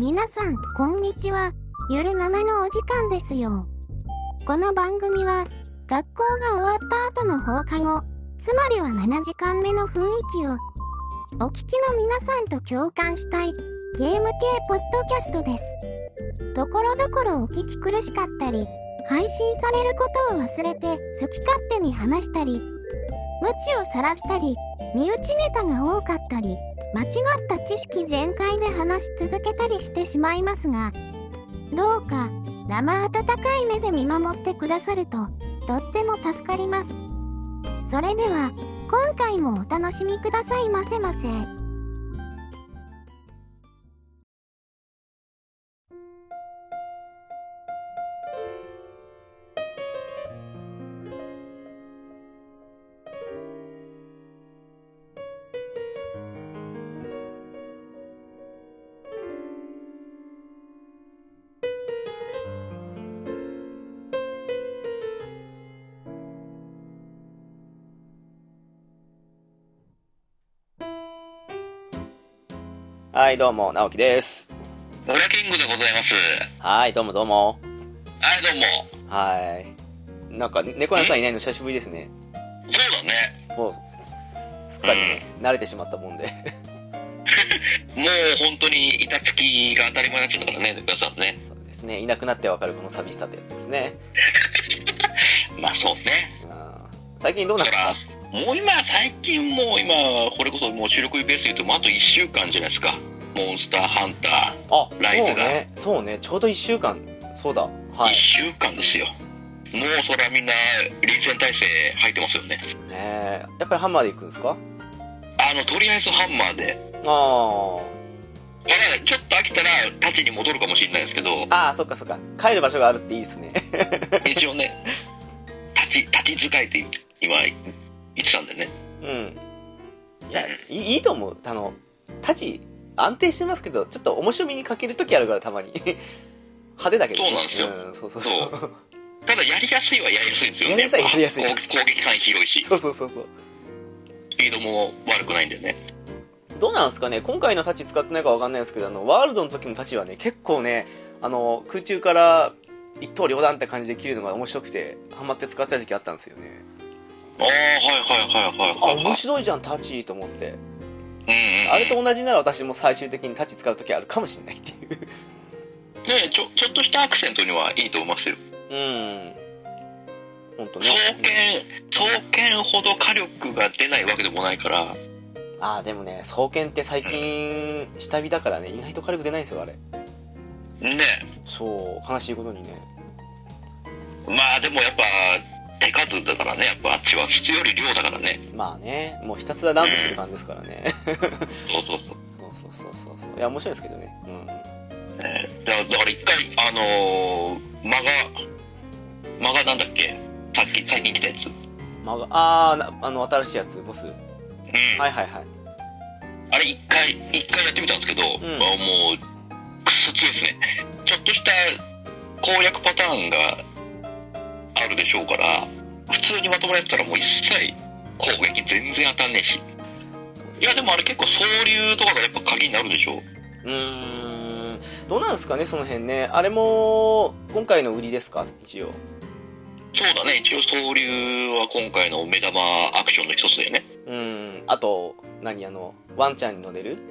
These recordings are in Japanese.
皆さん、こんにちは。ゆる7のお時間ですよ。この番組は、学校が終わった後の放課後、つまりは7時間目の雰囲気を、お聞きの皆さんと共感したい、ゲーム系ポッドキャストです。ところどころお聞き苦しかったり、配信されることを忘れて好き勝手に話したり、無知を晒したり、身内ネタが多かったり、間違った知識全開で話し続けたりしてしまいますが、どうか生温かい目で見守ってくださるととっても助かります。それでは今回もお楽しみくださいませませ。 はい、どうも、直樹です。 オラキングでございます。 はい、どうもどうも。 はい、どうも。 はい。なんか、猫屋さんいないの久しぶりですね。 そうだね。 もう、すっかりね、慣れてしまったもんで。 もう本当に板付きが当たり前になっちゃったからね、猫屋さんね。 そうですね、いなくなってわかるこの寂しさってやつですね。 まあそうね。 最近どうなった？ もう最近もう今、これこそもう収録ベース言うともうあと1週間じゃないですか。モンスターハンター、ライズが。 そうね、ちょうど1週間。そうだ。はい。 1週間ですよ。もうそれはみんな臨戦態勢入ってますよね。 やっぱりハンマーで行くんですか？ とりあえずハンマーで。 あちょっと飽きたら立ちに戻るかもしれないですけど。 そっかそっか。帰る場所があるっていいですね。 一応ね、立ち使いって今言ってたんでね。 うん。いや、いいと思う。立ち、安定してますけど、ちょっと面白みに欠けるときあるから、たまに。派手だけど、ね。 そうなんですよ。 そう。 ただ、やりやすいはやりやすいんですよね。 やりやすい。 攻撃範囲広いし。 そう。 スピードも悪くないんだよね。 どうなんですかね、今回のタッチ使ってないかわかんないですけど、ワールドの時のタッチはね、結構ね、空中から一刀両断って感じで切るのが面白くて、ハマって使った時期あったんですよね。 はい。 面白いじゃん、タッチと思って。 あれと同じなら私も最終的にタッチ使う時あるかもしれないっていう。 ね、ちょっとしたアクセントにはいいと思いますよ。 ほんとね。 双剣ほど火力が出ないわけでもないから。 でもね、双剣って最近、下火だからね、意外と火力出ないんですよ、あれ。 ね。 そう、悲しいことにね。 まあでもやっぱ、手数だからね、やっぱあっちは質より量だからね。 まあね、もうひたすら乱舞する感じですからね。 そう。 いや、面白いですけどね。 だから一回、間がなんだっけ、最近来たやつ。 新しいやつ、ボス。はい。 あれ一回やってみたんですけど、もう、くそ強いですね。ちょっとした攻略パターンがあるでしょうから、普通にまともにやってたらもう一切攻撃全然当たんねえし。いやでもあれ結構総流とかがやっぱ鍵になるでしょ。 どうなんですかね、その辺ね。あれも今回の売りですか、一応。 そうだね、一応総流は今回の目玉アクションの一つだよね。 あとワンちゃんに乗れる？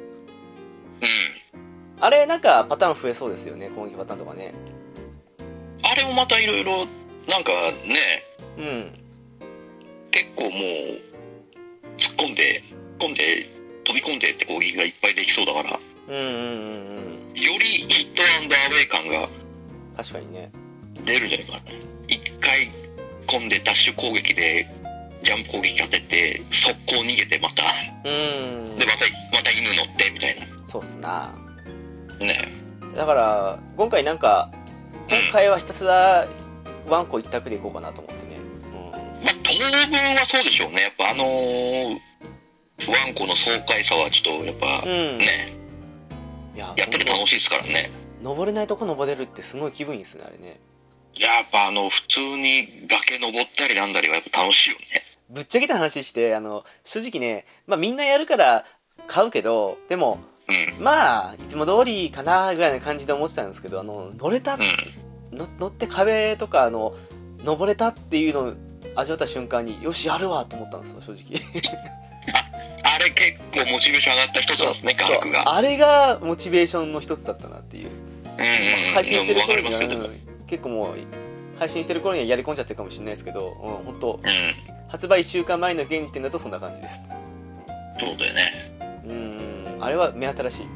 あれなんかパターン増えそうですよね、攻撃パターンとかね。 あれもまたいろいろなんかね、結構もう突っ込んで飛び込んでって攻撃がいっぱいできそうだから、よりヒットアンドアウェイ感が確かにね出るんじゃないかな。一回込んでダッシュ攻撃でジャンプ攻撃当てて速攻逃げてまたでまた犬乗ってみたいな。 そうっすなね。 だから今回はひたすらワンコ一択でいこうかなと思ってね。 当分はそうでしょうね。やっぱワンコの爽快さはちょっとやっぱね、やってて楽しいですからね。 登れないとこ登れるってすごい気分いいですね、あれね。 やっぱ普通に崖登ったりなんだりはやっぱ楽しいよね。 ぶっちゃけた話して正直ね、みんなやるから買うけど、でもまあいつも通りかなぐらいな感じで思ってたんですけど、乗れた、乗って壁とか登れたっていうのを味わった瞬間によしやるわと思ったんですよ、正直。 あれ結構モチベーション上がった一つなんですね、画力が。 あれがモチベーションの一つだったなっていう。配信してる頃には、結構もう配信してる頃にはやり込んじゃってるかもしれないですけど、本当、発売1週間前の現時点だとそんな感じです。 そうだよね。 あれは目新しい。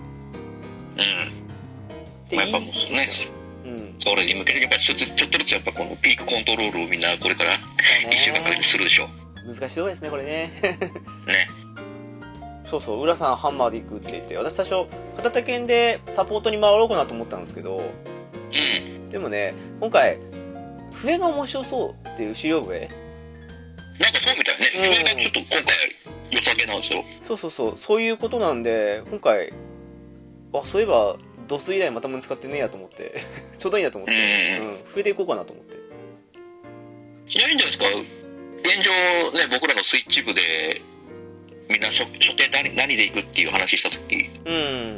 やっぱもうね、それに向けてやっぱりちょっとずつやっぱこのピークコントロールをみんなこれから1週間かけてするでしょ。 難しいとこですね、これね。 ね。 そうそう、浦さんハンマーで行くって言って、私最初片手剣でサポートに回ろうかなと思ったんですけど、でもね、今回笛が面白そうっていう資料笛、 なんかそうみたいね。笛がちょっと今回良さげなんですよ。 そういうことなんで、今回そういえばドス以来またも使ってねえやと思ってちょうどいいなと思って、笛でいこうかなと思って。 いや、いいんじゃないですか。現状ね、僕らのスイッチ部でみんな初手何で行くっていう話したとき、ほぼ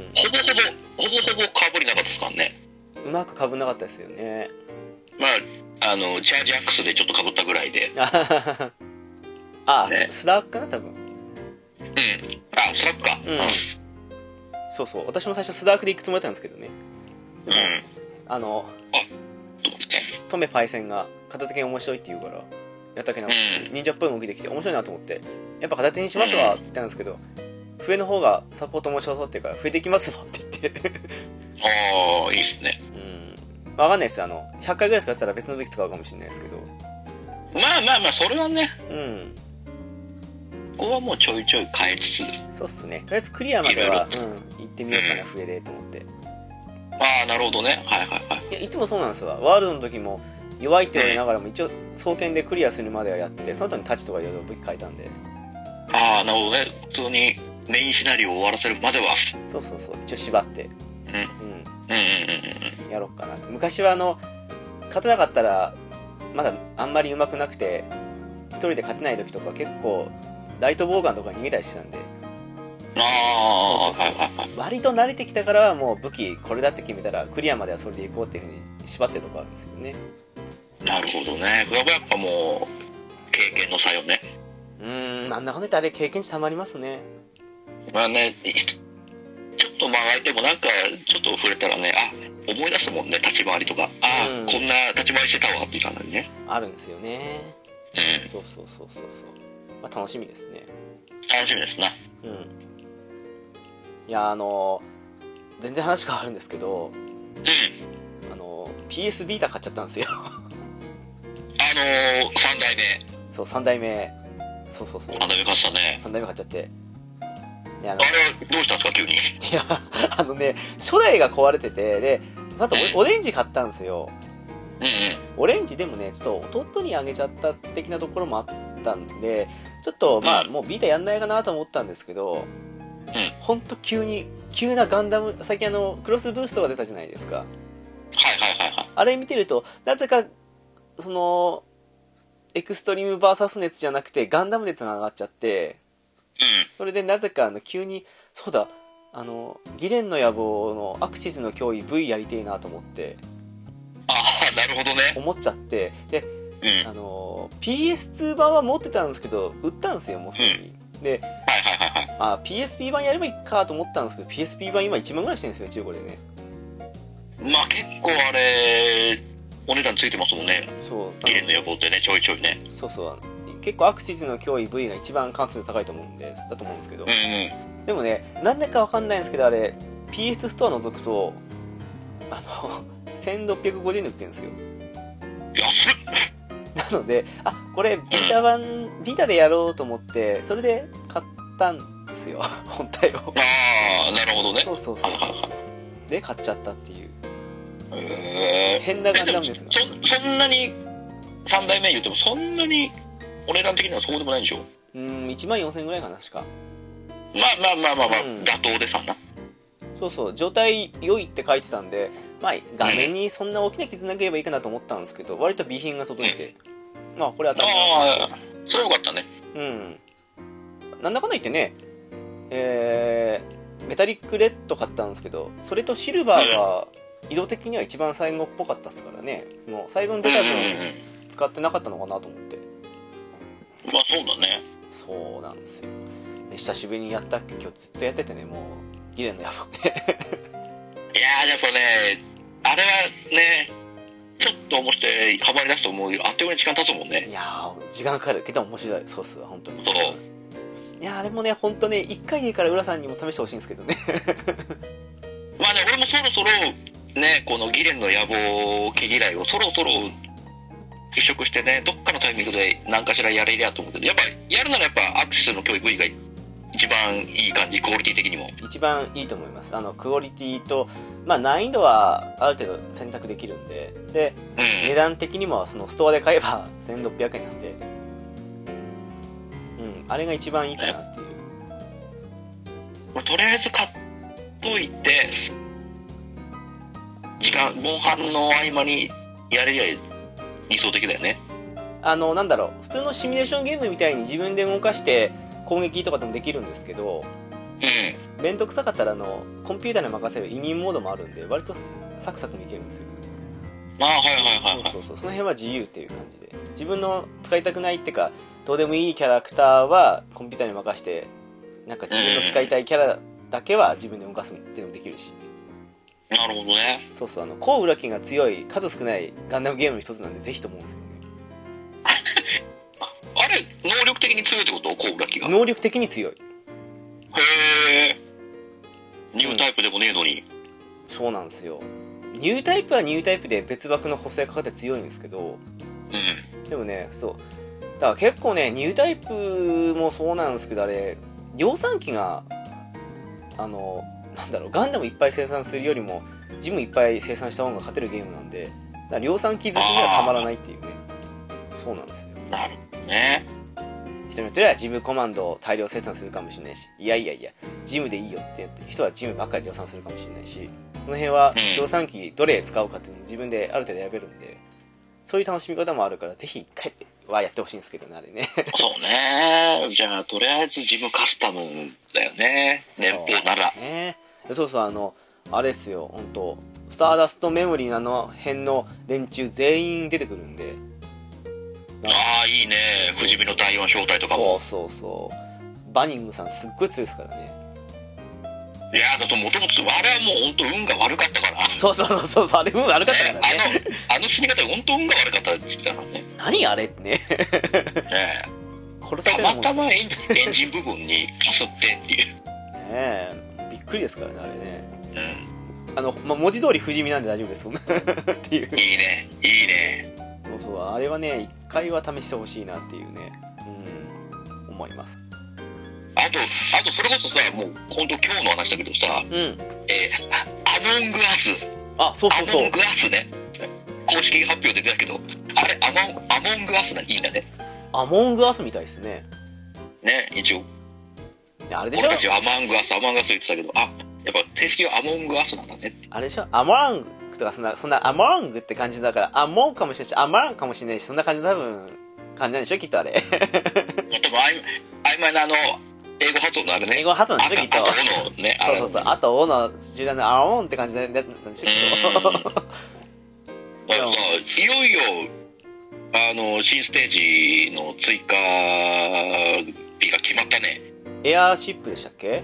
かぶりなかったですからね。 うまくかぶんなかったですよね。 まあ、チャージアックスでちょっとかぶったぐらいで。 ね、スラックかな、多分。 スラックか。 そうそう、私も最初スダークで行くつもりだったんですけどね。トメパイセンが片手剣面白いって言うから、やったっけな、忍者っぽい動きできて面白いなと思って、やっぱ片手にしますわって言ったんですけど、笛の方がサポート面白そうって言うから、笛できますわって言って。 いいっすね。 わかんないです。100回ぐらい使ったら別の時使うかもしれないですけど。 まあ、それはね。ここはもうちょいちょい変えつつ。 そうっすね。とりあえずクリアまでは、行ってみようかな、笛でと思って。 なるほどね。 いや、いつもそうなんですわ。ワールドの時も、弱いって言われながらも一応双剣でクリアするまではやって、その後にタッチとかいろいろ武器変えたんで。 なるほどね。普通にメインシナリオを終わらせるまでは。 そう一応縛ってやろうかなと。昔は勝てなかったらまだあんまり上手くなくて一人で勝てない時とか結構ライトボウガンとか逃げたりしてたんで、割と慣れてきたからはもう武器これだって決めたらクリアまではそれでいこうっていう風に縛ってるとこあるんですよね。なるほどね。 これはやっぱもう経験の差よね。 なんだかんだ言ってあれ経験値たまりますね。 まあね、ちょっと相手もなんかちょっと触れたらね、思い出すもんね、立ち回りとか。こんな立ち回りしてたわっていう感じね。あるんですよね。そう。まあ楽しみですね。楽しみですな。 いや全然話変わるんですけど、PS ビータ買っちゃったんですよ。 3代目。 そう、3代目。そう。 3代目買ったね。 3代目買っちゃって。 あれはどうしたんですか、急に。 いや、初代が壊れてて、で、あとオレンジ買ったんですよ。オレンジでもね、ちょっと弟にあげちゃった的なところもあったんで、ちょっともうビータやんないかなと思ったんですけど、ほんと急なガンダム、最近クロスブーストが出たじゃないですか。あれ見てると、なぜか、エクストリームバーサス熱じゃなくてガンダム熱が上がっちゃって、それでなぜか急に、そうだ、ギレンの野望のアクシズの脅威 V やりてえなと思って、 なるほどね。 思っちゃって、で、PS2 版は持ってたんですけど、売ったんですよ、もうすでに。で、PSP 版やればいいかと思ったんですけど、PSP 版今1万ぐらいしてるんですよ、中古でね。 まあ結構あれ、お値段ついてますもんね。 そう。 ギレンの野望ってね、ちょいちょいね。 そう。結構アクシズの脅威 V が一番関数高いと思うんですけど、でもね、なんでかわかんないんですけど、あれ PS ストア覗くと1650円で売ってるんですよ。 安っ。 なので、これビータでやろうと思ってそれで買ったんですよ、本体を。 なるほどね。 そうで買っちゃったっていう、変なガンダムですが。 そんなに3代目言ってもそんなにお値段的にはそうでもないんでしょ。 1万4000円ぐらいかな、確か。 まあ、妥当でさな。 そう、状態良いって書いてたんで、画面にそんな大きな傷なければいいかなと思ったんですけど、割と備品が届いて、これ当たり前。それよかったね。 なんだかんだ言ってね、 メタリックレッド買ったんですけど、それとシルバーが色的には一番最後っぽかったですからね。その最後に出た分使ってなかったのかなと思って。 まあそうだね。 そうなんですよ。で久しぶりにやったっけ、今日ずっとやっててね、もうギレンの野望ね。 いやー、やっぱね、あれはね、ちょっと面白い、ハマり出すともうあっという間に時間経つもんね。 いやー、時間かかるけど面白いソースは本当に。 そう。 いやー、あれもね、本当ね、1回でいいから浦さんにも試してほしいんですけどね。 まあね、俺もそろそろね、このギレンの野望毛嫌いをそろそろ払拭してね、どっかのタイミングで何かしらやれりゃと思って、やっぱやるならやっぱアクセスの教育以外一番いい感じ、クオリティ的にも一番いいと思います。クオリティと、まあ、難易度はある程度選択できるんで、で、値段的にもそのストアで買えば1600円なんで、あれが一番いいかなっていう。 とりあえず買っといて、モンハンの合間にやれりゃ理想的だよね。 なんだろう、普通のシミュレーションゲームみたいに自分で動かして攻撃とかでもできるんですけど、めんどくさかったらコンピューターに任せる委任モードもあるんで、割とサクサクもいけるんですよ。そうその辺は自由っていう感じで、自分の使いたくないってかどうでもいいキャラクターはコンピューターに任せて、なんか自分の使いたいキャラだけは自分で動かすっていうのもできるし。 なるほどね。 そうそう、コウウラキが強い数少ないガンダムゲームの一つなんで、ぜひと思うんですよね。 あれ能力的に強いってこと？コウウラキが能力的に強い。 へえ。ニュータイプでもねえのに、 そうなんですよ。ニュータイプはニュータイプで別枠の補正かかって強いんですけど、でもね、そうだから結構ね、ニュータイプもそうなんですけど、あれ量産機がなんだろう、ガンダムいっぱい生産するよりもジムいっぱい生産した方が勝てるゲームなんで、だから量産機好きにはたまらないっていうね。そうなんですよ。 なるほどね。 人によってはジムコマンドを大量生産するかもしれないし、いやジムでいいよって言って人はジムばっかり量産するかもしれないし、その辺は量産機どれ使うかっていうのを自分である程度選べるんで、そういう楽しみ方もあるから、ぜひ一回はやってほしいんですけどね、あれね。 そうね。じゃあとりあえずジムカスタムだよね、年俸なら。 そうそう、あれですよ、本当スターダストメモリーの辺の連中全員出てくるんで。 ああ、いいね。不死身の第4小隊とかも。 そうバニングさんすっごい強いですからね。 いや、だともともとあれはもう本当運が悪かったから。 そうあれ運悪かったからね。 あの死に方本当運が悪かったって言ってたからね。 何あれってね。殺されたまたまエンジン部分にかすってっていう。 びっくりですからね、あれね。文字通り不死身なんで大丈夫です、そんなっていう。 いいね。 そう、あれはね、一回は試してほしいなっていうね、思います。 あとそれこそさ、もう本当今日の話だけどさ、アモングアス。 そう。 アモングアスね。公式発表で出たけど、あれアモングアスいいんだね。 アモングアスみたいですね。 ね、一応。 あれでしょ。 俺たちはアモングアス言ってたけど、やっぱ正式はアモングアスなんだねって。 あれでしょ、アモングとかそんなアモングって感じだから、アモンかもしれないし、アマンかもしれないし、そんな感じの感じなんでしょ、きっとあれ。 でも曖昧な英語発音のあれね。 英語発音でしょ、きっと。 あとおのね。 そう、あとおの集団のアモンって感じなんでしょ、きっと。 いよいよ新ステージの追加日が決まったね。 エアーシップでしたっけ？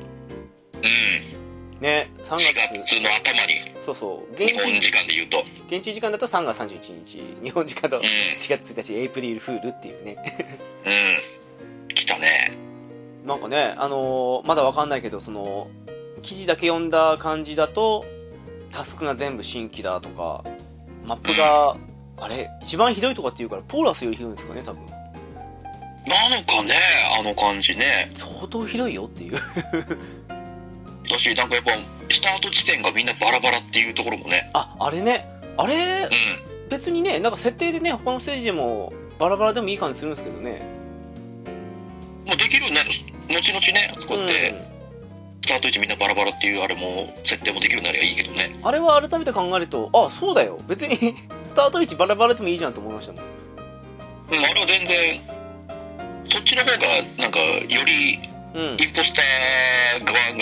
ね、3月の頭に。 そう日本時間で言うと。 現地時間だと3月31日、日本時間だと4月1日、エイプリルフールっていうね。 来たね。 なんかね、まだわかんないけど、記事だけ読んだ感じだと、タスクが全部新規だとか、マップが、あれ、一番ひどいとかって言うから、ポーラスよりひどいんですかね、多分。 なのかね、あの感じね。 相当ひどいよっていう。 私、なんかやっぱ、スタート地点がみんなバラバラっていうところもね。 あれね、別にね、なんか設定でね、他のステージでも、バラバラでもいい感じするんですけどね。 もうできるようになる。後々ね、こうやって、スタート位置みんなバラバラっていうあれも設定もできるようになりゃいいけどね。 あれは改めて考えると、そうだよ、別にスタート位置バラバラでもいいじゃんと思いましたもん。 あれは全然そっちの方がなんかよりインポスター側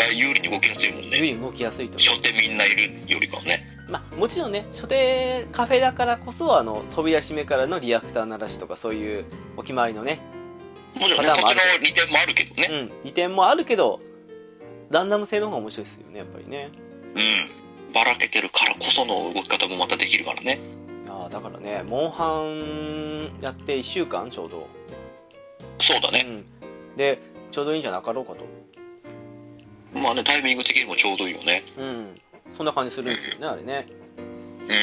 が有利に動きやすいもんね。 有利に動きやすいと。 初手みんないるよりかはね。 まあもちろんね、初手カフェだからこそ飛び出し目からのリアクター鳴らしとかそういうお決まりのね、 もちろんね、そっちの利点もあるけどね。 うん、利点もあるけど、ランダム性の方が面白いですよね、やっぱりね。 うん。ばらけてるからこその動き方もまたできるからね。 ああ、だからね、モンハンやって1週間ちょうど。 そうだね。 うん。で、ちょうどいいんじゃなかろうかと。 まあね、タイミング的にもちょうどいいよね。 うん。そんな感じするんですよね、あれね。 うん。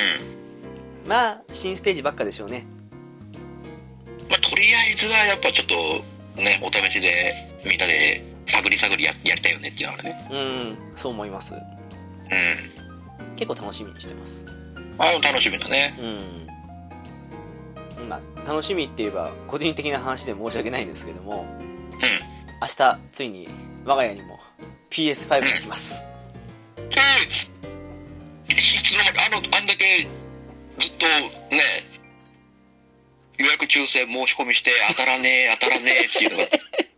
まあ、新ステージばっかでしょうね。 まあ、とりあえずはやっぱちょっとね、お試しでみんなで探りやりたいよねっていうのはね。 うん、そう思います。 うん。 結構楽しみにしてます。 楽しみだね。 うん。まあ、楽しみって言えば、個人的な話で申し訳ないんですけども、 うん。 明日、ついに、我が家にも PS5 が来ます。 いつの間にあんだけずっとね、予約抽選申し込みして当たらねえっていうのが、もう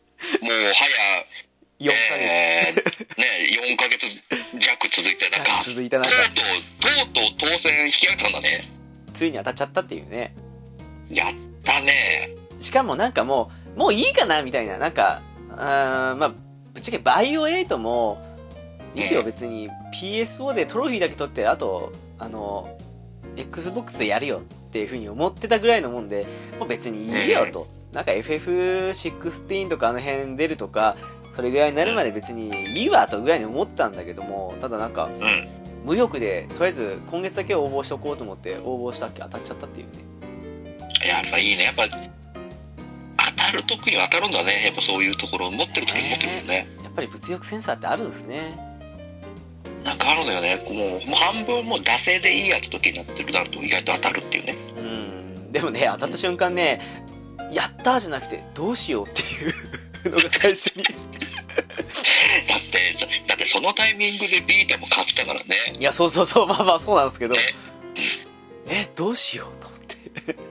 4ヶ月。 ね、4ヶ月弱続いてたか。 続いた中。 とうとう当選引き上げたんだね。 ついに当たっちゃったっていうね。 やったね。 しかもなんかもういいかなみたいな、なんか、まあ、ぶっちゃけバイオ8も、いいよ別に PS4 でトロフィーだけ取って、あと、Xbox でやるよっていう風に思ってたぐらいのもんで、もう別にいいよと。なんか FF16 とかあの辺出るとか、それぐらいになるまで別にいいわとぐらいに思ったんだけども、ただなんか、無欲で、とりあえず今月だけ応募しとこうと思って応募したっけ当たっちゃったっていうね。 やっぱいいね。やっぱ、当たる時には当たるんだね。やっぱそういうところを持ってる時に持ってるもんね。 やっぱり物欲センサーってあるんですね。 なんかあるのよね。もう半分もう惰性でいいやって時になってるなると意外と当たるっていうね。 でもね、当たった瞬間ね、やったーじゃなくて、どうしようっていうのが最初に。 だってそのタイミングでビータも買ったからね。 いや、そう、まあまあそうなんですけど。どうしようと思って。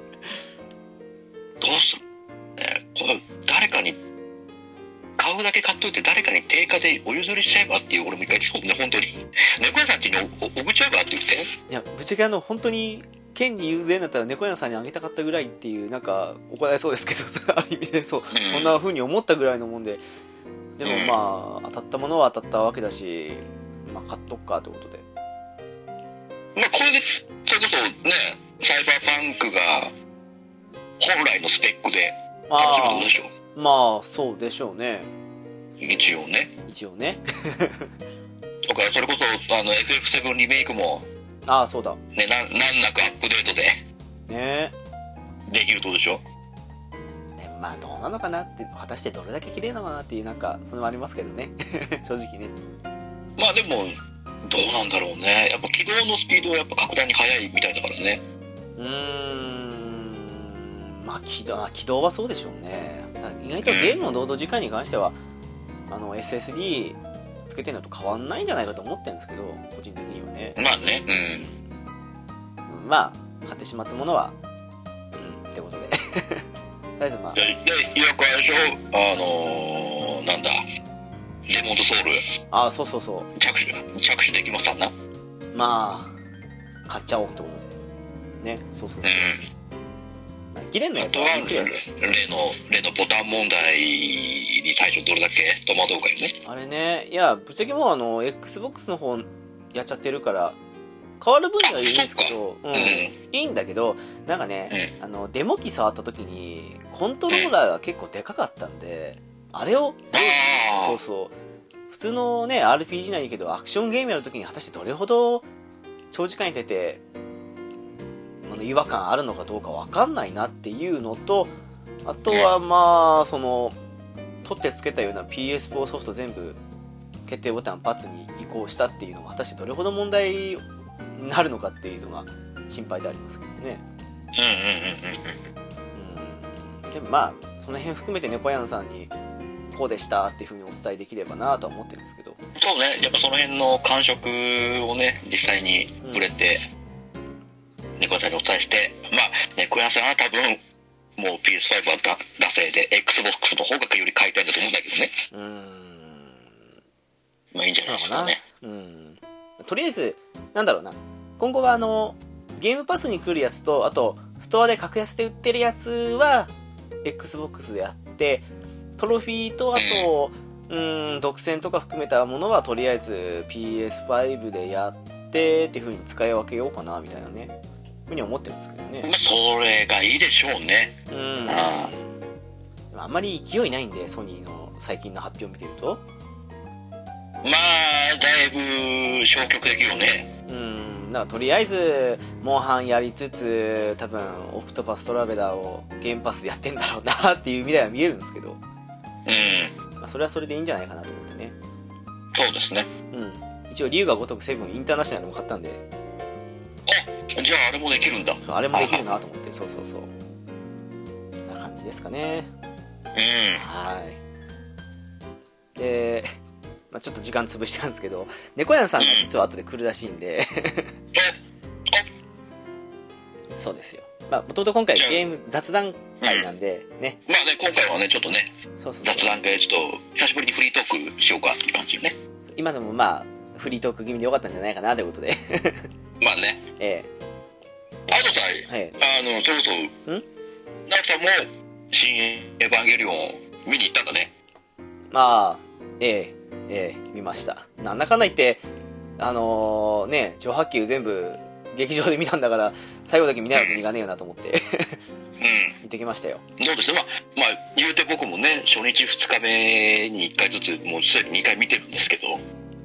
どうするこれ誰かに、買うだけ買っといて誰かに定価でお譲りしちゃえばっていう、俺も一回そうね、本当に。猫屋さん家に送っちゃえばって言って。 いや、ぶっちゃけ本当に、権利譲れんだったら猫屋さんにあげたかったぐらいっていう、なんか、怒られそうですけど、ある意味でそんな風に思ったぐらいのもんで、でもまあ、当たったものは当たったわけだし、まあ、買っとくかってことで。 まあ、これで、それこそね、サイバーパンクが、本来のスペックで、楽しむことでしょ。 まあ、そうでしょうね。 一応ね。とか、それこそ、FF7 リメイクも、 そうだ。 ね、難なくアップデートで、 ねできるとでしょ。 ね、まあ、どうなのかなって、果たしてどれだけ綺麗なのかなっていう、なんか、それもありますけどね。正直ね。 まあでも、どうなんだろうね。やっぱ起動のスピードはやっぱ格段に速いみたいだからね。 まあ、起動はそうでしょうね。意外とゲームのロード時間に関しては、SSD つけてるのと変わんないんじゃないかと思ってるんですけど、個人的にはね。 まあね、 まあ、買ってしまったものは、ってことで。とりあえずまあ。 いや、よくあれでしょ、なんだ、デモンドソウル。 そう。 着手できますかな。 まあ、買っちゃおうってことで。ね、そう。切れんのやっぱ例のボタン問題に最初どれだけ戸惑うかよね。 あれね、いや、ぶっちゃけもうXbox の方やっちゃってるから、変わる分にはいいんですけど、いいんだけど、なんかね、デモ機触った時に、コントローラーが結構でかかったんで、あれを、そう。普通のね、RPG ないけど、アクションゲームやる時に果たしてどれほど長時間に出て、違和感あるのかどうかわかんないなっていうのと、あとはまあ、取ってつけたような PS4 ソフト全部決定ボタン×に移行したっていうのが果たしてどれほど問題になるのかっていうのが心配でありますけどね。でもまあ、その辺含めて猫やんさんにこうでしたっていう風にお伝えできればなとは思ってるんですけど。 そうね、やっぱその辺の感触をね、実際に触れて、猫屋さんにお伝えして、まあ、猫屋さんは多分、もう PS5 は惰性で、Xbox の方がより買いたいんだと思うんだけどね。まあ、 いいんじゃないですかね。 とりあえず、なんだろうな。今後はゲームパスに来るやつと、あと、ストアで格安で売ってるやつは、Xbox であって、トロフィーと、あと、独占とか含めたものは、とりあえず PS5 でやってっていう風に使い分けようかな、みたいなね。ふうに思ってるんですけどね。 それがいいでしょうね。 あんまり勢いないんで、ソニーの最近の発表を見てると。 まあ、だいぶ消極的よね。 だからとりあえず、モンハンやりつつ、多分、オクトパストラベラーをゲームパスでやってんだろうなっていう未来は見えるんですけど。まあ、それはそれでいいんじゃないかなと思ってね。 そうですね。 一応、龍が如くセブンインターナショナルも買ったんで。 あ、じゃああれもできるんだ。 あれもできるなと思って、そう。こんな感じですかね。はい。で、まあ、ちょっと時間潰したんですけど、猫やんさんが実は後で来るらしいんでそうですよ。まあ、もともと今回ゲーム雑談会なんで、ね。 まあね、今回はね、ちょっとね、雑談会、ちょっと、久しぶりにフリートークしようかっていう感じよね。 今でもまあ、フリートーク気味でよかったんじゃないかなということでまあね。あとさ、そろそろ、ナクさんも、新エヴァンゲリオン見に行ったんだね。 まあ、見ました。なんだかんだ言って、ね、上波球全部劇場で見たんだから、最後だけ見ないわけにいかねえよなと思って見てきましたよ。 どうですね。まあ、言うて僕もね、初日2日目に1回ずつ、もうすでに2回見てるんですけど。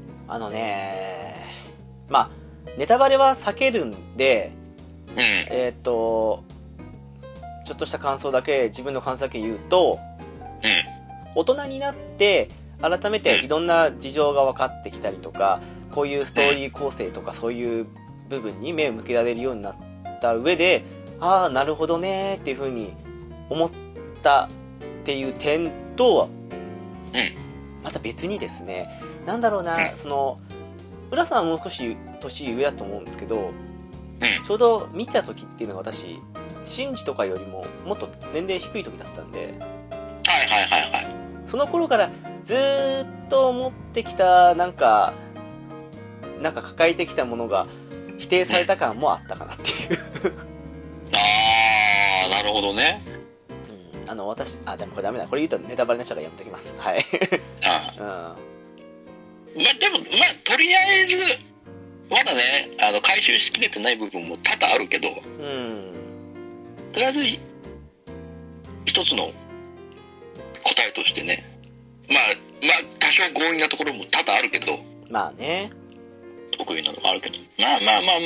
まあ、ネタバレは避けるんで、ちょっとした感想だけ、自分の感想だけ言うと、大人になって、改めていろんな事情が分かってきたりとか、こういうストーリー構成とかそういう部分に目を向けられるようになった上で、ああ、なるほどねっていう風に思ったっていう点と、また別にですね、なんだろうな、浦さんはもう少し年上だと思うんですけど、ちょうど見た時っていうのが私、シンジとかよりももっと年齢低い時だったんで、その頃からずーっと思ってきたなんか抱えてきたものが否定された感もあったかなっていうなるほどね。 私、でもこれダメだ。これ言うとネタバレになっちゃうからやめときます。はい。 まあでも、まあとりあえず、まだね、回収しきれてない部分も多々あるけど、とりあえず、一つの答えとしてね、まあ多少強引なところも多々あるけど、 まあね、 得意なのもあるけど、まあ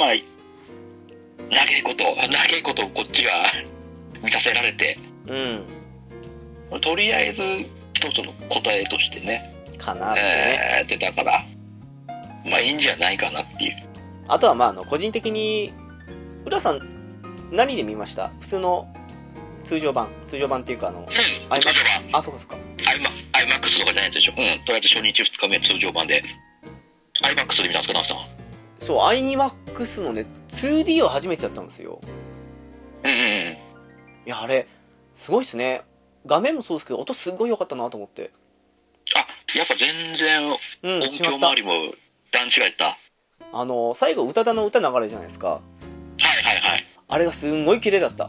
長いことこっちは見させられて、とりあえず一つの答えとしてねかなってね、 でだからまあいいんじゃないかなっていう。 あとはまあ個人的に浦さん何で見ました？普通の通常版っていうか通常版。 あ、そうか IMAX とかじゃないでしょ。とりあえず初日2日目通常版で IMAX で見たんですか、ナフさん。 そう、IMAX のね 2D は初めてだったんですよ。いや、あれすごいっすね。画面もそうですけど音すっごい良かったなと思って。 やっぱ全然音響周りも段違いだった。 最後宇多田の歌流れるじゃないですか。あれがすんごい綺麗だった。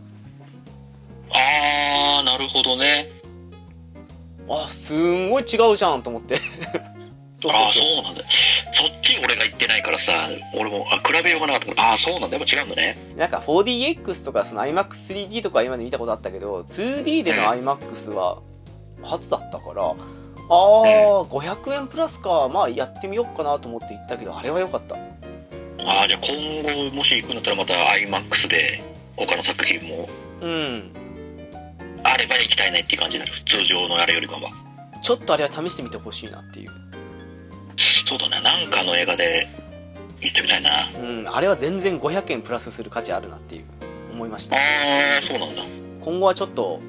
なるほどね。 すんごい違うじゃんと思ってそうなんだ。そっち俺が言ってないからさ、俺も比べようがなかったから、そうなんだ、やっぱ違うんだね。 なんか 4DX とかその IMAX3D とか今まで見たことあったけど、2D での IMAX は初だったから、500円プラスか、まあやってみようかなと思って行ったけど、あれは良かった。 じゃあ今後もし行くんだったらまた IMAX で他の作品もあれば行きたいねっていう感じになる。通常のあれよりかはちょっとあれは試してみてほしいなっていう。 そうだね、なんかの映画で行ってみたいな。 あれは全然500円プラスする価値あるなっていう思いました。 そうなんだ。 今後はちょっと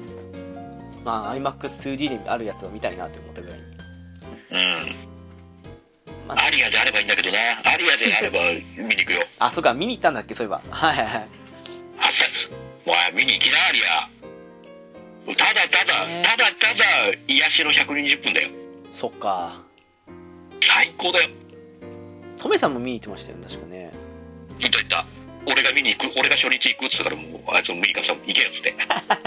IMAX2D であるやつを見たいなって思ったぐらいに。 アリアであればいいんだけどな。アリアであれば見に行くよ。 そうか、見に行ったんだっけ、そういえば。 もう見に行きな、アリア。ただ癒しの120分だよ。 そっか。 最最高だよ。 トメさんも見に行ってましたよね、確かね。 言った。俺が見に行く、俺が初日行くっつったから、もうあいつも見に行かせたら行けよっつって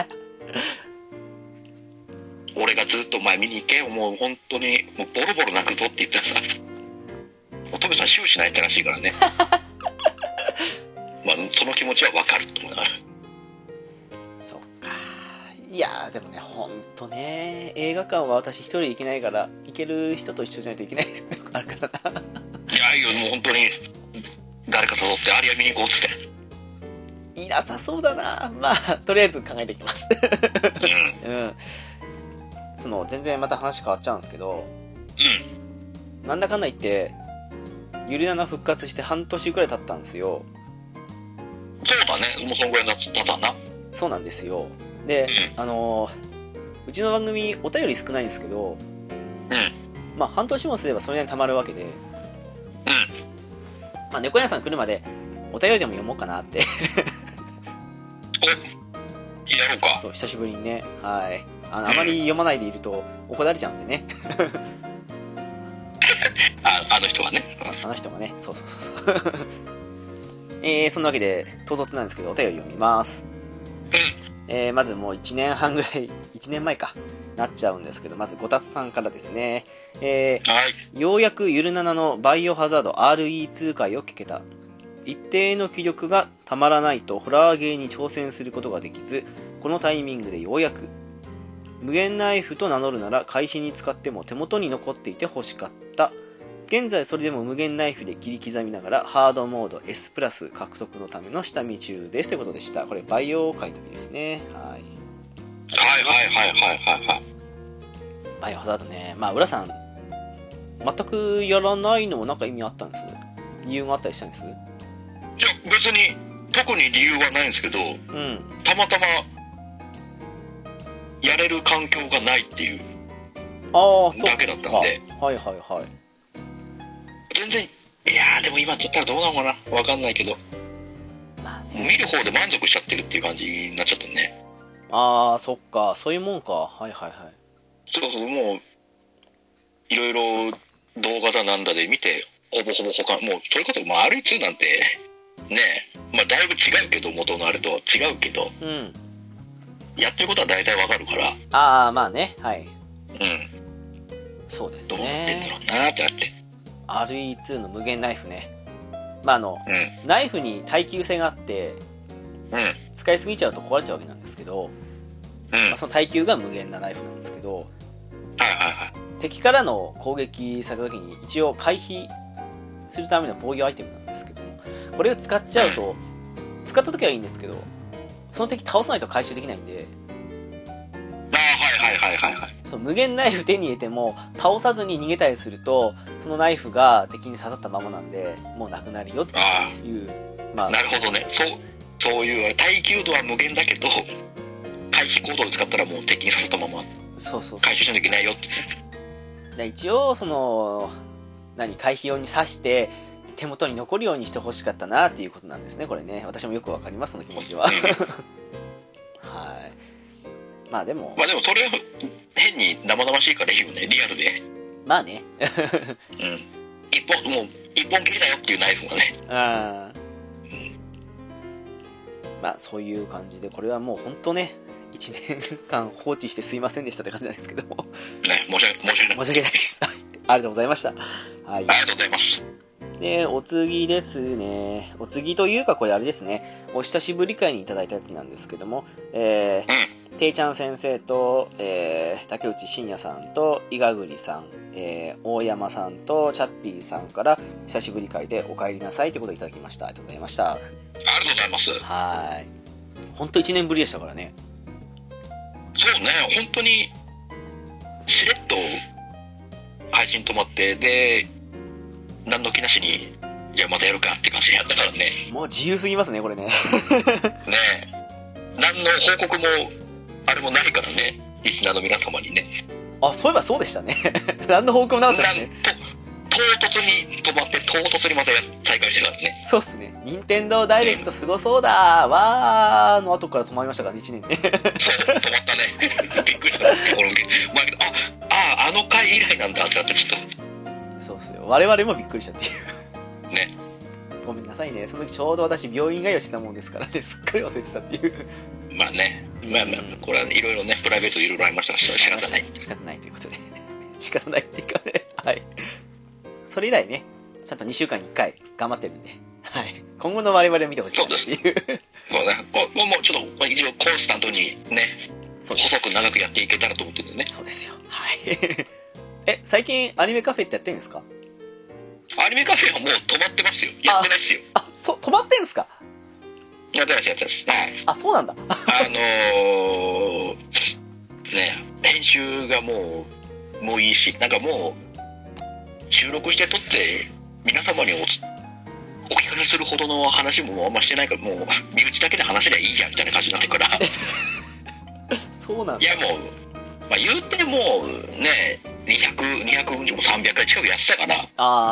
俺がずっと前見に行けよ、もう本当にもうボロボロ泣くぞって言ってさ、トメさん終始泣いたらしいからねまあその気持ちは分かると思うな。 そっか。いやでもね、ほんとね、映画館は私一人で行けないから、行ける人と一緒じゃないといけないですね、あるからな。 いやいいよ、もう本当に誰か誘ってアリア見に行こうっつって。 いなさそうだな。まあとりあえず考えていきますうん、その全然また話変わっちゃうんですけど、なんだかんだ言ってゆりなな復活して半年くらい経ったんですよ。 そうだね、もうそのぐらい経ったな。 そうなんですよ。で、うちの番組お便り少ないんですけど、まあ半年もすればそれなりに溜まるわけで、まあ猫屋さん来るまでお便りでも読もうかなってお、やろうか。 そう、久しぶりにね。はい。あまり読まないでいると怒られちゃうんでねあの人はね。 あの人がね、そうそんなわけで唐突なんですけどお便り読みます。まずもう1年半ぐらい、1年前かなっちゃうんですけど、まずごたつさんからですね。ようやくゆるななのバイオハザード RE2 回を聞けた。一定の気力がたまらないとホラーゲーに挑戦することができず、このタイミングでようやく。無限ナイフと名乗るなら回避に使っても手元に残っていて欲しかった。現在それでも無限ナイフで切り刻みながらハードモード S プラス獲得のための下見中ですということでした。これバイオ回の時ですね。はい。バイオハザードね。まあ浦さん全くやらないのもなんか意味あったんです？理由があったりしたんです？いや別に特に理由はないんですけど、たまたまやれる環境がないっていうだけだったんで。全然、いやでも今って言ったらどうなのかな、分かんないけど、まあね、見る方で満足しちゃってるっていう感じになっちゃったね。 そっか、そういうもんか。 そう、もういろいろ動画だなんだで見て、ほぼ他、もうそれこそ、RE2 なんてね、だいぶ違うけど、元のあれとは違うけど、やってることは大体わかるから。 まあね、はい。そうですね。 どうなってんだろうなーってなって。 RE2 の無限ナイフね。まあナイフに耐久性があって、使いすぎちゃうと壊れちゃうわけなんですけど、その耐久が無限なナイフなんですけど、敵からの攻撃された時に一応回避するための防御アイテムなんですけども、これを使っちゃうと、使った時はいいんですけど、その敵倒さないと回収できないんで、その無限ナイフ手に入れても倒さずに逃げたりすると、そのナイフが敵に刺さったままなんでもうなくなるよっていう。 なるほどね。そういう耐久度は無限だけど、回避行動で使ったらもう敵に刺さったまま回収しなきゃいけないよって。 一応その回避用に刺して手元に残るようにしてほしかったなっていうことなんですね、これね。私もよくわかります、その気持ちは。はい。まあでもそれ変に生々しいからいいよね、リアルで。 まあね。 一本きりだよっていうナイフがね。 まあそういう感じで、これはもう本当ね、1年間放置してすいませんでしたって感じなんですけども。 ね、申し訳ないです。ありがとうございました。はい。 ありがとうございます。 で、お次ですね。お次というかこれあれですね。お久しぶり会にいただいたやつなんですけども、ていちゃん先生と、竹内真也さんと伊賀栗さん、大山さんとチャッピーさんから久しぶり会でお帰りなさいということをいただきました。ありがとうございました。 ありがとうございます。 はい。本当1年ぶりでしたからね。 そうね、本当にしれっと配信止まって、で何の気なしにじゃあまたやるかって感じでやったからね。 もう自由すぎますね、これね。 ねえ、何の報告もあれもないからね、リスナーの皆様にね。 そういえばそうでしたね。何の報告もなかったですね。 唐突に止まって唐突にまた再開してからね。 そうっすね。任天堂ダイレクトすごそうだわーの後から止まりましたからね、1年ね。 そう止まったね。びっくりした。あの回以来なんだってなってちょっと。 そうっすよ。我々もびっくりしたっていうね。 ごめんなさいね。その時ちょうど私病院通いしてたもんですからね、すっかり忘れてたっていう。 まあね、まあこれはいろいろね、プライベートいろいろありましたから仕方ない。 仕方ないということで。仕方ないっていうかね。はい。それ以来ね、ちゃんと2週間に1回頑張ってるんで、はい。今後の我々を見てほしいなっていう。 そうね。もうちょっと、一応コンスタントにね、細く長くやっていけたらと思ってるんでね。 そうですよ。はい。最近アニメカフェってやってるんですか？ アニメカフェはもう止まってますよ。やってないですよ。 止まってんすか？ やってます。はい。 あ、そうなんだ。 ね、編集がもういいし、なんかもう、収録して撮って、皆様にお聞かせするほどの話もあんましてないから、もう、身内だけで話せりゃいいや、みたいな感じになってるから。 そうなんだ。 いや、もう、まあ、言うてもね、200も300回近くやってたから。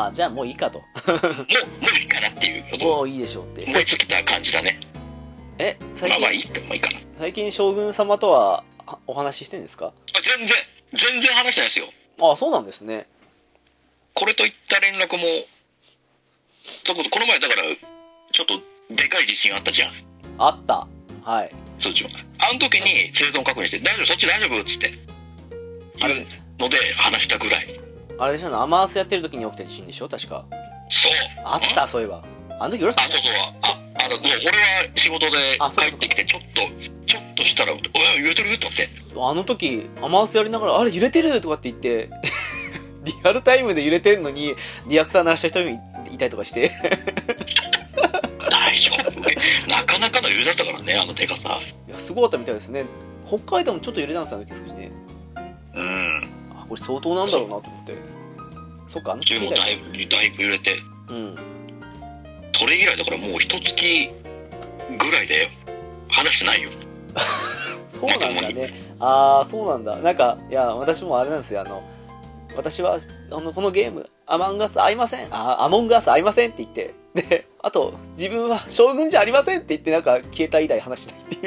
じゃあもういいかと。もういいかなっていう。 もういいでしょうって。 思いつきた感じだね。 最近、 まあいいってもういいかな。 最近将軍様とはお話ししてるんですか？ 全然話してないですよ。 そうなんですね。 これといった連絡も、この前だから、ちょっとでかい地震あったじゃん。 あった。はい。 そうでしょ。あの時に生存確認して、そっち大丈夫っつって。いうので話したぐらい。 あれでしょ、アマースやってる時に起きた地震でしょ、確か。 そう。 あった、そういえば。あの時、浦さん。 そう。俺は仕事で帰ってきて、ちょっとしたら、揺れてると思って。 あの時、アマースやりながら、あれ揺れてるとかって言って、リアルタイムで揺れてんのに、リアクター鳴らした人もいたりとかして。 大丈夫？なかなかの揺れだったからね、あの手がさ。 いや、すごかったみたいですね。北海道もちょっと揺れたんですよ、少しね。これ相当なんだろうなと思って。そっか、あの時もだいぶ揺れて。それ以来だからもう一月ぐらいで話してないよ。 そうなんだね。そうなんだ。なんか、いや、私もあれなんですよ。私は、このゲーム、アモンガス合いませんって言って、で、あと、自分は将軍じゃありませんって言って、なんか、消えた以来話したいっていう。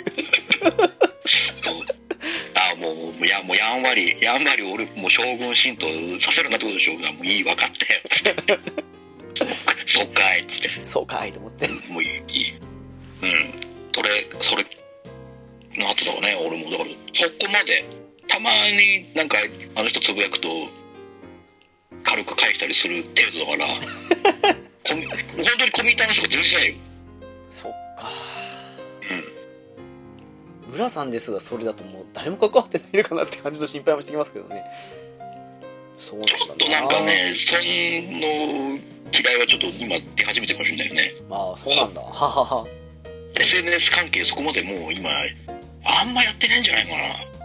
もうやんわり俺、もう将軍浸透させるなってことでしょ。もういい、分かったよ。そうかいって。 そうかいと思って。 もういい。それ、の後だろうね、俺も。だから、そこまで、たまになんか、あの人つぶやくと、軽く返したりする程度だから、本当に込み入った話とか全然しないよ。 そっか。浦さんですが、それだともう誰も関わってないのかなって感じの心配もしてきますけどね。そうなんだな。 ちょっとなんかね、その嫌いはちょっと今出始めてるかもしれないよね。 そうなんだ。ははは。 SNS 関係そこまでもう今、あんまやってないんじゃないか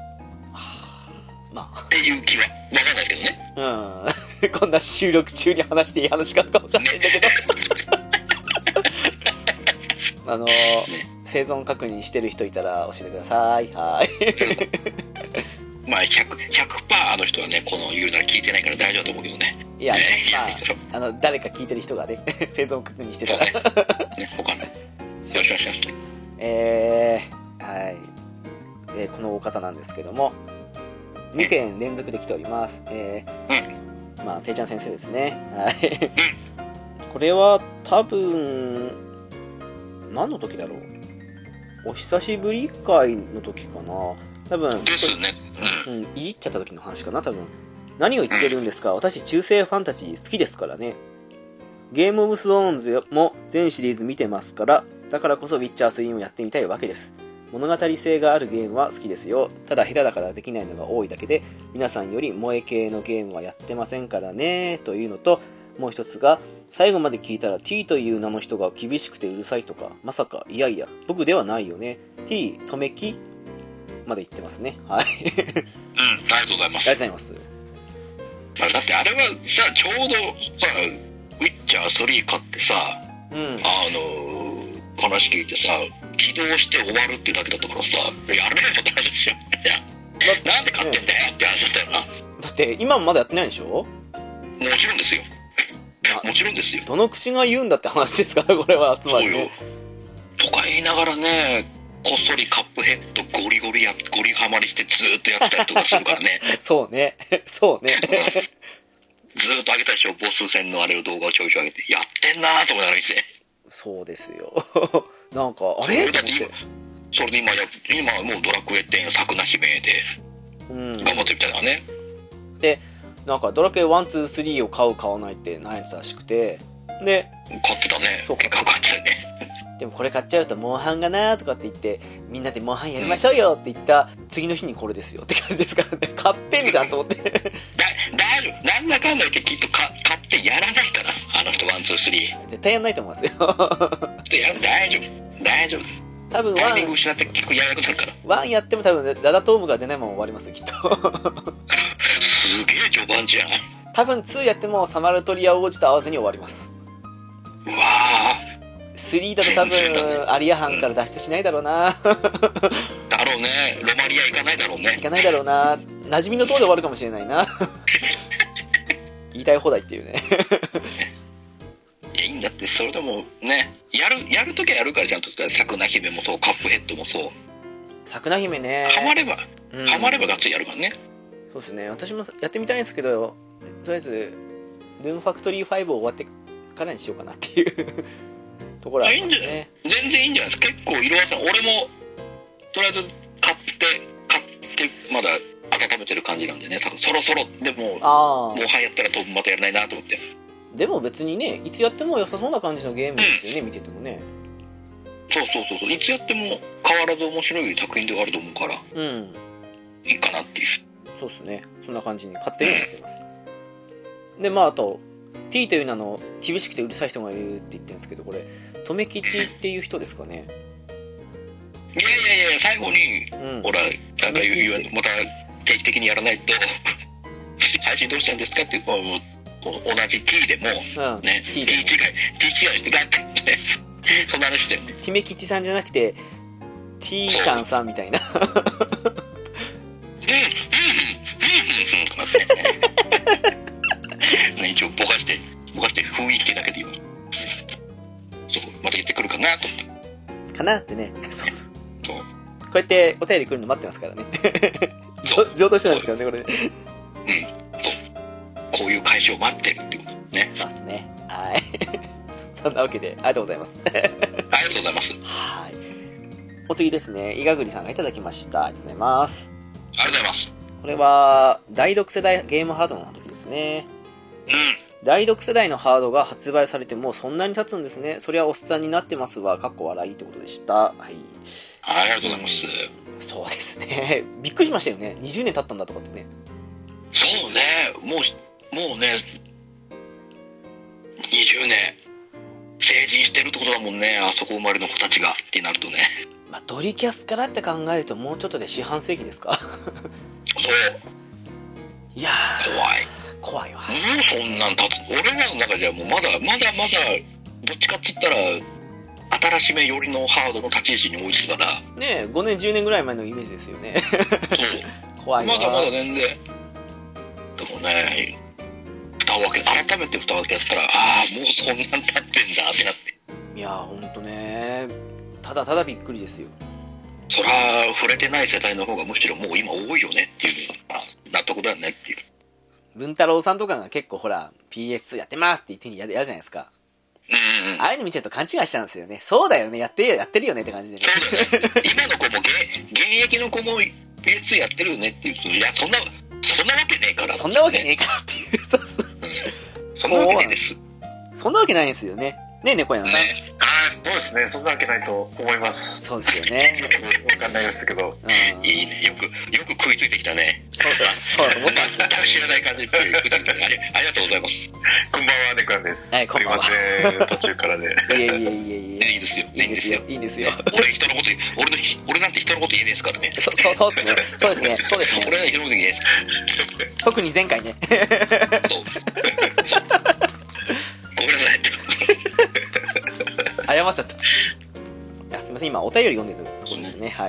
な。っていう気は、わかんないけどね。 こんな収録中に話していい話かわかんないんだけど。生存確認してる人いたら教えてください。はい。 まあ 100% あの人はね、この言うなら聞いてないから大丈夫だと思うけどね。 いや、誰か聞いてる人がね、生存確認してたら。 ね、他の。よし。 はい。このお方なんですけども、2件連続で来ております。ていちゃん先生ですね。はい。これは多分、何の時だろう。お久しぶり会の時かな。多分、 ですね。 いじっちゃった時の話かな、多分。何を言ってるんですか、私、中世ファンタジー好きですからね。ゲームオブスローンズも全シリーズ見てますから、だからこそウィッチャー3もやってみたいわけです。物語性があるゲームは好きですよ。ただ下手だからできないのが多いだけで、皆さんより萌え系のゲームはやってませんからね、というのと、もう一つが、最後まで聞いたら T という名の人が厳しくてうるさいとか、まさか、いやいや、僕ではないよね。T、とめきまで言ってますね。はい。 ありがとうございます。 ありがとうございます。 だってあれはさ、ちょうどさ、ウィッチャー3買ってさ、話聞いてさ、起動して終わるっていうだけだったからさ、やれよって話しよう。なんで買ってんだよって話だったよな。 だって今もまだやってないでしょ？ もちろんですよ。もちろんですよ。 どの口が言うんだって話ですから、これは。つまりね。 とか言いながらね、こっそりカップヘッドゴリハマりしてずーっとやってたりとかするからね。 そうね。 ずーっと上げたでしょ、ボス戦のあれを動画をちょいちょい上げて、やってんなーと思いながら見て。 そうですよ。なんか、あれだってそれで今もうドラクエ10サクナ姫で、頑張ってるみたいだね。 で、なんかドラクエ1、2、3を買わないって悩んでたらしくて、で、 買ってたね。 そう、 結構買ってたね。 でもこれ買っちゃうとモンハンがなーとかって言って、みんなでモンハンやりましょうよって言った次の日にこれですよって感じですからね。買ってんじゃんと思って。 大丈夫。なんだかんだ言ってきっと買ってやらないから、あの人、1、2、3。 絶対やんないと思いますよ。 大丈夫。 多分タイミング失って結構やらなくなるから。 1やっても多分ラダトームが出ないまま終わりますよ、きっと。 すげえ序盤じゃん。 多分2やってもサマルトリア王子と会わずに終わります。 うわー。 3だと多分アリア藩から脱出しないだろうな。 だろうね。ロマリア行かないだろうね。 行かないだろうな。馴染みの塔で終わるかもしれないな。言いたい放題っていうね。 いや、いいんだって、それでもね、やるときはやるから、ちゃんとサクナ姫もそう、カップヘッドもそう。 サクナ姫ね。 ハマればがっつりやるからね。 そうですね。私もやってみたいんですけど、とりあえずドゥームファクトリー5を終わってからにしようかなっていうところありますね。 全然いいんじゃないですか。結構色あせん。俺もとりあえず買ってまだ温めてる感じなんでね。多分そろそろでももうやったら多分またやらないなと思って。 でも別にね、いつやっても良さそうな感じのゲームですよね、見ててもね。 そういつやっても変わらず面白い作品ではあると思うから、いいかなっていう。 そうですね。そんな感じに勝手に思ってます。で、まああと T という名の厳しくてうるさい人がいるって言ってるんですけど、これ留吉っていう人ですかね。 いや最後に、ほらなんかまた定期的にやらないと配信どうしたんですかっていう、同じ T でも、ね、T 違いしてガッてそんな話してるね。 ティメ吉さんじゃなくて T カンさんみたいな。 一応ぼかして雰囲気だけで言う。そうまた言ってくるかなと思ってかなってね。そうこうやってお便り来るの待ってますからね。上等してなんですからね、これね。 こういう会社を待ってるってことね。 そうですね。はい。そんなわけで、ありがとうございます。 ありがとうございます。 はい。お次ですね、いがぐりさんがいただきました。ありがとうございます。 ありがとうございます。 これは、第6世代ゲームハードの時ですね。第6世代のハードが発売されてもうそんなに経つんですね。そりゃおっさんになってますわ。かっこ笑いってことでした。はい。 ありがとうございます。 そうですね。びっくりしましたよね。20年経ったんだとかってね。 そうね。もうね、20年成人してるってことだもんね。あそこ生まれの子たちがってなるとね。 まあ、ドリキャスからって考えるともうちょっとで四半世紀ですか。 そう。 いやー。怖いわ。 もうそんなん経つ。俺らの中じゃもうまだどっちかっつったら新しめ寄りのハードの立ち位置に置いてたから。 ねえ、5年10年ぐらい前のイメージですよね。 そう。 怖いわ。 まだ全然。でもね、改めて蓋を開けたら、ああ、もうそんなん経ってんだってなって。 いやー、ほんとね、ただただびっくりですよ。 そら、触れてない世代の方がむしろもう今多いよねっていう、納得だよねっていう。 文太郎さんとかが結構ほら、PS2 やってますって言ってやるじゃないですか。ああいうの見ちゃうと勘違いしちゃうんですよね。そうだよね、やってるよねって感じでね。 そうだね。今の子も現役の子も PS2 やってるよねっていうと、いや、そんなわけねえから。 そんなわけねえからっていう。そう。 そんなわけないです。 そんなわけないんですよね。ねえ、猫屋さん。 そうですね。そんなわけないと思います。 そうですよね。 わかんないですけど。 いいね。よく食いついてきたね。 そうです。そう思ったんですよ。 全く知らない感じで食いついてきたね。ありがとうございます。 こんばんは、猫屋です。 はい、こんばんは。 すいません、途中からで。 いいいですよ。 いいんですよ。 俺なんて人のこと言えねえですからね。 そうですね。 俺なんて人のこと言えねえです。 特に前回ね。 ごめんなさい。 謝っちゃった。いや、すみません、今お便り読んでるところですね。はい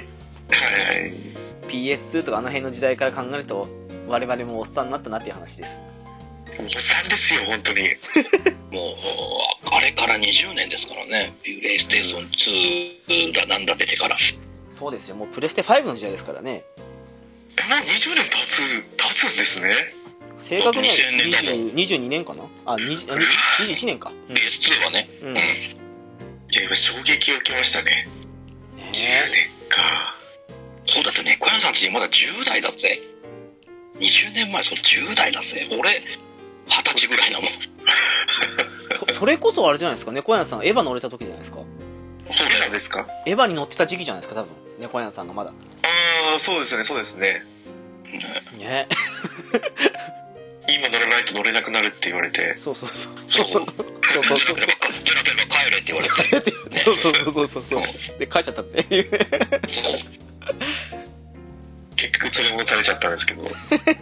。PS2 とかあの辺の時代から考えると、我々もおっさんになったなっていう話です。 おっさんですよ、本当に。 もう、あれから20年ですからね。プレイステーション2だなんだ出てから。 そうですよ、もうプレステ5の時代ですからね。 もう20年経つんですね。 正確には 2000年だもん 22年かなあ、21年か。 PS2 はね。 うん。 いや、今衝撃を受けましたね。10年か。 そうだってね、小山さんたちまだ10代だぜ。20年前、それ10代だぜ。俺、20歳ぐらいなもん。 それこそあれじゃないですか、猫屋さん、エヴァ乗れた時じゃないですか。 そうですか。 エヴァに乗ってた時期じゃないですか、多分。猫屋さんがまだ。 ああ、そうですね、そうですね。 ね。 今乗らないと乗れなくなるって言われて。 そうそうそう。 そう。じゃなければ帰れって言われて。 そうそう。で、帰っちゃったっていう。 結局連れ戻されちゃったんですけど。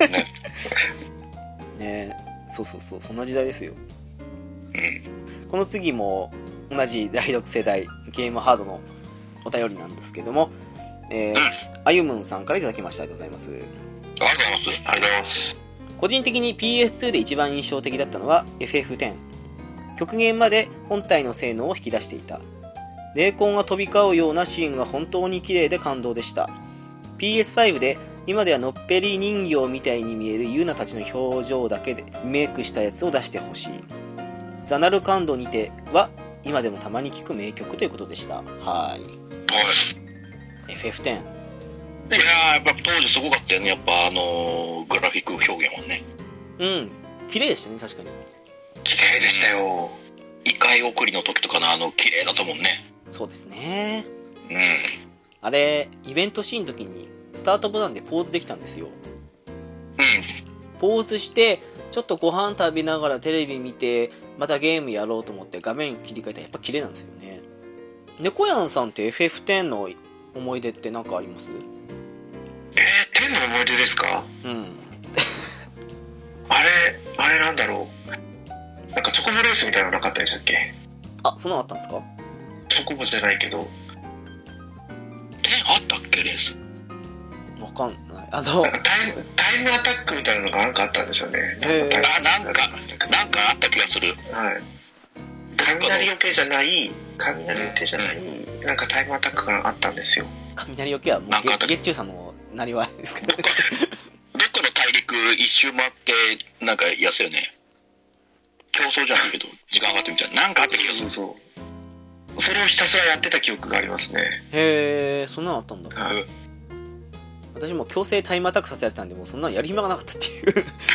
ね、そう、そんな時代ですよ。この次も同じ第6世代ゲームハードのお便りなんですけども、あゆむんさんからいただきました。ありがとうございます。 ありがとうございます。 ありがとうございます。 個人的に PS2 で一番印象的だったのは FF10。極限まで本体の性能を引き出していた。霊魂が飛び交うようなシーンが本当に綺麗で感動でした。PS5 で今ではのっぺり人形みたいに見えるユナたちの表情だけでリメイクしたやつを出してほしい。ザナルカンドにては今でもたまに聴く名曲ということでした。はい。FF10。 いやー、やっぱ当時すごかったよね。やっぱグラフィック表現はね。 うん。綺麗でしたね、確かに。 綺麗でしたよ。 異界送りの時とかの綺麗だったもんね。 そうですね。 うん。 あれ、イベントシーンの時にスタートボタンでポーズできたんですよ。ポーズしてちょっとご飯食べながらテレビ見てまたゲームやろうと思って画面切り替えたらやっぱ綺麗なんですよね。猫やんさんって FF10 の思い出って何かあります 10の思い出ですか？あれなんだろう。なんかチョコボレースみたいなのなかったでしたっけ？ あ、そんなのあったんですか？ チョコボじゃないけど。 10あったっけレース？ わかんない。 なんかタイムアタックみたいなのがなんかあったんですよね。 なんかあった気がする。 はい。雷よけじゃない、なんかタイムアタックがあったんですよ。 雷よけはもう月中さんのなりわいですかね。 どっかの大陸一周回ってなんかやつよね。競争じゃないけど時間があってみたいな。なんかあった気がする。 そう。それをひたすらやってた記憶がありますね。 へえ、そんなのあったんだ。 はい。 私も強制タイムアタックさせられたんで、もうそんなのやる暇がなかったっていう。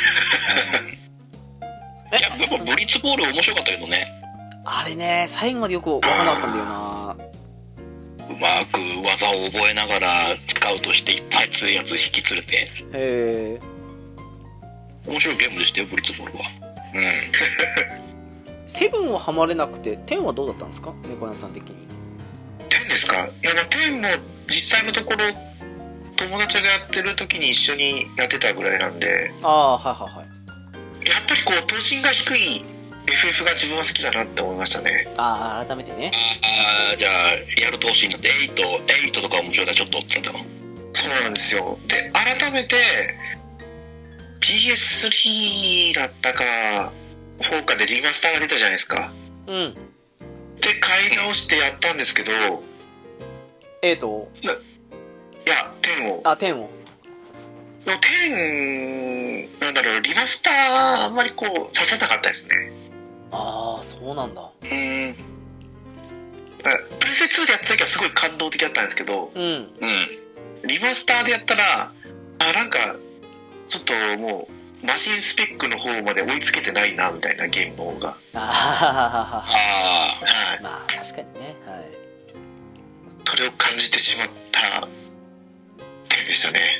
いや、やっぱブリッツボール面白かったけどね。 あれね、最後までよくわからなかったんだよな。 うまく技を覚えながらスカウトしていっぱい強いやつ引き連れて。 へえ。 面白いゲームでしたよ、ブリッツボールは。 セブンはハマれなくて、10はどうだったんですか、猫屋さん的に。 10ですか？いや、10も実際のところ友達がやってる時に一緒にやってたぐらいなんで。 ああ、はいはいはい。 やっぱりこう等身が低い FF が自分は好きだなって思いましたね。 ああ、改めてね。 じゃあやる投資になって8とか面白いなちょっとって言ったの。 そうなんですよ。で改めて PS3 だったか4かでリマスターが出たじゃないですか。 うん。 で買い直してやったんですけど、いや10を。 あ、10を。 10なんだろう、リマスターあんまりこう刺さなかったですね。 ああ、そうなんだ。 プレステ2でやった時はすごい感動的だったんですけど、リマスターでやったらなんかちょっともうマシンスペックの方まで追いつけてないなみたいなゲームの方が。 はい。まあ確かにね。はい。 それを感じてしまった点でしたね。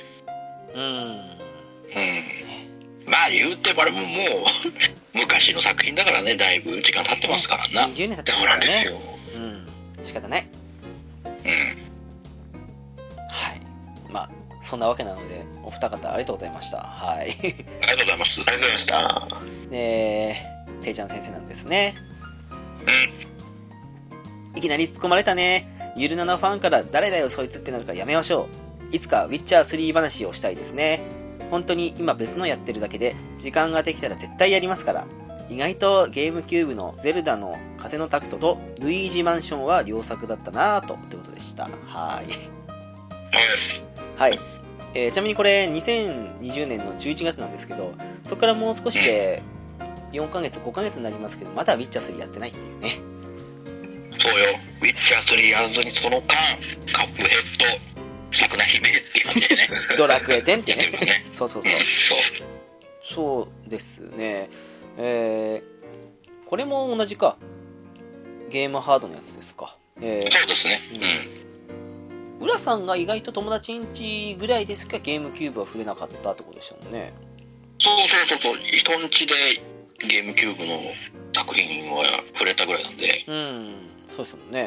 まあ言うてもあれももう昔の作品だからね、だいぶ時間経ってますからな。 20年経ってますからね。そうなんですよ。 仕方ない。はい。まあそんなわけなのでお二方ありがとうございました。はい。ありがとうございます。 ありがとうございました。 ていちゃん先生なんですね。いきなり突っ込まれたね。ゆるななファンから誰だよそいつってなるからやめましょう。いつかウィッチャー3話をしたいですね。本当に今別のやってるだけで時間ができたら絶対やりますから。意外とゲームキューブのゼルダの風のタクトとルイージマンションは良作だったなぁとってことでした。はい。はい。 ちなみにこれ2020年の11月なんですけど、そこからもう少しで4ヶ月5ヶ月になりますけど、まだウィッチャー3やってないっていうね。 そうよ、ウィッチャー3やらずにその間カップヘッド、桜姫っていう感じでねドラクエ10ってねねそうそうですね。これも同じか、ゲームハードのやつですか。 そうですね。 浦さんが意外と友達ん家ぐらいでしかゲームキューブは触れなかったってことでしたもんね。 そう人ん家でゲームキューブの作品は触れたぐらいなんで。 そうですもんね。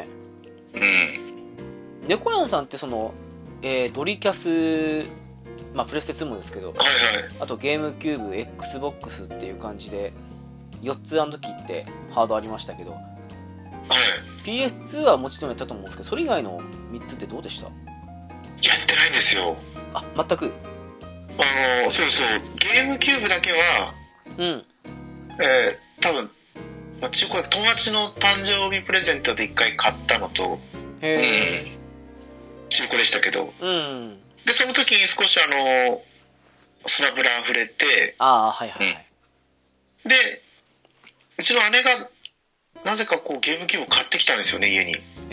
猫屋さんってその、ドリキャス、まあプレステ2もですけど、あとゲームキューブ XBOX っていう感じで4つあの時ってハードありましたけど、PS2 はもちろんやったと思うんですけど、それ以外の3つってどうでした？やってないんですよ。 あ、全く。 そうゲームキューブだけは多分、中古で友達の誕生日プレゼントで1回買ったのと、中古でしたけど、でその時に少しスマブラ触れて、でうちの姉がなぜかこうゲームキューブを買ってきたんですよね、家に。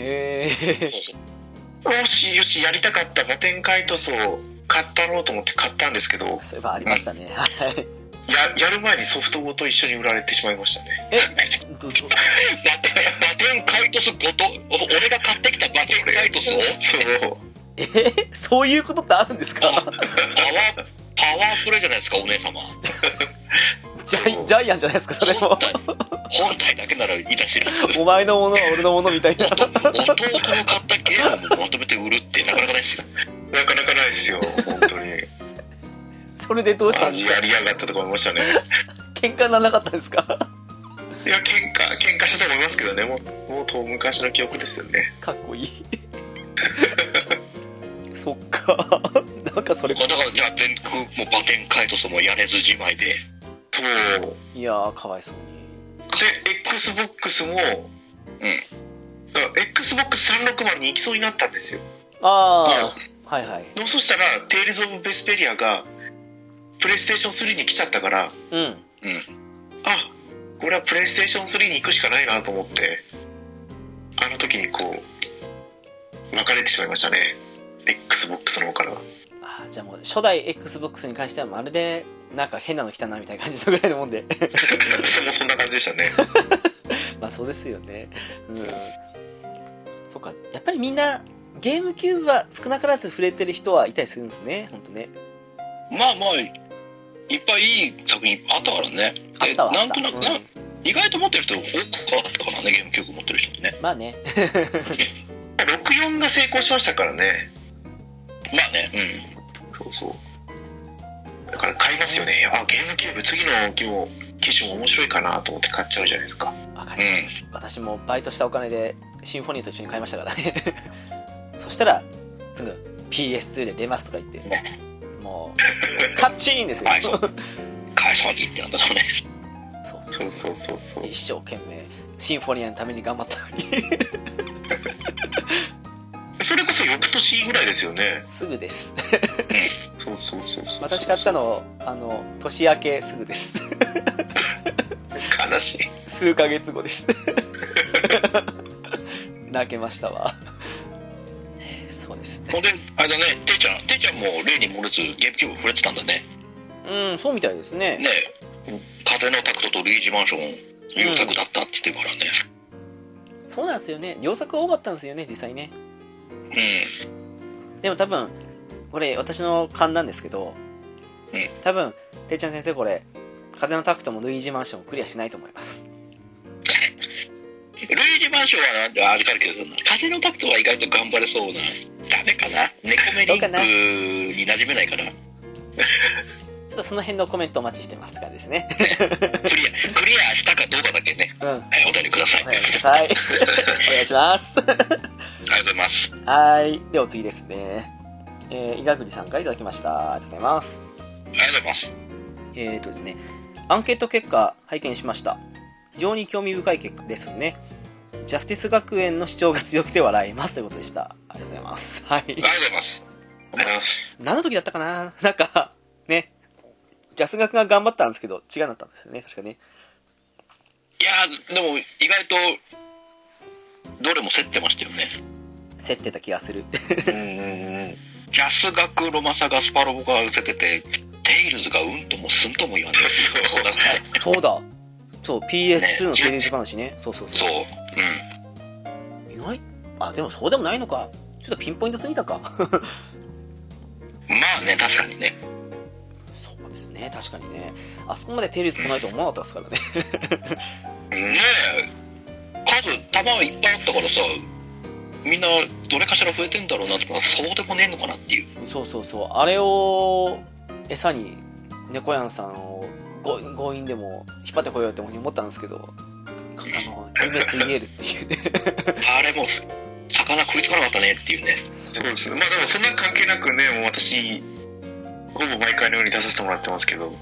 よしやりたかったバテンカイトスを買ったろうと思って買ったんですけど、 そういえばありましたね。 やる前にソフトごと一緒に売られてしまいましたね。 バテンカイトスごと、俺が買ってきたバテンカイトスを？ そういうことってあるんですか？ パワープレイじゃないですか、お姉様。 ジャイアンじゃないですか、それも。 本体だけならいいだしる。 お前のものは俺のものみたいな。 弟の買ったゲームをまとめて売るってなかなかないですよ。 なかなかないですよ、本当に。 それでどうしたんですか？ やりやがったとか思いましたね。 喧嘩にならなかったんですか？ いや、喧嘩したと思いますけどね、もう遠昔の記憶ですよね。 かっこいい。そっか。なんかそれ。 だからじゃあ全国もバテンカイトスもやれずじまいで。 そう。 いやー、かわいそうに。 で、XBOX も、XBOX360 に行きそうになったんですよ。そしたら、テイルズ・オブ・ベスペリアが、プレイステーション3に来ちゃったから、これはプレイステーション3に行くしかないなと思って、あの時にこう、分かれてしまいましたね。XBOX の方からは。 じゃあもう、初代 XBOX に関してはまるで、なんか変なの来たなみたいな感じのぐらいのもんで。 そんな感じでしたね。 まあそうですよね。そっか、やっぱりみんな、ゲームキューブは少なからず触れてる人はいたりするんですね、ほんとね。 まあ、いっぱいいい作品あったからね。なんとなく、意外と持ってる人多かったからね、ゲームキューブ持ってる人ね。 まあね。 64が成功しましたからね。 まあね、 そう。だから買いますよね。ゲームキューブ次の機種も面白いかなと思って買っちゃうじゃないですか。 わかります。私もバイトしたお金でシンフォニーと一緒に買いましたからね。そしたらすぐ PS2 で出ますとか言って、もうカッチーンですよ。 返そうにってなんだろうね。 そう。一生懸命シンフォニアのために頑張ったのに。 それこそ翌年ぐらいですよね。 すぐです。 そう。 私買ったの年明けすぐです。 悲しい。 数ヶ月後です。泣けましたわ。そうですね。 ほんで、あれだね、ていちゃんも例に漏れずゲームキューブ触れてたんだね。 そうみたいですね。 風のタクトとルイージマンション優作だったって言ってからね。 そうなんですよね。良作多かったんですよね、実際ね。でも多分これ私の勘なんですけど、多分ていちゃん先生これ風のタクトもルイージマンションをクリアしないと思います。 ルイージマンションはあれかるけど、風のタクトは意外と頑張れそうな。ダメかな、猫目リンクに馴染めないかな。ちょっとその辺のコメントお待ちしてますからですね。 クリアしたかどうかだけね、お便りください。 お願いします。 ありがとうございます。 でお次ですね。伊賀栗さんからいただきました。ありがとうございます。 ありがとうございます。 ですね、アンケート結果拝見しました。非常に興味深い結果ですね。ジャスティス学園の主張が強くて笑いますということでした。ありがとうございます。 ありがとうございます。 何の時だったかな、なんかね、ジャス学が頑張ったんですけど違うなったんですよね、確かね。 いやでも意外とどれも競ってましたよね。 競ってた気がする。 ジャス学、ロマサガ、スパロボが競ってて、テイルズがうんともすんとも言わない。 そうだ、そう PS2 のテイルズ話ね。そう、意外、あ、でもそうでもないのか、ちょっとピンポイントすぎたか。 まあね、確かにね。 そうですね、確かにね。あそこまでテイルズ来ないと思わなかったですからね。 ねえ、数玉いっぱいあったからさ、みんなどれかしら増えてんだろうなとか、そうでもねえのかなっていう。 そう、あれを餌に猫やんさんを強引でも引っ張ってこようって思ったんですけど、夢ついえるっていうね。 あれも魚食いつかなかったねっていうね。 そうです。まあでもそんな関係なくね、もう私ほぼ毎回のように出させてもらってますけど。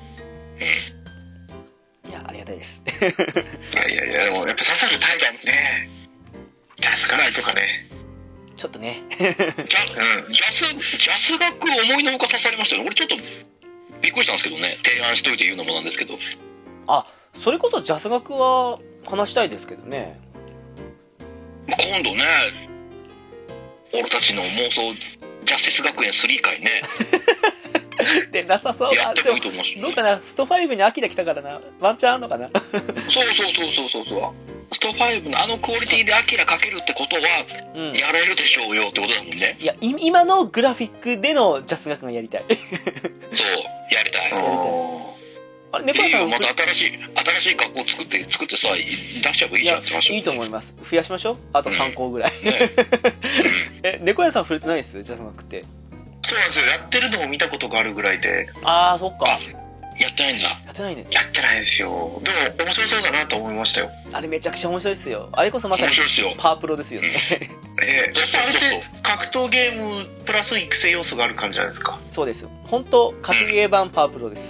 いや、ありがたいです。 いやでもやっぱ刺さるタイプね、ジャスガライとかね、 ちょっとね。 ジャス学思いのほか刺されましたよね。俺ちょっとびっくりしたんですけどね。提案しといて言うのもなんですけど。 あ、それこそジャス学は話したいですけどね。 今度ね、俺たちの妄想ジャスティス学園3回ね。 でなさそう。 やってもいいと思うし、 どうかな、スト5に秋田来たからな、ワンチャンあんのかな。 そうスト5のあのクオリティでアキラかけるってことは、やれるでしょうよってことだもんね。 いや、今のグラフィックでのジャス学がやりたい。 そう、やりたい。あれ、猫屋さんまた新しい学校作ってさ、出しちゃえばいいじゃんって話。 いいと思います。増やしましょう。あと3校ぐらい。猫屋さん触れてないです、ジャス学って。 そうなんですよ。やってるのを見たことがあるぐらいで。 ああ、そっか。 やってないんだ。 やってないね。 やってないですよ。でも面白そうだなと思いましたよ。 あれめちゃくちゃ面白いですよ。あれこそまさにパワープロですよね。 あれって格闘ゲームプラス育成要素がある感じじゃないですか。 そうです。本当格ゲー版パワープロです。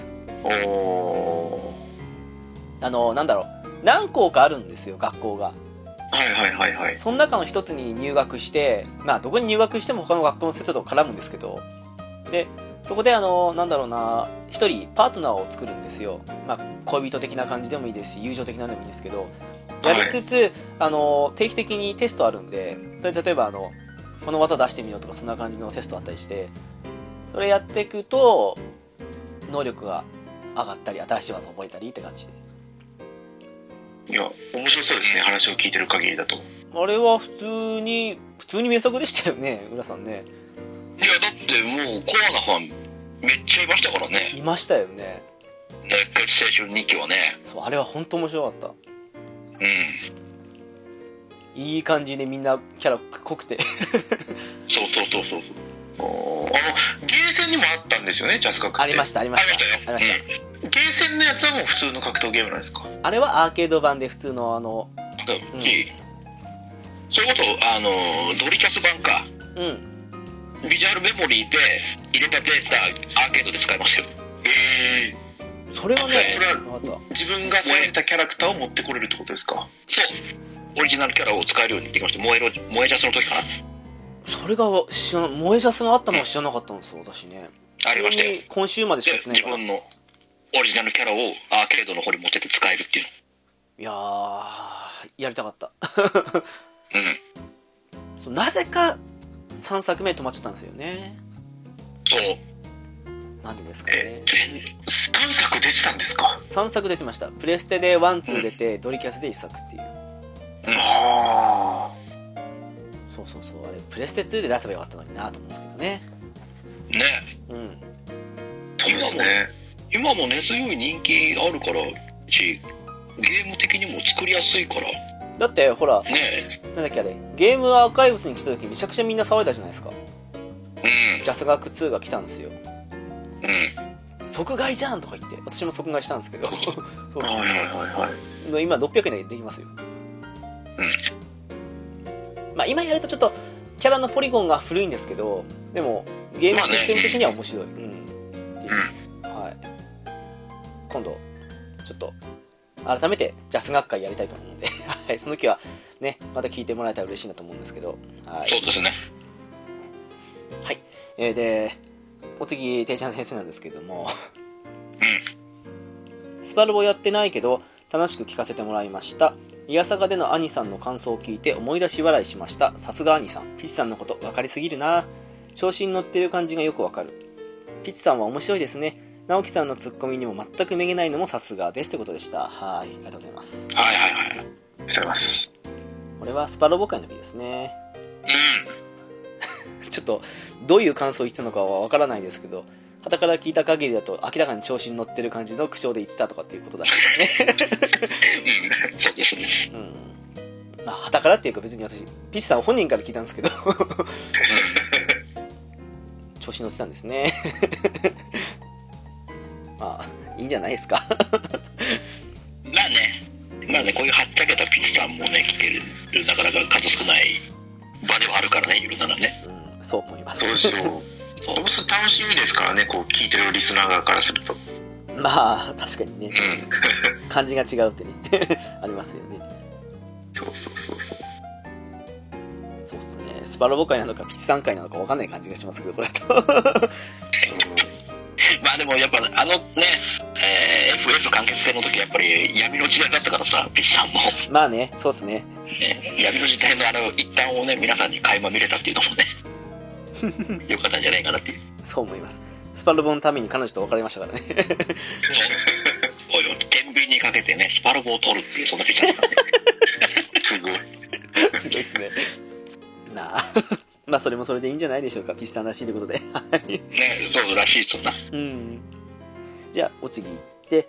なんだろう、何校かあるんですよ、学校が。 はい。 その中の一つに入学して、まあどこに入学しても他の学校の生徒と絡むんですけど、でそこでなんだろうな、一人パートナーを作るんですよ。まあ恋人的な感じでもいいですし、友情的なのでもいいんですけど、やりつつ、定期的にテストあるんで、例えばこの技出してみようとか、そんな感じのテストあったりして、それやっていくと能力が上がったり、新しい技を覚えたりって感じで。 いや、面白そうですね、話を聞いてる限りだと。 あれは普通に名作でしたよね、浦さんね。 いや、だってもうコアなファンめっちゃいましたからね。 いましたよね。 熱血青春2期はね。 そう、あれは本当面白かった。いい感じでみんなキャラ濃くて。 そう。 ゲーセンにもあったんですよね、ジャス学って。 ありましたよ。 ゲーセンのやつはもう普通の格闘ゲームなんですか？ あれはアーケード版で普通のそれこそドリキャス版か。ビジュアルメモリーで入れたデータアーケードで使いましたよ。 それはね、 それは自分が育てたキャラクターを持ってこれるってことですか？ そう、オリジナルキャラを使えるようにできました。萌えジャスの時かな。 それが萌えジャスがあったのは知らなかったんですよ、私ね。 ありましたよ。 今週までしかやってないから。 自分のオリジナルキャラをアーケードの方に持ってって使えるっていう。 いやー、やりたかった。そう、なぜか3作目止まっちゃったんですよね。 そう。 なんでですかね。 3作出てたんですか ？3作出てました。プレステで1、2出て、ドリキャスで1作っていう。そう、あれプレステ2で出せばよかったのになと思うんですけどね。 そうですね。 今も根強い人気あるからし、ゲーム的にも作りやすいから。 だってほら、なんだっけあれ、ゲームアーカイブスに来た時めちゃくちゃみんな騒いだじゃないですか。ジャス学2が来たんですよ。即買いじゃんとか言って、私も即買いしたんですけど。今600円でできますよ。まあ今やるとちょっとキャラのポリゴンが古いんですけど、でもゲームシステム的には面白い。今度ちょっと改めてジャス学会やりたいと思うので、その時はね、また聞いてもらえたら嬉しいなと思うんですけど。 そうですね。 はい。で、お次、ていちゃん先生なんですけども、スパルボやってないけど、楽しく聞かせてもらいました。イヤサガでの兄さんの感想を聞いて思い出し笑いしました。さすが兄さん。ピチさんのこと分かりすぎるな。調子に乗ってる感じがよくわかる。ピチさんは面白いですね。直樹さんのツッコミにも全くめげないのもさすがですということでした。はい、ありがとうございます。 はいはいはい。ありがとうございます。 これはスパロボ会の時ですね。ちょっとどういう感想を言ってたのかはわからないですけど、傍から聞いた限りだと明らかに調子に乗ってる感じの口調で言ってたとかっていうことだったね。 そうですね。 まあ傍からっていうか別に私ピッチさん本人から聞いたんですけど調子乗ってたんですね。まあいいんじゃないですか。 まあね、こういうはっちゃけたピッチさんもね、聞ける、なかなか数少ない場ではあるからね、ゆるならね。 そう思います。 そうですよ。楽しみですからね、こう聞いてるリスナー側からすると。 まあ確かにね、感じが違うってねありますよね。 そうっすね。スパロボ会なのかピッチさん会なのか分かんない感じがしますけど、これだとまあでもやっぱね、FF 完結戦の時やっぱり闇の時代だったからさ、ピッチさんも。 まあね、そうっすね。 闇の時代の一端をね、皆さんに垣間見れたっていうのもねよかったんじゃないかなっていう。 そう思います。スパロボのために彼女と別れましたからね。 おいおい、天秤にかけてね、スパロボを取るっていう、そんなピッチャーだったんで。すごいっすね。なあ。まあそれもそれでいいんじゃないでしょうか。ピッチさんらしいということで。 ね、そうらしいですよな。 じゃあ、お次行って、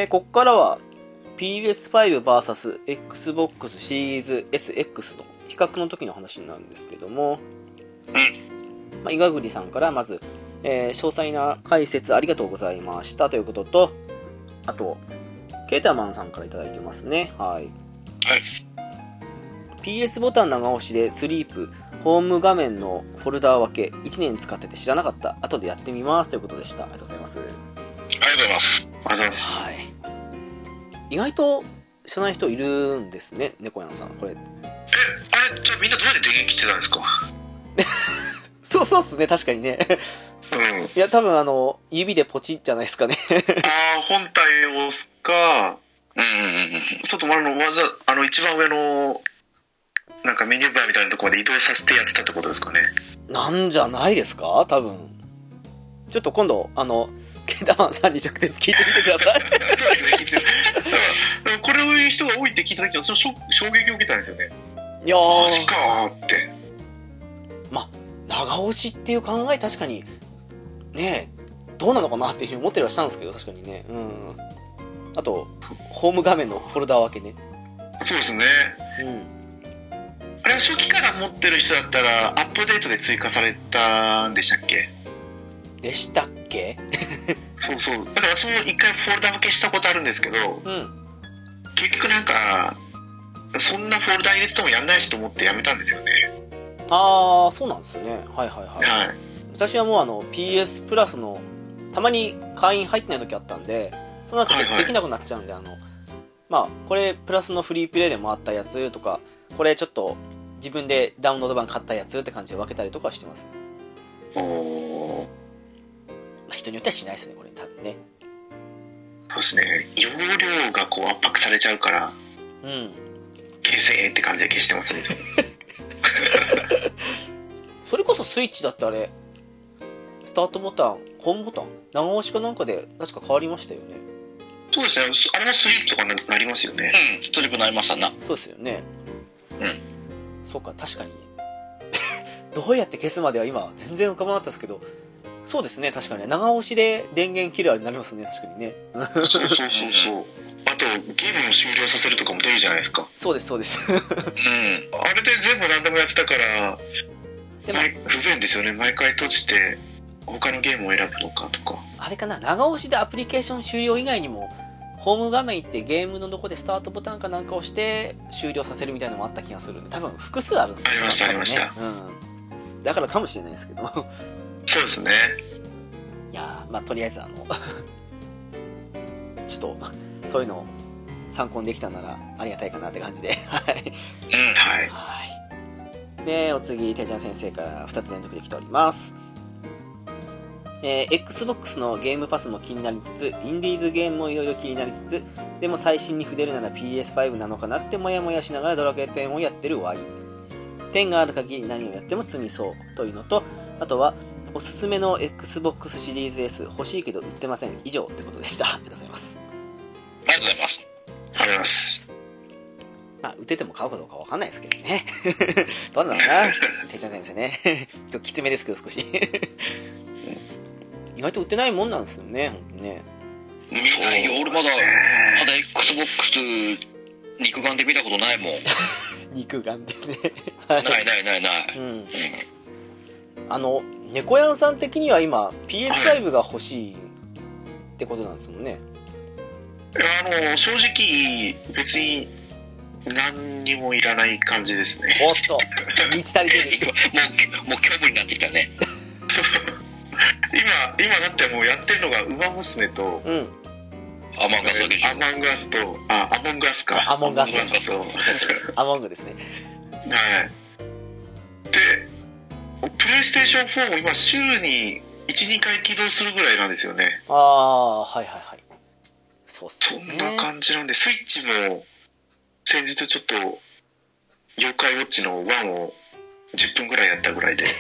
こっからは PS5vs Xbox シリーズ SX の比較の時の話になるんですけども、伊賀栗さんからまず、詳細な解説ありがとうございましたということと、あと、ケータマンさんからいただいてますね。はい。PS ボタン長押しでスリープ、ホーム画面のフォルダー分け、1年使ってて知らなかった。後でやってみますということでした。ありがとうございます。 ありがとうございます。 ありがとうございます。 はい。意外と知らない人いるんですね、猫やんさん。これ。 あれ、じゃあみんなどうやって電源切ってたんですか？ そうっすね、確かにね。いや、多分指でポチッじゃないですかね。 本体を押すか、ちょっと一番上の、なんかメニューバーみたいなところまで移動させてやってたってことですかね。 なんじゃないですか多分。ちょっと今度、ケータマンさんに直接聞いてみてください。 そうですね、聞いてこれを言う人が多いって聞いたときは、衝撃を受けたんですよね。 いやー。 マジかーって。 まあ、長押しっていう考え確かに、ねどうなのかなっていうふうに思ってはしたんですけど、確かにね。あと、ホーム画面のフォルダ分けね。 そうですね。あれは初期から持ってる人だったら、アップデートで追加されたんでしたっけ？ でしたっけ？ そう。だからその一回フォルダ分けしたことあるんですけど、結局なんか、そんなフォルダ入れててもやんないしと思ってやめたんですよね。 そうなんですよね。はい。私はもうPS プラスの、たまに会員入ってない時あったんで、その後できなくなっちゃうんで、まあ、これプラスのフリープレイでもあったやつとか、これちょっと自分でダウンロード版買ったやつって感じで分けたりとかしてます。まあ、人によってはしないですね、これ多分ね。 そうですね。容量がこう圧迫されちゃうから、消せって感じで消してますね。 それこそスイッチだってあれ、スタートボタン、ホームボタン、長押しかなんかで確か変わりましたよね。 そうですね。あれもスリープとかなりますよね。 スリープなりましたな。 そうですよね。そうか、確かに。どうやって消すまでは今全然浮かばなかったですけど、そうですね、確かに長押しで電源切るあれになりますね、確かにね。 そう。あと、ゲームを終了させるとかも出るじゃないですか。 そうです。 あれで全部何でもやってたから、不便ですよね。毎回閉じて、他のゲームを選ぶのかとか。 あれかな、長押しでアプリケーション終了以外にも、ホーム画面行ってゲームのどこでスタートボタンかなんかをして終了させるみたいなのもあった気がするんで、多分複数あるんですよね。 ありました。 だからかもしれないですけど。 そうですね。 いやまあとりあえずちょっとそういうのを参考にできたならありがたいかなって感じで。はい。 で、お次、ていちゃん先生から2つ連続で来ております。Xbox のゲームパスも気になりつつ、インディーズゲームもいろいろ気になりつつ、でも最新に触れるなら PS5 なのかなってもやもやしながらドラクエ10をやってる Y。10がある限り何をやっても積みそうというのと、あとは、おすすめの Xbox シリーズ S 欲しいけど売ってません。以上ってことでした。ありがとうございます。 ありがとうございます。 ありがとうございます。 まあ、売ってても買うかどうかわかんないですけどね。どうなんだろうな。ていちゃん先生ね。今日きつめですけど少し。意外と売ってないもんなんですよね、ほんとね。 見ないよ、俺まだ Xbox 肉眼で見たことないもん。 肉眼でね。 ない。うん。 猫やんさん的には今 PS5 が欲しいってことなんですもんね。 正直別に何にもいらない感じですね。 おっと、満ち足りてる。 もう虚無になってきたね。 今だってもうやってるのがウマ娘と、 うん、 アモンガスでしょ。 アモンガスと、アモンガスか。 アモンガスと、 アモングですね。 はい。で、プレイステーション4も今週に 1,2 回起動するぐらいなんですよね。 ああ、はいはいはい。そうっすね。 そんな感じなんで、スイッチも先日ちょっと妖怪ウォッチの1を10分ぐらいやったぐらいで。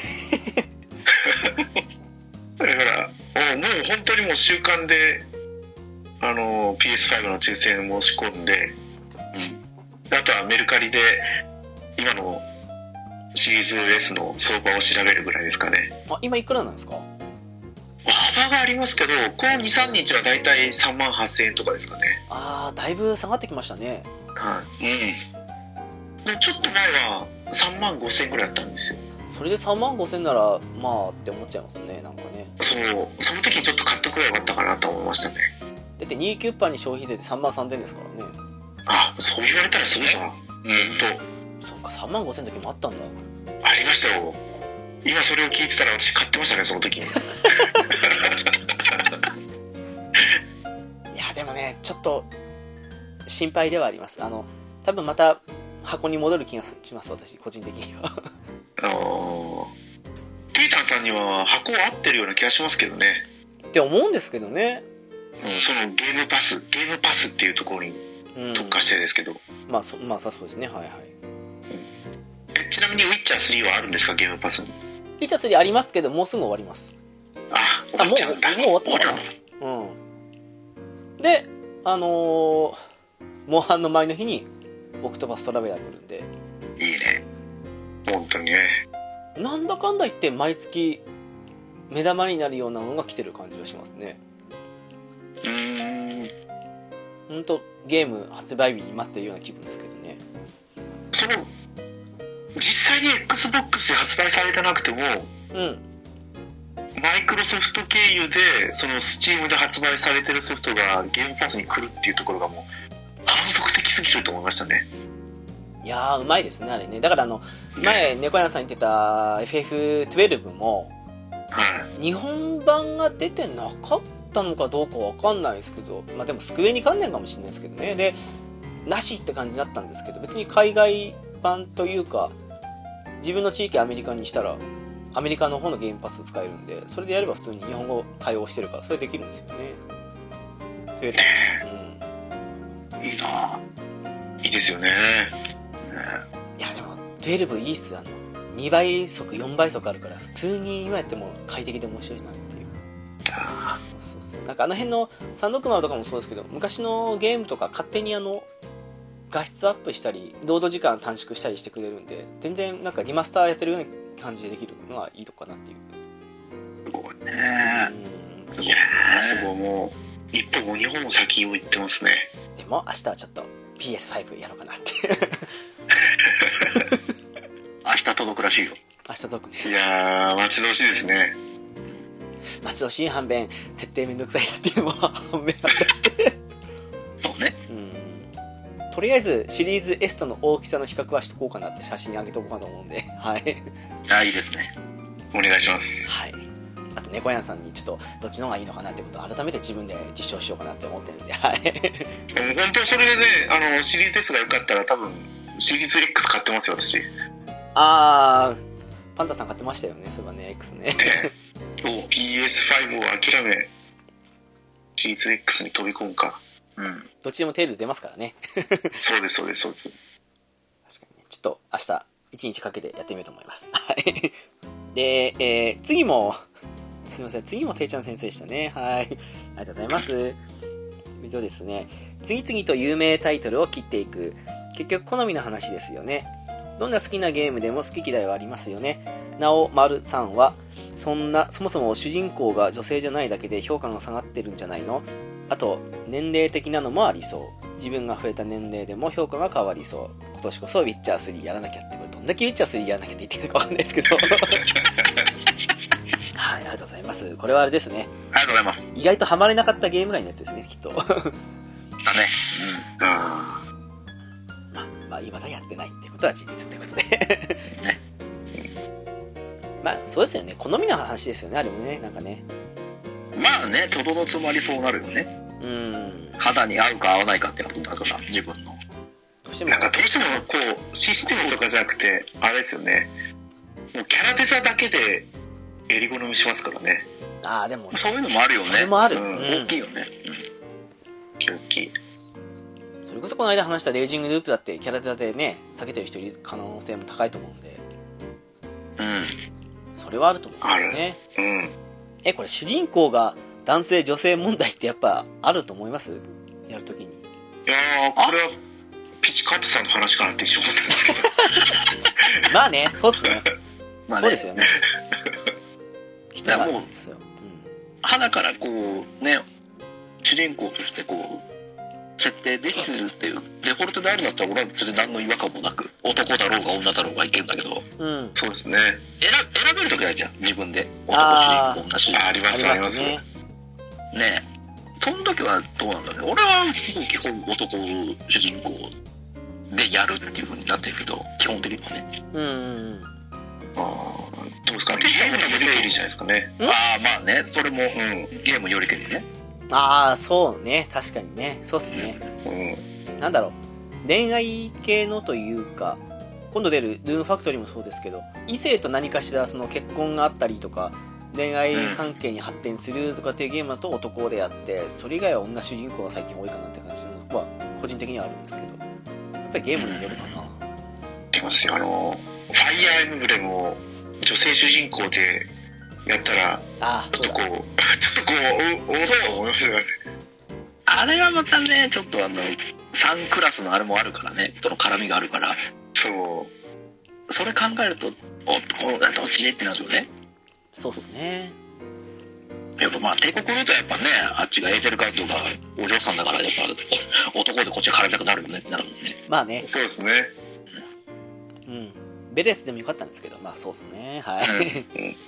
だからもう本当にもう週間でPS5 の抽選申し込んで、あとはメルカリで今のシリーズ S の相場を調べるぐらいですかね。 今いくらなんですか？ 幅がありますけど、この 2,3 日はだいたい38,000円とかですかね。 だいぶ下がってきましたね。 はい。でちょっと前は35,000円ぐらいだったんですよ。 それで35,000円ならまあって思っちゃいますね、なんかね。 その時にちょっと買っとくらいよかったかなと思いましたね。 だって2キュッパに消費税で33,000円ですからね。 そう言われたらすごいな。 そっか、35,000円の時もあったんだ。 ありましたよ。今それを聞いてたら私買ってましたね、その時に。いやでもね、ちょっと心配ではあります。多分また箱に戻る気がします、私個人的には。 ピーターさんには箱は合ってるような気がしますけどね。 って思うんですけどね。 そのゲームパスっていうところに特化してですけど。 まあそうですね、はいはい。 ちなみにウィッチャー3はあるんですか、ゲームパスに？ ウィッチャー3ありますけど、もうすぐ終わります。 終わっちゃうんだ。 もう終わったかな。で、モンハンの前の日にオクトパストラベラー来るんで。 いいね。本当にね。 なんだかんだ言って毎月目玉になるようなのが来てる感じがしますね。ほんとゲーム発売日に待ってるような気分ですけどね。 実際に Xbox で発売されてなくても、マイクロソフト経由でその Steam で発売されてるソフトがゲームパスに来るっていうところがもう反則的すぎると思いましたね。 いやー、うまいですね、あれね。だから前猫屋さん言ってた FF12 も、日本版が出てなかったのかどうかわかんないですけど、まあでもスクエニ関連かもしれないですけどね。で、なしって感じだったんですけど、別に海外版というか、自分の地域アメリカにしたら、アメリカの方のゲームパス使えるんで、それでやれば普通に日本語対応してるから、それできるんですよね。 いいなぁ。いいですよね。 いやでも12いいっす。2倍速4倍速あるから普通に今やっても快適で面白いなっていう。そうなんか辺の360とかもそうですけど、昔のゲームとか勝手に画質アップしたりロード時間短縮したりしてくれるんで、全然なんかリマスターやってるような感じでできるのはいいとこかなっていう。 すごいね。いやー、すごい。もう一歩も二歩も先を行ってますね。 でも明日はちょっと PS5 やろうかなって明日届くらしいよ。 明日届くんです。 いやー、待ち遠しいですね。 待ち遠しい反面設定めんどくさいなっていうのも反面あったしてそうね。 とりあえずシリーズ S との大きさの比較はしとこうかなって写真に上げとこうかと思うんで、はい。 いいですね。 お願いします。 はい。あと猫やんさんにちょっとどっちの方がいいのかなってことを改めて自分で実証しようかなって思ってるんで、はい。 本当それでね、シリーズ S が良かったら多分シリーズ X 買ってますよ、私。 パンタさん買ってましたよね、そういえばね、X ね。 PS5 を諦め、シリーズ X に飛び込むか。 どっちでもテールズ出ますからね。 そうです、そうです、そうです。 確かにね。ちょっと明日、1日かけてやってみようと思います。はい。で、次も、すみません、次もていちゃん先生でしたね。はい。ありがとうございます。ですね、次々と有名タイトルを切っていく。結局好みの話ですよね。どんな好きなゲームでも好き嫌いはありますよね。なお、丸さんは、そもそも主人公が女性じゃないだけで評価が下がってるんじゃないの？あと、年齢的なのもありそう。自分が増えた年齢でも評価が変わりそう。今年こそウィッチャー3やらなきゃって、これどんだけウィッチャー3やらなきゃって言ってるのかわかんないですけど。はい、ありがとうございます。これはあれですね。 ありがとうございます。 意外とハマれなかったゲーム外のやつですね、きっと。だね。まあ、今だやってないってことは事実ってことで。ね。まあ、そうですよね。好みの話ですよね、あれもね、なんかね。 まあね、とどのつまりそうなるよね。肌に合うか合わないかってことだから、自分の。 どうしてもこう、システムとかじゃなくて、あれですよね。もうキャラデザだけで、襟好みしますからね。 でも。 そういうのもあるよね。 それもある。 大きいよね。 大きい。 それこそこの間話したレイジングループだってキャラデザでね、避けてる人いる可能性も高いと思うんで。それはあると思うんですよね。これ主人公が男性女性問題ってやっぱあると思います？やるときに。 いやー、これはピチカートさんの話かなって一瞬思ったんですけど。 まあね、そうっすね。 まあね、 そうですよね。 だからもう、花からこうね、主人公としてこう設定できてるっていうデフォルトであるんだったら俺は別に何の違和感もなく、男だろうが女だろうがいけるんだけど、 そうですね。 選べるときあるじゃん、自分で。男主人公、女主人公。 ありますあります。 ねえ、その時はどうなんだろう。俺はもう基本男主人公でやるっていう風になってるけど、基本的にはね。 どうですかね。ゲームによりけりじゃないですかね。 まあね、それも、ゲームよりけりね。 そうね、確かにね、そうっすね。なんだろう、恋愛系のというか、今度出るルーンファクトリーもそうですけど、異性と何かしらその結婚があったりとか、恋愛関係に発展するとかっていうゲームだと男でやって、それ以外は女主人公が最近多いかなって感じなのは個人的にはあるんですけど、やっぱりゲームによるかな。 でもファイアーエンブレムを女性主人公でやったら、ちょっとこうおと思いますよね。 あれはまたね、ちょっと3クラスのあれもあるからね、その絡みがあるから、それ考えるとこのどっちでってなるよね。 そうっすね。 やっぱまあ帝国ルートはやっぱね、あっちがエーテルガイドがお嬢さんだから、やっぱ男でこっちが絡みたくなるよねってなるもんね。 まあね。 そうですね。 ベレスでもよかったんですけど、まあそうっすね。はい。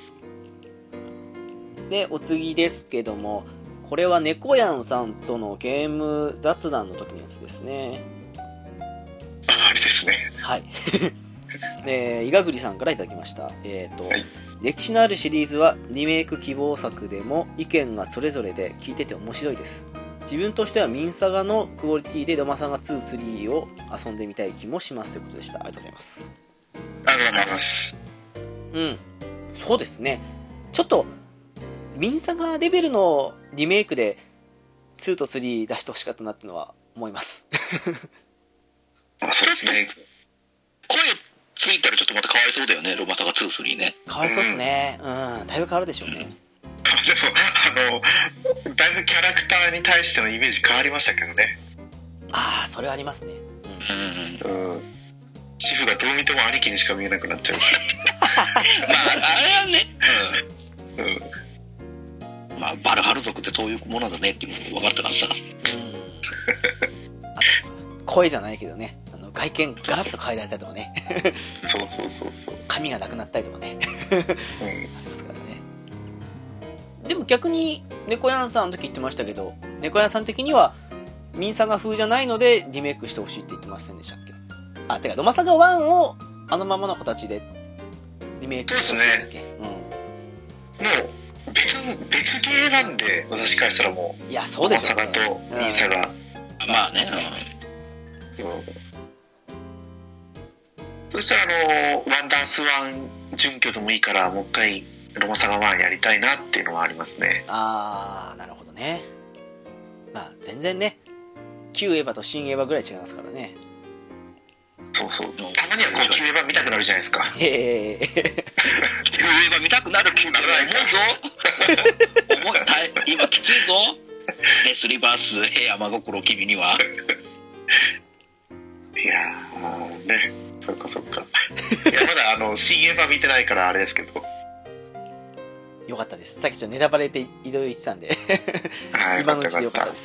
で、お次ですけども、これは猫やんさんとのゲーム雑談の時のやつですね。 あれですね。 はい。伊賀栗さんからいただきました。歴史のあるシリーズはリメイク希望作でも意見がそれぞれで聞いてて面白いです。自分としてはミンサガのクオリティでロマサガ2、3を遊んでみたい気もしますということでした。ありがとうございます。 ありがとうございます。 そうですね。ちょっとミンサガレベルのリメイクで2と3出してほしかったなってのは思います。 そうですね。 声ついたらちょっとまたかわいそうだよね、ロマサガ2、3ね。 かわいそうですね。だいぶ変わるでしょうね。 でもだいぶキャラクターに対してのイメージ変わりましたけどね。 それはありますね。 シフがどう見ても兄貴にしか見えなくなっちゃうし。 まああれはね。まあバルハル族ってそういうものだねっていうのが分かったからさ。 声じゃないけどね。外見ガラッと変えられたりとかね。 そう髪がなくなったりとかね。ありますからね。でも逆に猫やんさんの時言ってましたけど、猫やんさん的にはミンサガ風じゃないのでリメイクしてほしいって言ってませんでしたっけ？てかロマサガ1をあのままの形でリメイクしてほしいんだっけ？ もう別ゲーなんで、私からしたらもう、 いやそうですよね。 ロマサガとミンサガ、 まあね。 したらワンダースワン準拠でもいいからもう一回ロマサガ1やりたいなっていうのはありますね。 ああ、なるほどね。まあ全然ね、旧エヴァと新エヴァぐらい違いますからね。 そうそう、たまにはこう旧エヴァ見たくなるじゃないですか。 旧エヴァ見たくなる気が重いぞ。今きついぞ。レスリバース平山心君には。 いやーね、そっかそっか。いやまだ新エヴァ見てないからあれですけど。 よかったです。さっきちょっとネタバレっていろいろ言ってたんで今のうちでよかったです。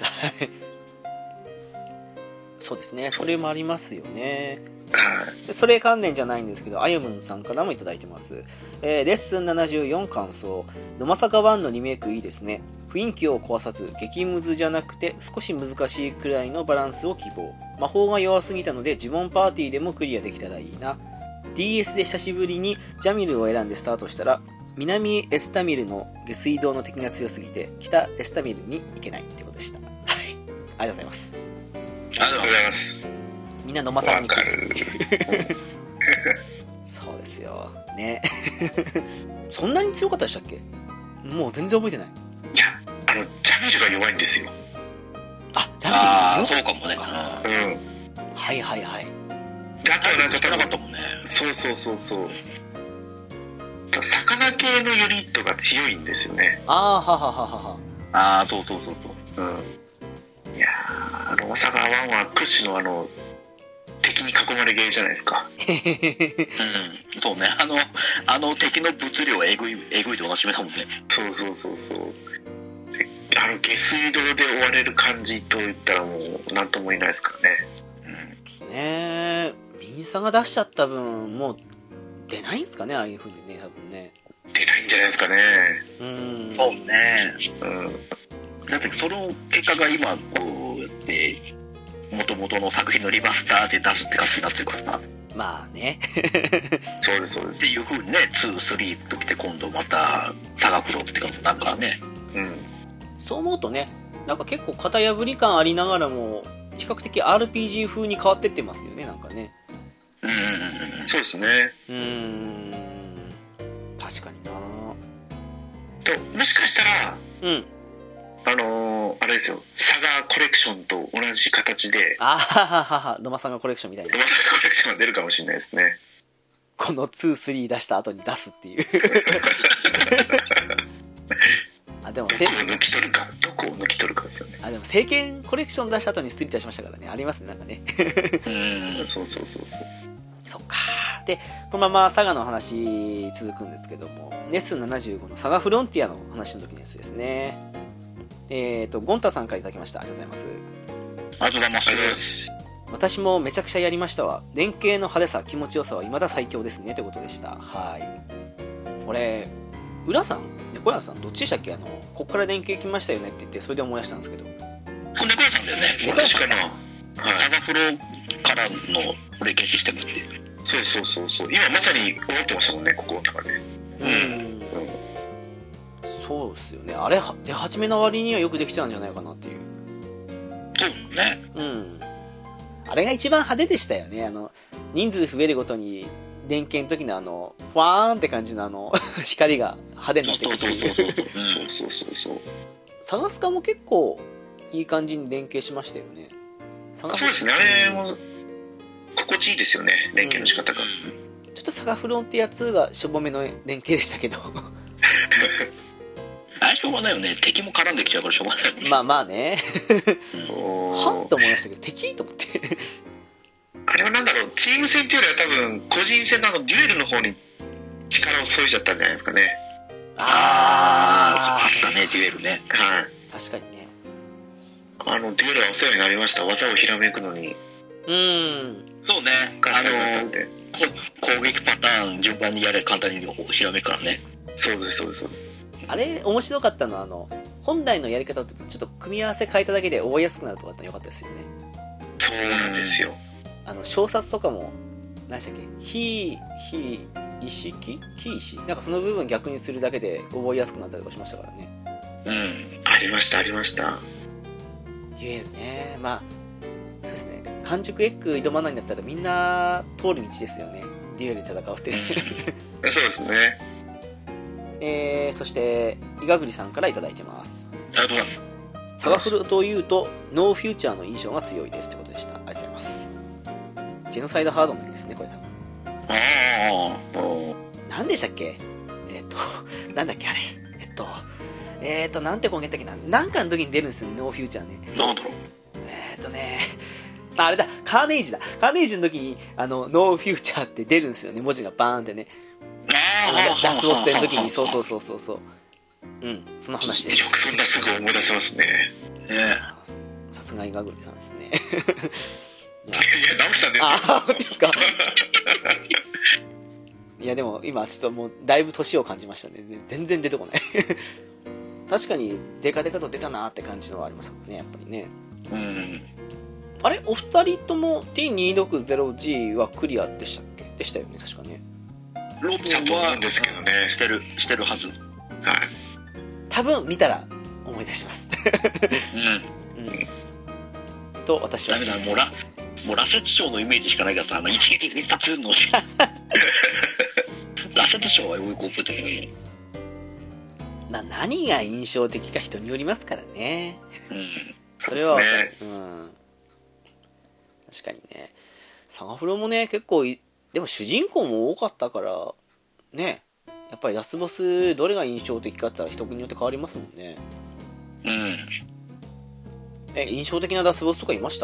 そうですね、それもありますよね。それ関連じゃないんですけど、あゆむんさんからもいただいてます。レッスン74感想。ドマサカ1のリメイクいいですね。雰囲気を壊さず、激ムズじゃなくて少し難しいくらいのバランスを希望。魔法が弱すぎたので呪文パーティーでもクリアできたらいいな。DS で久しぶりにジャミルを選んでスタートしたら、南エスタミルの下水道の敵が強すぎて北エスタミルに行けないってことでした。はい、ありがとうございます。 ありがとうございます。 みんな飲まさにわかるそうですよねそんなに強かったでしたっけ？もう全然覚えてない。 いや、ジャミルが弱いんですよ。 あ、ジャミルそうかもね。 はいはいはい。 で、あとはなんかなかったもんね。 そう魚系のユニットが強いんですよね。 あーははははは。そう。 いやー、ロマサガ1は屈指の敵に囲まれゲーじゃないですか。 そうね。敵の物量えぐいと同じめだもんね。 そう。下水道で追われる感じといったらもう何とも言えないですからね。 ねえ、ミンサが出しちゃった分もう出ないんすかね、ああいう風にね、多分ね。 出ないんじゃないですかね。 そうね。だってその結果が今こうやって元々の作品のリマスターで出すって感じになってるからさ。 まあねそうですっていう風にね、2、3ときて今度またサガフローって感じなんかね。 そう思うとね、なんか結構型破り感ありながらも比較的 RPG 風に変わってってますよね、なんかね。 そうですね。 確かにな。 もしかしたらあれですよ、サガコレクションと同じ形でドマサガコレクションみたいな。 ドマサガコレクションが出るかもしれないですね。 この2、3出した後に出すっていうでもどこを抜き取るかですよね。でも聖剣コレクション出した後にストリート出しましたからね。ありますね、なんかねそうそっか。でこのままサガの話続くんですけども、ネス75のサガフロンティアの話の時のやつですね。ゴンタさんからいただきました。ありがとうございます。 ありがとうございます。 私もめちゃくちゃやりましたわ。連携の派手さ、気持ちよさは未だ最強ですねということでした。はい。これ浦さん、猫屋さんどっちでしたっけ？こっから連携来ましたよねって言って、それで思い出したんですけど。 猫屋さんだよね。 猫屋さんかな。 サガフロからの連携システムって。 そう。今まさに思ってましたもんね、ここの中で。 そうですよね。あれ出始めの割にはよくできてたんじゃないかなっていう。 そうね。 あれが一番派手でしたよね。人数増えるごとに電源の時のファーンって感じの光が派手になってくるっていう。 そうサガスカも結構いい感じに連携しましたよね。 そうですね。あれも心地いいですよね、連携の仕方が。 ちょっとサガフロンティア2がしょぼめの連携でしたけどしょうがないよね。敵も絡んできちゃうからしょうがないよね。 まあねはっと思いましたけど、敵と思ってあれはなんだろう、チーム戦っていうよりは多分個人戦のデュエルの方に力を注いじゃったんじゃないですかね。 あったね、デュエルね。 はい。 確かにね。 デュエルはお世話になりました。技をひらめくのに。 そうね。攻撃パターン順番にやれ、簡単にひらめくからね。 そうです。 あれ面白かったのは本来のやり方とちょっと組み合わせ変えただけで覚えやすくなるとかって良かったですよね。 そうなんですよ。 小冊とかも何でしたっけ、非石なんかその部分逆にするだけで覚えやすくなったりとかしましたからね。 ありました。 デュエルね。まあそうですね、完熟エッグ挑まないんだったらみんな通る道ですよね。 デュエルで戦うっていうそうですね。 そしてイガグリさんからいただいてます。 ありがとうございます。 サガフルというとノーフューチャーの印象が強いですってことでした。ありがとうございます。ジェノサイドハードマンですね、これ多分。何でしたっけ、なんだっけあれ、なんて公言ったっけな、なんかの時に出るんですよ、ノーフューチャーね。 なんだろう。 あれだ、カーネイジだ。カーネイジの時にノーフューチャーって出るんですよね、文字がバーンってね。ラスボス戦の時に、そう。うん、その話です。 よくそんなすぐ思い出せますね。 さすがイガグリさんですね。 いや、直樹さんですよ。 本当ですか。いや、でも今ちょっともうだいぶ年を感じましたね。全然出てこない。確かにデカデカと出たなーって感じのはありますもんね、やっぱりね。あれ、お二人とも T260G はクリアでしたっけ？でしたよね、確かね。 ロブはですけどね、してるはず。はい。 多分見たら思い出します。と私は。 ダメだ、もう羅刹賞のイメージしかないからさ、一撃必殺の羅刹賞はよく覚えてるね。 何が印象的か人によりますからね。それは分かる。確かにね。サガフロもね、結構でも主人公も多かったからね、やっぱりラスボスどれが印象的かって言ったら人によって変わりますもんね。印象的なラスボスとかいました？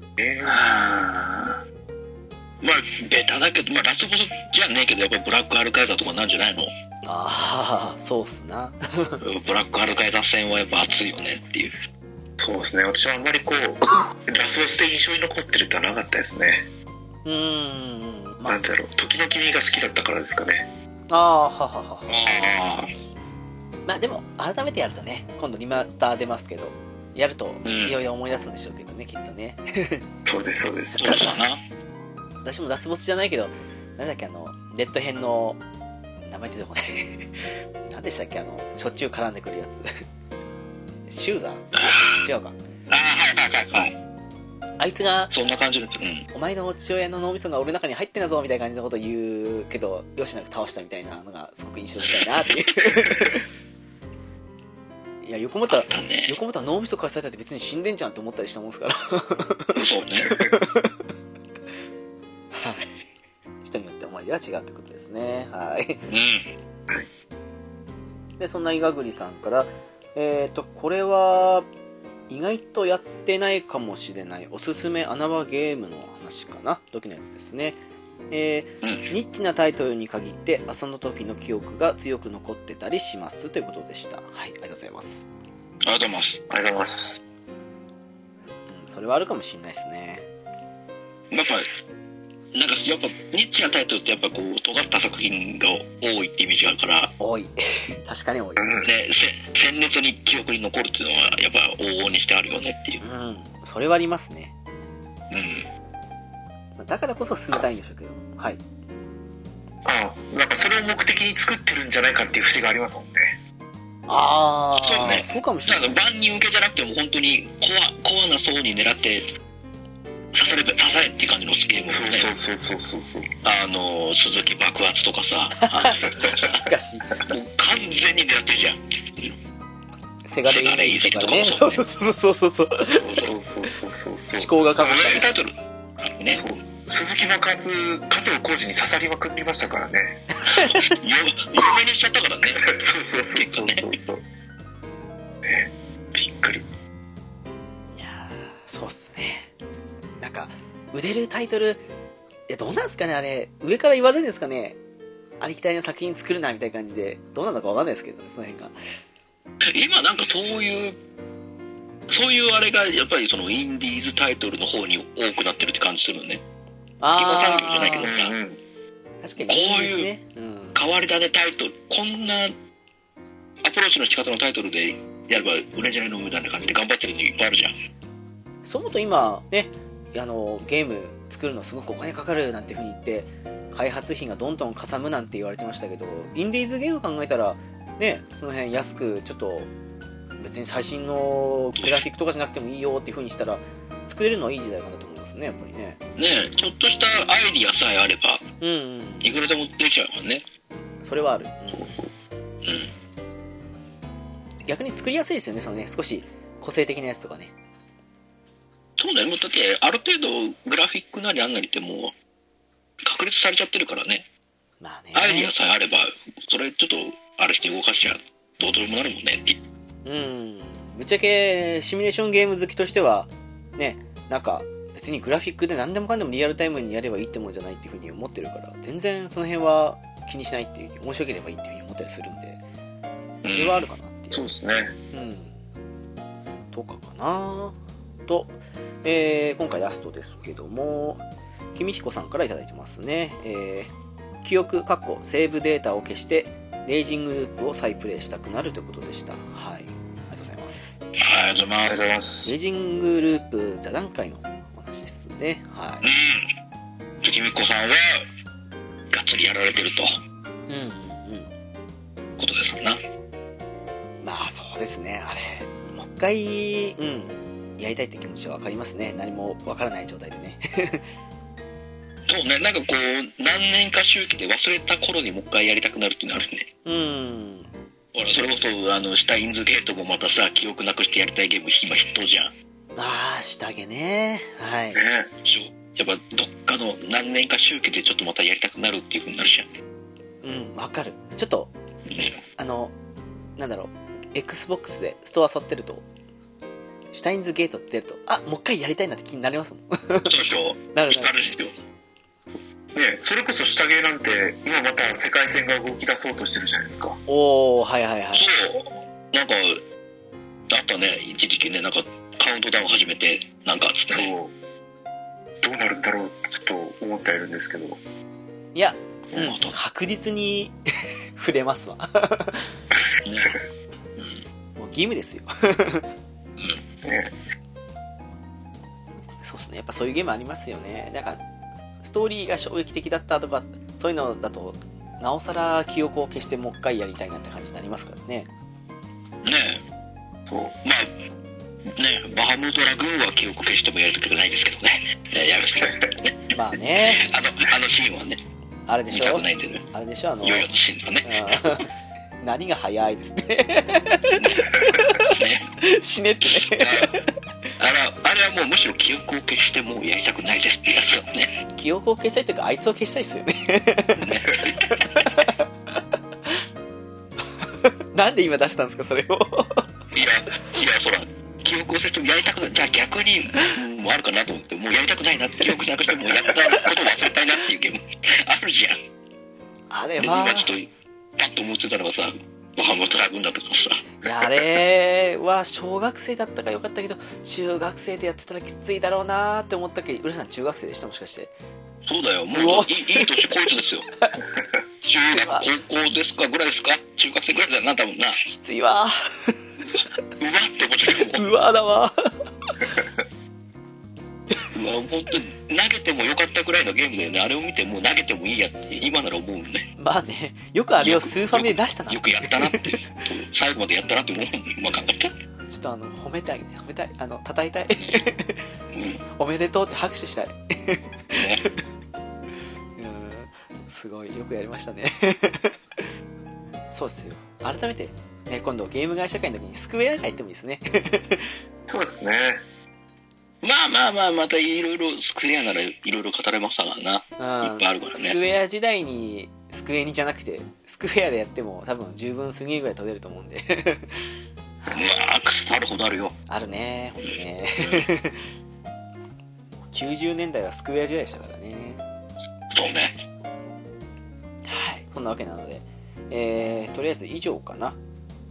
まあベタだけど、ラスボスじゃねえけど、やっぱりブラックアルカイザーとかなんじゃないの？ そうっすな。 ブラックアルカイザー戦はやっぱ熱いよねっていう。 そうですね、私はあんまりこうラスボスで印象に残ってるってはなかったですね。なんだろう、時の君が好きだったからですかね。 まあでも改めてやるとね、今度リマスター出ますけど、やるといよいよ思い出すんでしょうけどね、きっとね。 そうです。 そうだな。 私もラスボスじゃないけど、なんだっけ、レッド編の名前出てこない何でしたっけ、しょっちゅう絡んでくるやつ。シューザー違うか。 はい。 あいつがそんな感じです。 お前の父親の脳みそが俺の中に入ってんだぞみたいな感じのことを言うけど、よしなく倒したみたいなのがすごく印象深いなっていう。いや、横本は脳みそ返されたって別に死んでんじゃんって思ったりしたもんですから。 そうね。 はい。人によって思い出は違うということですね。はい。で、そんなイガグリさんから、これは意外とやってないかもしれないおすすめ穴場ゲームの話かな、時のやつですね。ニッチなタイトルに限って遊んだ時の記憶が強く残ってたりしますということでした。はい、ありがとうございます。 ありがとうございます。 それはあるかもしれないですね。 やっぱニッチなタイトルってやっぱこう尖った作品が多いってイメージがあるから。 多い。確かに多い。 で、鮮烈に記憶に残るっていうのはやっぱ往々にしてあるよねっていう。 それはありますね。だからこそ進めたいんでしょうけど。はい。 なんかそれを目的に作ってるんじゃないかっていう節がありますもんね。 そうね。 そうかもしれない。 万人受けじゃなくても本当にコアな層に狙って刺されっていう感じのゲームをね。そう。鈴木爆発とかさ。 しかし。 もう完全に狙ってるじゃん。 セガレイとかね。そう。思考がかぶったタイトル。ね。 鈴木爆発、加藤浩次に刺さりまくりましたからね。 有名にしちゃったからね。 そう。びっくり。 いやそうっすね。なんか売れるタイトル、どうなんですかね、あれ上から言われるんですかね、ありきたりの作品作るなみたいな感じで、どうなのかわかんないですけどね、その辺が。 今なんかそういうあれがやっぱりそのインディーズタイトルの方に多くなってるって感じするよね。今産業じゃないけどさ、 確かにこういう変わり種タイトル、こんなアプローチの仕方のタイトルでやれば売れんじゃないのみたいな感じで頑張ってるのいっぱいあるじゃん。 そう思うと今ね、ゲーム作るのすごくお金かかるなんていう風に言って開発費がどんどんかさむなんて言われてましたけど、インディーズゲーム考えたらね、その辺安くちょっと別に最新のグラフィックとかじゃなくてもいいよっていう風にしたら作れるのはいい時代かなと思いますね、やっぱりね。 ねえ、ちょっとしたアイデイヤーさえあれば、 うん、 いくらでもできちゃうからね。 それはある。 うん。 逆に作りやすいですよね、そのね、少し個性的なやつとかね。 そうだよ、もうだってある程度グラフィックなりあんなりってもう確立されちゃってるからね。 まあね。 アイディアさえあれば、それちょっとある人動かしちゃどうとでもなるもんねっていう。 うん。ぶっちゃけシミュレーションゲーム好きとしてはね、なんか別にグラフィックで何でもかんでもリアルタイムにやればいいってもんじゃないっていうふうに思ってるから、全然その辺は気にしないっていう、面白ければいいっていうふうに思ったりするんで、それはあるかなっていう。 そうですね。 うん。とかかなと、今回ラストですけども、君彦さんからいただいてますね。記憶、セーブデータを消して、レイジングループを再プレイしたくなるということでした。はい。ありがとうございます。 ありがとうございます。 レイジングループ座談会のお話ですね。はい。 君彦さんは、がっつりやられてると。 うんうん。 ことですな。 まあそうですね。あれ、もう一回、やりたいって気持ちはわかりますね。何もわからない状態でね。 そうね、なんかこう、何年か周期で忘れた頃にもう一回やりたくなるっていうのあるね。ほら、それこそ、シュタインズゲートもまたさ、記憶なくしてやりたいゲーム、今筆頭じゃん。 ああ、下着ね。はい。 やっぱ、どっかの何年か周期でちょっとまたやりたくなるっていう風になるじゃん。わかる。ちょっと、なんだろう、Xbox でストア去ってると、シュタインズゲートって出ると、あ、もう一回やりたいなって気になりますもん。 そうでしょ。 なるですよ。 ね、それこそ下着なんて今また世界線が動き出そうとしてるじゃないですか。 おお、はいはいはい。 そうなんかあったね、一時期ね、なんかカウントダウン始めてなんかつって、ね、 そうどうなるんだろうってちょっと思っているんですけど、 いや、確実に触れますわ。ね、もう義務ですよ。 ね、 そうですね、やっぱそういうゲームありますよね。なんかストーリーが衝撃的だったとか、そういうのだとなおさら記憶を消してもう一回やりたいなって感じになりますからね。 ねえ、そう、まあね、バハムートラグーンは記憶消してもやりたくないですけどね。やるしかないね。 まあね。 あのシーンはね。 あれでしょ。 見たくないんでね。 あれでしょ、 ヨヨのシーンはね。 何が早いですね。死ねってね。 あれはもうむしろ記憶を消してもうやりたくないですってやつだもんね。 記憶を消したいというか、あいつを消したいですよね。なんで今出したんですか、それを。 いや、そら、記憶を消してもやりたくない。じゃあ逆に、もうあるかなと思って、もうやりたくないなって、記憶なくしてもやったこと忘れたいなっていうゲームあるじゃん。 あれは。 今ちょっと、パッと思ってたのがさ、バハムートラグーンだとかさ。 いや、あれは小学生だったからよかったけど、中学生でやってたらきついだろうなーって思ったけど、浦さん中学生でした、もしかして。 そうだよ、もういい年こいつですよ。中学、高校ですかぐらいですか、中学生ぐらいだよな、多分な。 きついわー。うわって思ってたもん。 うわだわうわ、本当に投げてもよかったぐらいのゲームだよね。あれを見てもう投げてもいいやって今なら思うね。 まあね、よくあれをスーファミで出したな。 よくやったなって。最後までやったなって思う。今考えた。 ちょっと褒めてあげて、褒めたい、叩いたい。おめでとうって拍手したい。ね。すごい、よくやりましたね。そうですよ。改めて、ね、今度ゲーム会社会の時にスクエアが入ってもいいですね。 そうですね。 まあ、またいろいろ、スクエアならいろいろ語れましたからな。いっぱいあるからね。 スクエア時代に、スクエニじゃなくて、スクエアでやっても多分十分すぎるぐらい取れると思うんで。 あるほどあるよ。 あるね、ほんとね。90年代はスクエア時代でしたからね。 そうね。 はい。そんなわけなので、とりあえず以上かな。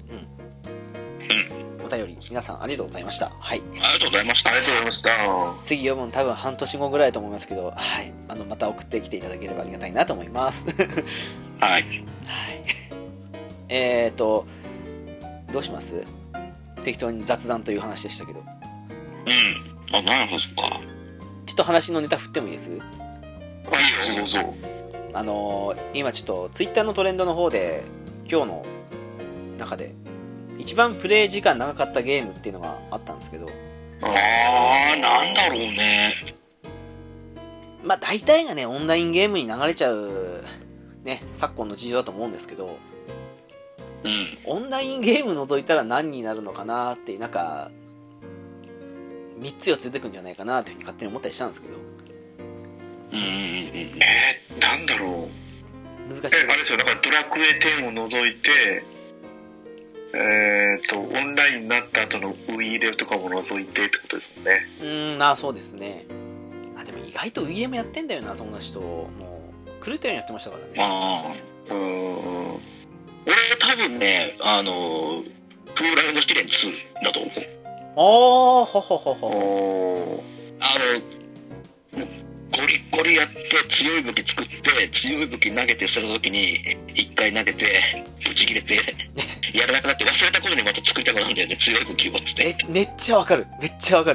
お便り、皆さんありがとうございました。はい。 ありがとうございました。 ありがとうございました。 次読むの多分半年後ぐらいだと思いますけど、はい。また送ってきていただければありがたいなと思います。 はい。 はい。どうします？適当に雑談という話でしたけど。 あ、なるほどか。 ちょっと話のネタ振ってもいいです？ はい、どうぞ。 今ちょっとツイッターのトレンドの方で、今日の中で、一番プレイ時間長かったゲームっていうのがあったんですけど。 なんだろうね。 まあ大体がね、オンラインゲームに流れちゃう、ね、昨今の事情だと思うんですけど、 うん。 オンラインゲーム除いたら何になるのかなっていう、なんか、3つ4つ出てくるんじゃないかなというふうに勝手に思ったりしたんですけど。 なんだろう。 難しい。 あれですよ、だからドラクエ10を除いて、オンラインになった後のウイイレとかも除いてってことですよね。 そうですね。あ、でも意外とウイイレもやってんだよな、友達と。もう、狂ったようにやってましたからね。 俺多分ね、フーライの試練2だと思う。 ほ。 ゴリゴリやって強い武器作って強い武器投げて捨てた時に1回投げてブチ切れてやらなくなって忘れた頃にまた作りたくなるんだよね、強い武器をって。 めっちゃわかる。だから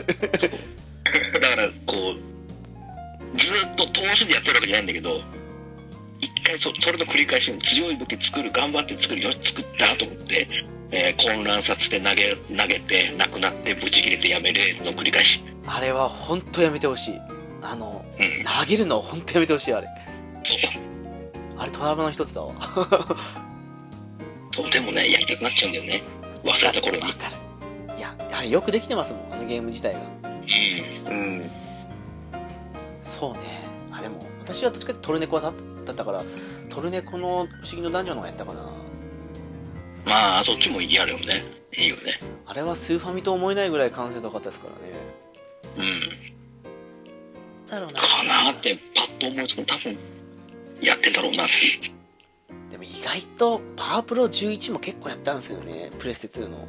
こうずっと通しでやってるわけじゃないんだけど、一回それの繰り返し、強い武器作る、頑張って作る、よし作ったと思って、混乱させて投げてなくなってブチ切れてやめるの繰り返し。 あれは本当やめてほしい。投げるの本当やめてほしい。あれトラウマの一つだわ。 でもね、やりたくなっちゃうんだよね、忘れた頃に。 わかる。いや、あれよくできてますもん、あのゲーム自体が。そうね。でも私はどっちかってトルネコだったから、トルネコの不思議のダンジョンの方がやったかな。 まあそっちもやるよね。いいよね。 あれはスーファミと思えないぐらい完成度高かったですからね。だろうな。 かなーってパッと思いつくの、多分やってんだろうなって。 でも意外とパワープロ11も結構やったんですよね、プレステ2の。 で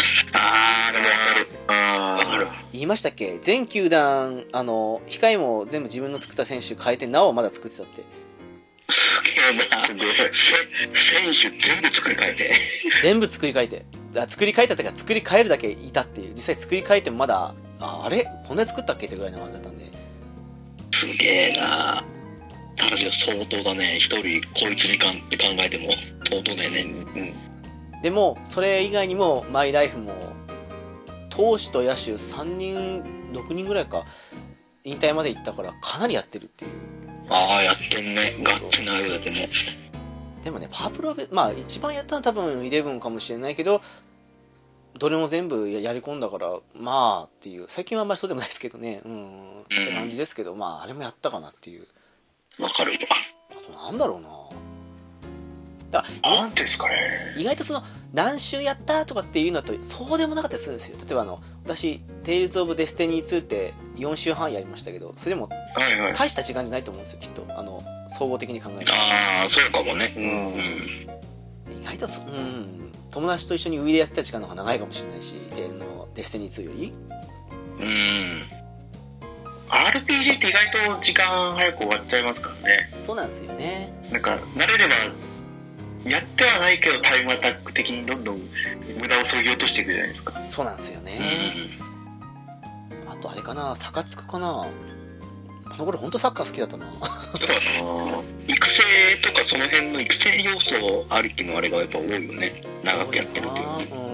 もわかる。 言いましたっけ、全球団機械も全部自分の作った選手変えて、なおまだ作ってたって。 すげえな。すごい。選手全部作り変えて。 全部作り変えて。作り変えたってか作り変えるだけいたっていう。実際作り変えてもまだあれこんなに作ったっけってぐらいの感じだったんで。 すげえな。ただ相当だね。一人小1時間って考えても相当だよね。 でもそれ以外にもマイライフも投手と野手3人6人ぐらいか引退まで行ったからかなりやってるっていう。 やってんね。ガッツなようだってね。 でもね、パワープロは一番やったのは多分11かもしれないけど、どれも全部やり込んだからっていう。最近はあんまりそうでもないですけどね、って感じですけど、あれもやったかなっていう。 わかるわ。 あとなんだろうな。 なんですかね。 意外とその何周やったとかっていうのだとそうでもなかったりするんですよ。例えば私テイルズ・オブ・デスティニー2って4周半やりましたけど、それでも大した時間じゃないと思うんですよ、きっと総合的に考えると。 そうかもね。 意外と友達と一緒にウイでやってた時間の方が長いかもしれないし、デスティニー2より。 RPG って意外と時間早く終わっちゃいますからね。 そうなんですよね。 なんか慣れればやってはないけどタイムアタック的にどんどん無駄を削ぎ落としていくじゃないですか。 そうなんですよね。あとあれかな、サカツクかな。これ本当サッカー好きだったな。 育成とかその辺の育成要素ありきのあれがやっぱ多いよね。長くやってるっていう。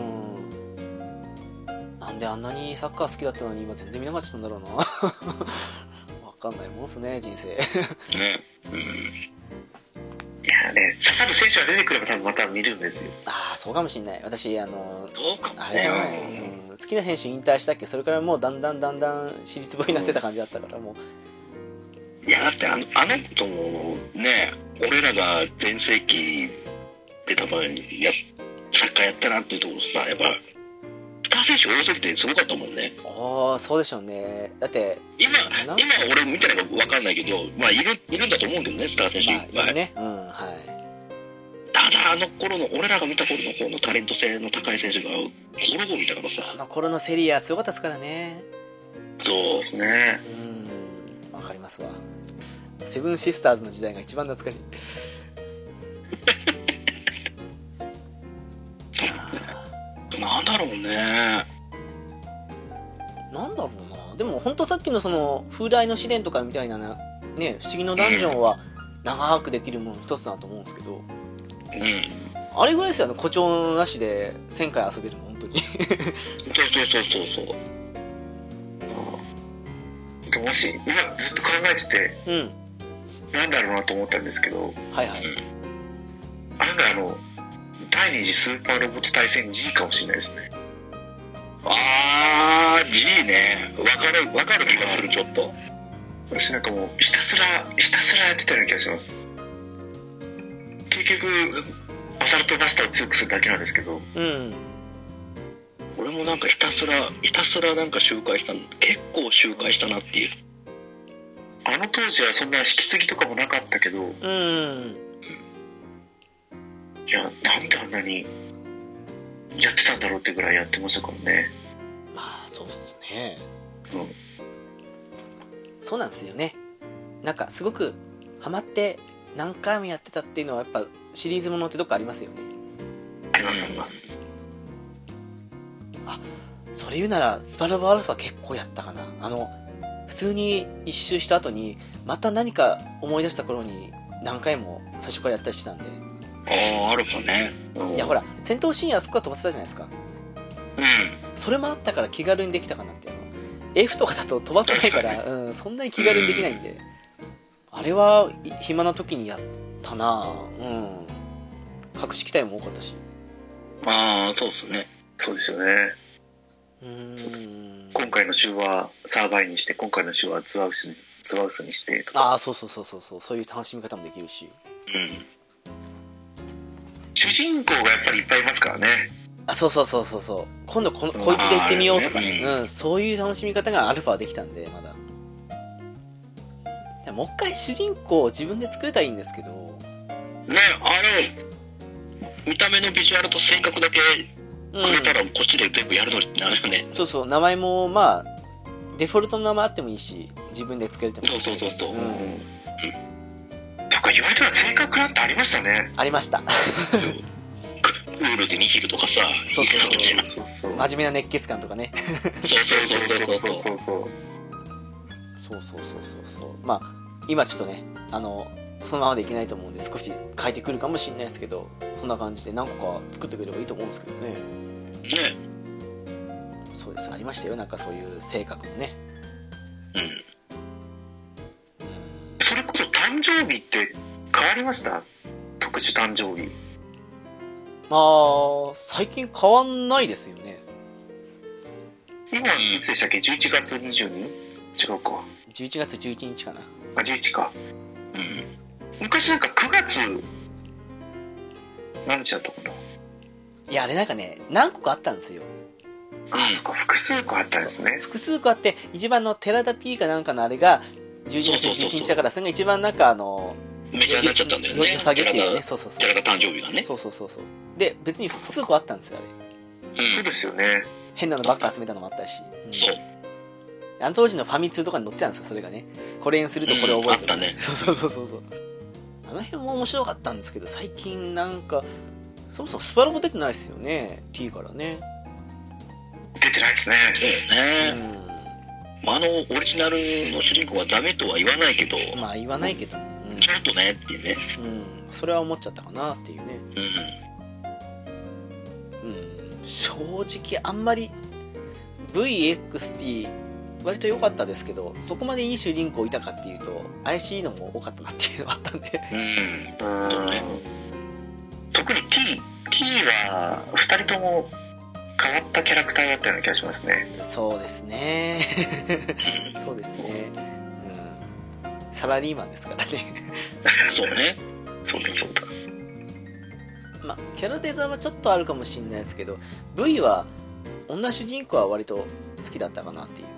なんであんなにサッカー好きだったのに今全然見なかったんだろうな。わかんないもんすね、人生。 ね。 いやね、刺さる選手が出てくれば多分また見るんですよ。 そうかもしんない。私そうかもね。 あれだね、好きな選手引退したっけ、それからもうだんだん尻つぼになってた感じだったからもう。 いやだってあの子ともね、俺らが全盛期で多分サッカーやったなっていうところさ、やっぱスター選手多すぎてすごかったもんね。 そうでしょうね。だって今俺見てないか分かんないけど、いるんだと思うけどね、スター選手いっぱいね。ただあの頃の俺らが見た頃の方のタレント性の高い選手がゴロゴロいたからさ。 あの頃のセリア強かったですからね。 そうですね。 わかりますわ。セブンシスターズの時代が一番懐かしい。 なんだろうね。 なんだろうな。でも本当さっきのその風来の試練とかみたいなね、不思議のダンジョンは長くできるもの一つだと思うんですけど、あれぐらいですよね、誇張なしで1000回遊べるの本当に。 そう。 でも今ずっと考えてて、なんだろうなと思ったんですけど、 はいはい。 案外第二次スーパーロボット対戦 G かもしれないですね。 G ね。わかる気がする、ちょっと。 私なんかもうひたすらやってたような気がします。結局アサルトバスターを強くするだけなんですけど、 俺もなんかひたすらなんか周回したの、結構周回したなっていう。 あの当時はそんな引き継ぎとかもなかったけど、いや、なんであんなにやってたんだろうってぐらいやってましたからね。 まあそうですね。そうなんですよね。なんかすごくハマって何回もやってたっていうのはやっぱシリーズものってどっかありますよね。 ありますあります。 あ、それ言うならスパラボアルファ結構やったかな。普通に一周した後にまた何か思い出した頃に何回も最初からやったりしてたんで。 アルファね。 いやほら戦闘シーンあそこは飛ばせたじゃないですか。それもあったから気軽にできたかなって。F とかだと飛ばせないから、そんなに気軽にできないんで、あれは暇な時にやったな。隠し機体も多かったし。 そうですね。 そうですよね。今回の週はサーバイにして、今回の週はツアウスにしてとか。 そういう楽しみ方もできるし。 主人公がやっぱりいっぱいいますからね。 そう今度こいつで行ってみようとかね、そういう楽しみ方がアルファはできたんで、まだもう一回主人公を自分で作れたらいいんですけどね。見た目のビジュアルと性格だけくれたらこっちで全部やるのになるよね。 名前もまあデフォルトの名前あってもいいし、自分で作れてもいいし。 そうなんか言われたら性格なんてありましたね。 ありましたルールでニヒルとかさ、 そう真面目な熱血感とかね。まあ今ちょっとねそのままでいけないと思うんで少し変えてくるかもしれないですけど、そんな感じで何個か作ってくれればいいと思うんですけどね。そうです、ありましたよ、なんかそういう性格もね。 それこそ誕生日って変わりました？特殊誕生日。 最近変わんないですよね。 今いつでしたっけ？11月22？違うか。 11月11日かな。 11か。昔なんか9月何日だったかな。 いやあれなんかね何個かあったんですよ。 そっか、複数個あったんですね。 複数個あって、一番の寺田 P かなんかのあれが11月11日だから、それが一番なんかメジャーになっちゃったんだよね。 良さげっていうね。 寺田誕生日がね。 で別に複数個あったんですよあれ。 そうですよね。 変なのばっか集めたのもあったし。あの当時のファミ通とかに載ってたんですよ、それがね。これにするとこれを覚えてる。 あったね。 あの辺も面白かったんですけど、最近なんかそもそもスパロボ出てないですよね、 T からね。 出てないですね。 オリジナルの主人公はダメとは言わないけど、 言わないけど、 ちょっとねっていうね。 それは思っちゃったかなっていうね。正直あんまり VXT 割と良かったですけど、そこまでいい主人公いたかっていうと怪しいのも多かったなっていうのがあったんで。 特に T は2人とも変わったキャラクターだったような気がしますね。 そうですねそうですね、サラリーマンですからねそうね。 そうだ。キャラデザはちょっとあるかもしれないですけど、 V は女主人公は割と好きだったかなっていう。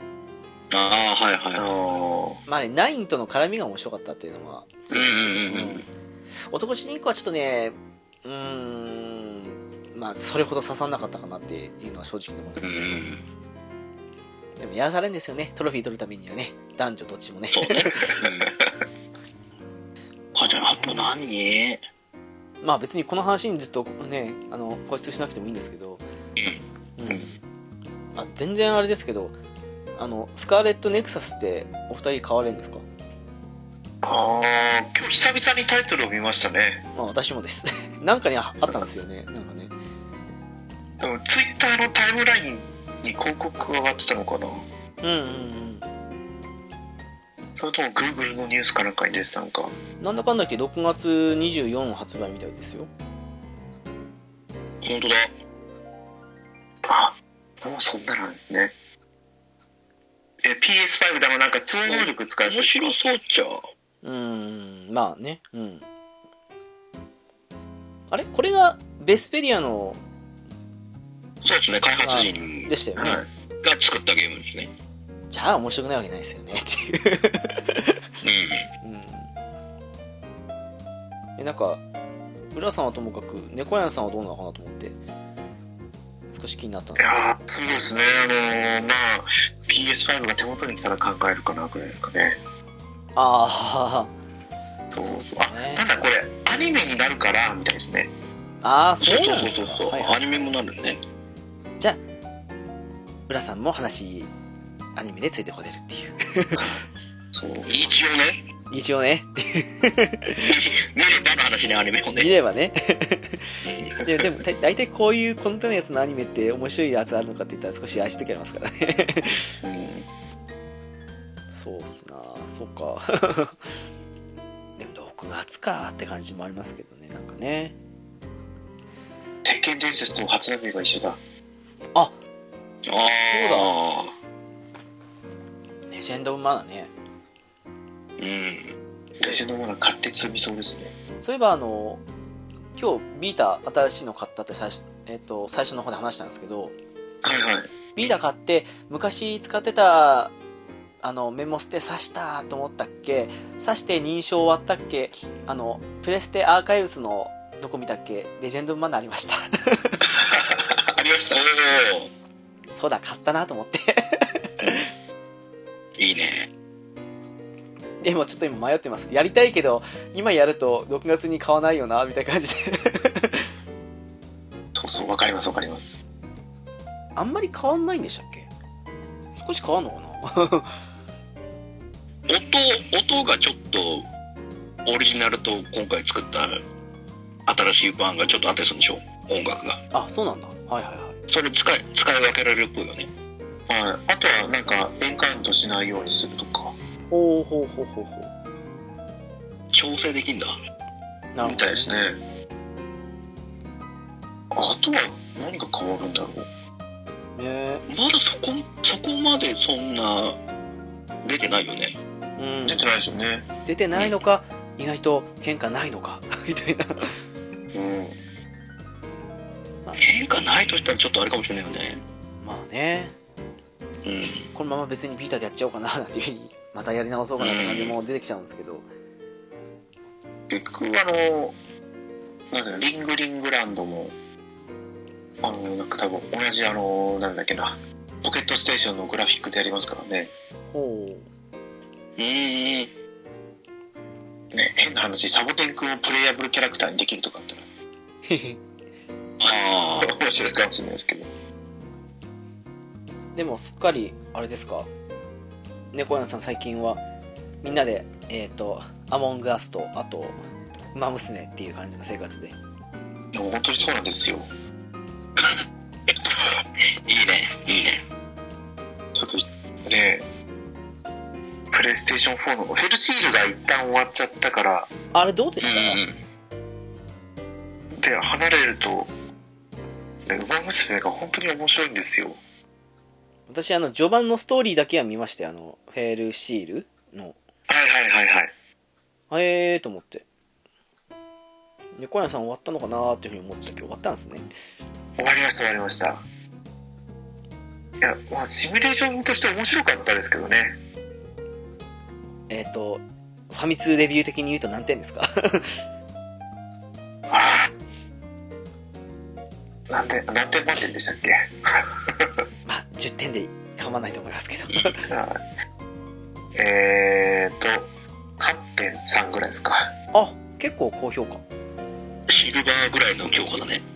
ナインとの絡みが面白かったっていうのは強いですけど、男主人公はちょっとね、それほど刺さんなかったかなっていうのは正直なものですけど、でもやらされるんですよね、トロフィー取るためにはね、男女どっちもね。 あと何？ 別にこの話にずっとね固執しなくてもいいんですけど、全然あれですけど、スカーレットネクサスってお二人買われるんですか？ 今日久々にタイトルを見ましたね。 私もですなんかにあったんですよね、なんかね。 でもツイッターのタイムラインに広告が上がってたのかな。 それとも Google のニュースかなんかに出てたのか。 なんだかんだ言って6月24発売みたいですよ。 本当だ。 あ、もうそんななんですね。PS5 でもなんか超能力使える。 面白そうっちゃ。 まあね。あれこれがベスペリアの。 そうですね、開発人でしたよね、 が作ったゲームですね。 じゃあ面白くないわけないですよねっていうなんか浦さんはともかく猫屋さんはどうなのかなと思って少し気になったんです。 いやそうですね、まあ PS5 が手元に来たら考えるかなくらいですかね。そうですね。ただこれアニメになるからみたいですね。 そうなんですか。 そう、アニメもなるね。 じゃあ浦さんも話アニメでついてこれるっていうそう一応ねっていう見ればの話ね、アニメもね。 見ればねでも大体こういうコンテンツのやつのアニメって面白いやつあるのかって言ったら少し足ときありますからねそうっすな、そうかでも6月かって感じもありますけどね、なんかね。 鉄拳伝説と初音ミクが一緒だ。 そうだ、レジェンド・オブ・マナね。 レジェンド・オブ・マナ買って積みそうですね。 そういえば今日ビータ新しいの買ったって最初の方で話したんですけど、ビータ買って昔使ってたメモ捨て刺したと思ったっけ、刺して認証終わったっけ、プレステアーカイブスのどこ見たっけ、レジェンド・オブ・マナありましたありました。 そうだ、買ったなと思っていいね。 でもちょっと今迷ってます。やりたいけど今やると6月に買わないよなみたいな感じでそう、わかります。 あんまり変わんないんでしたっけ。少し変わんのかな音がちょっとオリジナルと今回作った新しい版がちょっと当てそうでしょ、音楽が。 そうなんだ。それ使い分けられるっぽいよね。 あとはなんかエンカウントしないようにするとか。 ほう調整できんだ。 なるほど、 みたいですね。あとは何が変わるんだろう。 まだそこまでそんな出てないよね。 出てないですよね。 出てないのか、意外と変化ないのかみたいな変化ないとしたらちょっとあれかもしれないよね。 まあね、このまま別にビータでやっちゃおうかななんていう風にまたやり直そうかなって感じも出てきちゃうんですけど、 結局なんだリングランドもなんか多分同じなんだっけな、ポケットステーションのグラフィックでやりますからね。ね、変な話、サボテン君をプレイヤブルキャラクターにできるとかあったら面白いかもしれないですけど。 でもすっかりあれですか、猫屋さん最近はみんなでアモングアスとあとウマ娘っていう感じの生活で。 でも本当にそうなんですよいいね。 ちょっとね、プレイステーション4のフェルシールが一旦終わっちゃったから。 あれどうでした？ で離れるとウマ娘が本当に面白いんですよ。 私序盤のストーリーだけは見まして、フェルシールの。と思って、猫屋さん終わったのかなーっていうふうに思ってたけど終わったんですね。 終わりました。いや、まあシミュレーションとして面白かったですけどね。 ファミ通レビュー的に言うと何点ですか？ 何点満点でしたっけ？ まあ10点で構わないと思いますけど 8.3 ぐらいですか。 結構高評価。 シルバーぐらいの評価だね。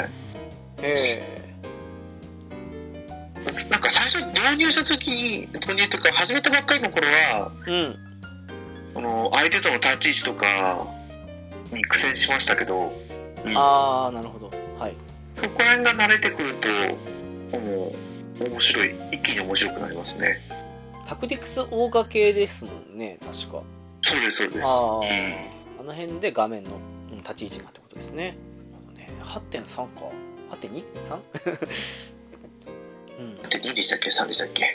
なんか最初導入した時、導入というか始めたばっかりの頃は、相手との立ち位置とかに苦戦しましたけど、 なるほど。 そこら辺が慣れてくるともう面白い、一気に面白くなりますね。 タクティクスオーガ系ですもんね、確か。 そうですそうです。 あの辺で画面の立ち位置がってことですね。8.3 か。8.2？3？ 8.2でしたっけ3でしたっけ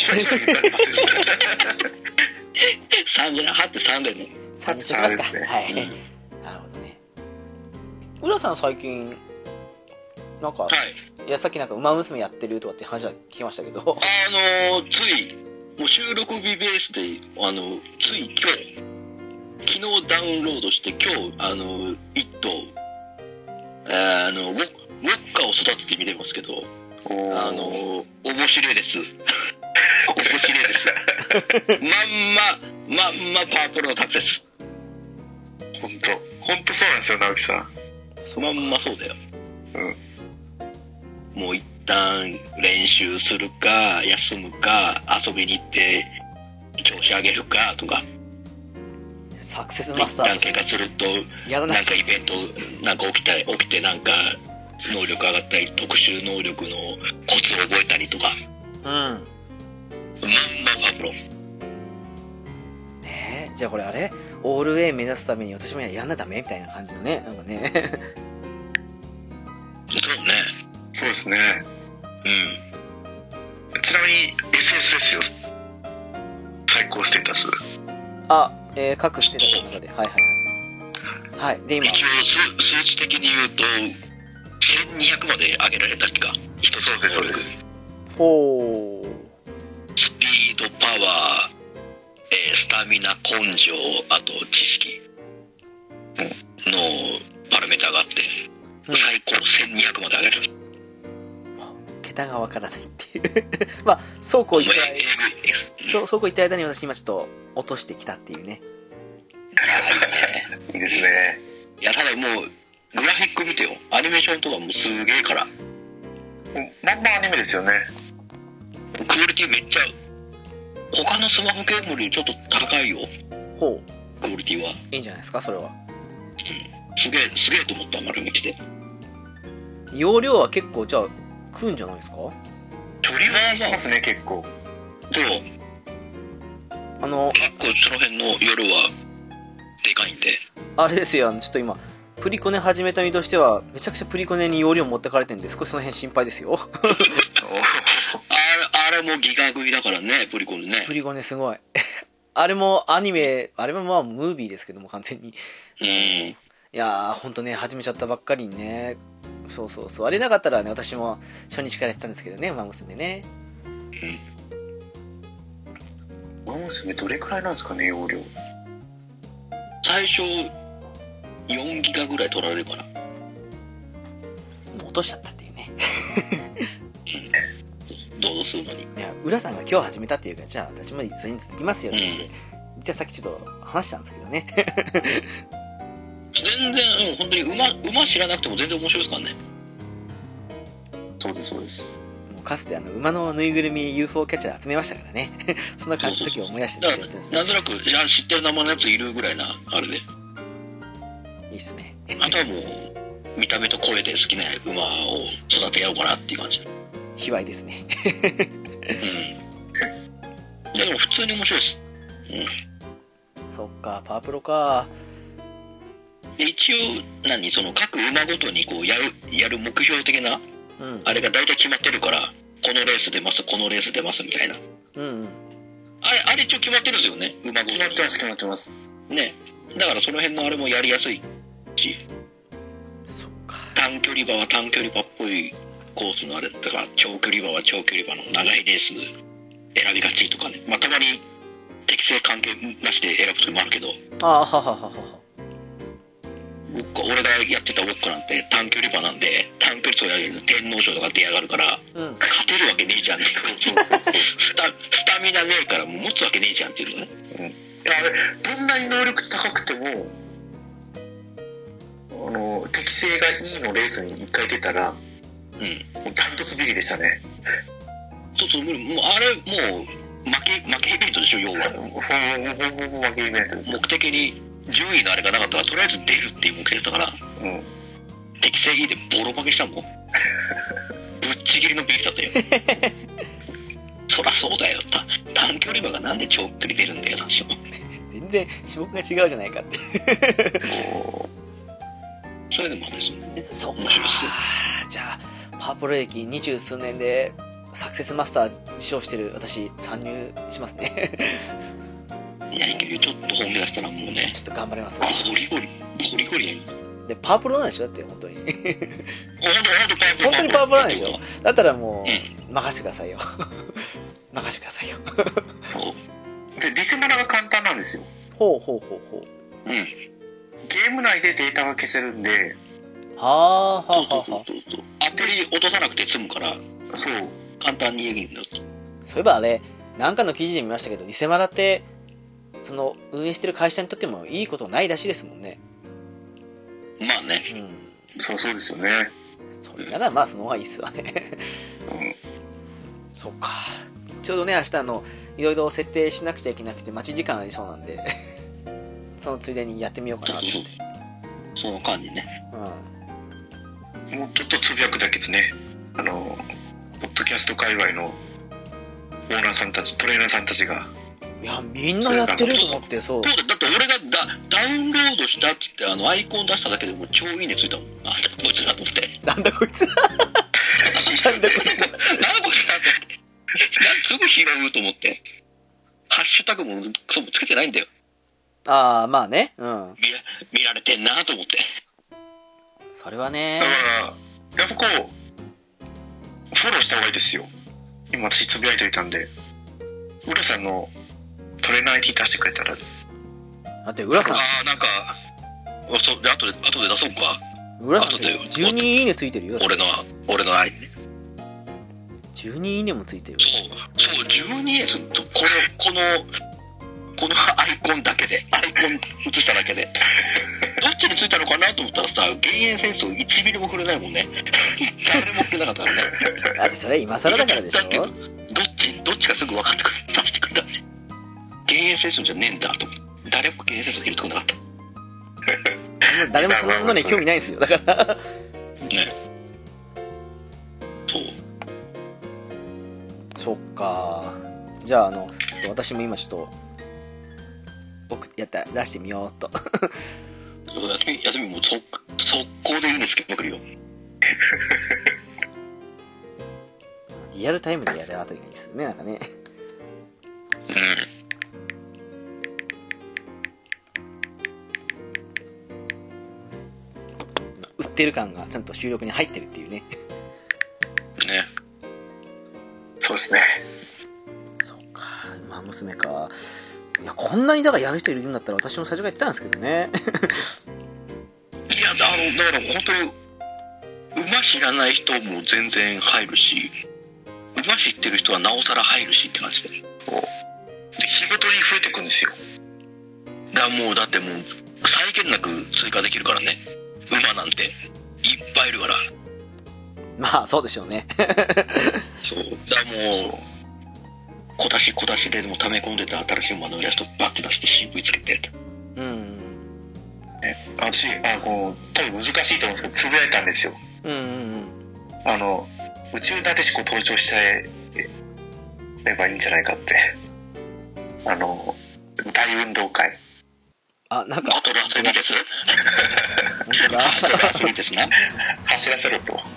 3じゃない、8.3だよね。 3にしますか。 ですね。 はい。なるほどね。浦さん最近なんか、いやさっきなんか馬娘やってるとかって話は聞きましたけど、 ついもう収録日ベースでつい昨日ダウンロードして今日一頭ウォッカを育ててみてますけど、面白いです。面白いです。まんまパープルのタクセス。 本当そうなんですよ、直樹さん。 まんまそうだよ。 うん。 もう一旦練習するか休むか遊びに行って調子上げるかとか。 サクセスマスター一旦怪我するとなんかイベントなんか起きてなんか能力上がったり特殊能力のコツを覚えたりとか。 うん。 まんまパプロ。 ねえ、じゃあこれあれオール A 目指すために私もやんなダメみたいな感じのね、なんかね。 そうね。 そうですね。 うん。 ちなみに SS ですよ。最高ステータス。 各ステータスの中で、はいはいはい。はい。で今一応数値的に言うと1200まで上げられたっけか。 そうですそうです。 ほう。 スピード、パワー、スタミナ、根性、あと知識のパラメータがあって、最高1200まで上げる。 桁がわからないっていうまあそうこう言った間に私今ちょっと落としてきたっていうね。 いいですね。 いやただもうグラフィック見てよ、アニメーションとかもすげえから、 まんまアニメですよね。 クオリティめっちゃ他のスマホゲームよりちょっと高いよ。 ほう、クオリティはいいんじゃないですかそれは。 すげえと思った。丸めきて容量は結構じゃあ食うんじゃないですか。 ちょりはしますね結構。 そう結構その辺の夜はでかいんで。あれですよ、ちょっと今プリコネ始めた身としてはめちゃくちゃプリコネに容量持ってかれてるんで少しその辺心配ですよあれもギガ食いだからね、プリコネね。 プリコネすごいあれもアニメ、あれもまあムービーですけども完全に。いやーほんとね始めちゃったばっかりにね。そうあれなかったらね私も初日からやってたんですけどね、馬娘ね。 馬娘どれくらいなんですかね容量。 最初4ギガぐらい取られるからもう落としちゃったっていうねどうするのに。 いや浦さんが今日始めたっていうからじゃあ私もそれに続きますよって言って、じゃあさっきちょっと話したんですけどね全然、本当に馬知らなくても全然面白いですからね。 そうですもうかつて馬のぬいぐるみ UFO キャッチャー集めましたからねそんな感じの時を思い出してるんです。なんとなく知ってる名前のやついるぐらいなあれでいいっすね。 あとはもう見た目と声で好きな馬を育てようかなっていう感じ。 卑猥ですねいやでも普通に面白いです。 そっかパワープロか。 一応その各馬ごとにこうやる目標的な、あれが大体決まってるから、このレース出ますこのレース出ますみたいな、あれ一応決まってるんですよね、馬ごとに。 決まってますね。だからその辺のあれもやりやすいし、 そっか。 短距離馬は短距離馬っぽいコースのあれだから、長距離馬は長距離馬の長いレース選びがちとかね。まあたまに適正関係なしで選ぶ時もあるけど。俺がやってたウォッカなんて短距離馬なんで、短距離走やる天皇賞とか出やがるから、勝てるわけねえじゃんね。スタミナねえからもう持つわけねえじゃんっていうのね。 いやどんなに能力値高くても適性がいいのレースに1回出たら、もうダントツビリでしたね。 そうもうあれもう負けイベントでしょ要は。 負けイベントです。 目的に順位のあれがなかったらとりあえず出るっていう目標だから、適正いいでボロ負けしたもんぶっちぎりのビリだったよそらそうだよ、短短距離馬がなんで長距離出るんだよ、私も。 全然種目が違うじゃないかって。 それでも話ね。 そうか。じゃあ、パープル歴20数年で、サクセスマスター受賞してる私、参入しますね。 いや、いけるよ。ちょっと本気出したらもうね。 ちょっと頑張ります。 ゴリゴリやん。 で、パープルなんでしょだって、本当に。本当にパープルなんでしょだったらもう、任せてくださいよ。任せてくださいよ。 で、リセマラが簡単なんですよ。 ほう。 うん。 ゲーム内でデータが消せるんで。 はあ。 アプリ落とさなくて済むから。 そう。 簡単にできるんだよ。 そういえばあれ、なんかの記事で見ましたけど、リセマラって、その、運営してる会社にとってもいいことないらしいですもんね。 まあね。 うん。 そうですよね。 それならまあその方がいいっすわね。そうか。ちょうどね、明日いろいろ設定しなくちゃいけなくて待ち時間ありそうなんで、そのついでにやってみようかなと思って。 その間にね。 もうちょっとつぶやくだけでね、ポッドキャスト界隈のオーナーさんたち、トレーナーさんたちが。 いや、みんなやってると思って、そう。 だって俺がダウンロードしたっつってアイコン出しただけでも超いいねついたもん。なんだこいつらと思って。 なんだこいつらなんだこいつらなんだこいつらと思って。すぐ拾うと思って。ハッシュタグもつけてないんだよ。 ああ、まあね。うん。 見られてんなと思って。 それはね。 だから、やっぱこう、フォローした方がいいですよ。今私つぶやいていたんで。浦さんのトレーナー ID 出してくれたら。 だって浦さん。 なんか、後で出そうか。 浦さんって12いいねついてるよ。 俺の ID ね。 12いいねもついてる。 そう、12いいねついてる。このアイコンだけで、アイコン映しただけで。どっちについたのかなと思ったらさ、減塩戦争1ミリも触れないもんね。誰も触れなかったからね。 だってそれ今更だからでしょ。 どっちかすぐ分かってさせてくれたんですよ。減塩戦争じゃねえんだと思って。誰も減塩戦争入れてこなかった。 誰もそんなのに興味ないですよ。だから。 ね。 そっか。じゃあ私も今ちょっと出してみようと。 休みも速攻でいいんですけど、来るよ。 リアルタイムでやるあたりがいいですよね、なんかね。売ってる感がちゃんと収録に入ってるっていうね。 ね。 そうですね。 そうか、馬娘か。いや、こんなにだからやる人いるんだったら私も最初から言ってたんですけどね。 いや、だから本当に馬知らない人も全然入るし、馬知ってる人はなおさら入るしって感じで。 仕事に増えてくんですよ。 だってもう際限なく追加できるからね。馬なんていっぱいいるから。 まあそうでしょうね。 そうだ、もう小出しでも溜め込んでた新しい馬のイラストバッて出して CV つけてた。 私多分難しいと思うんですけどつぶやいたんですよ。宇宙なでしこ登場しちゃえればいいんじゃないかって。大運動会。 なんかバトルアスリートです。 本当だ。 バトルアスリートですな。 走らせろと。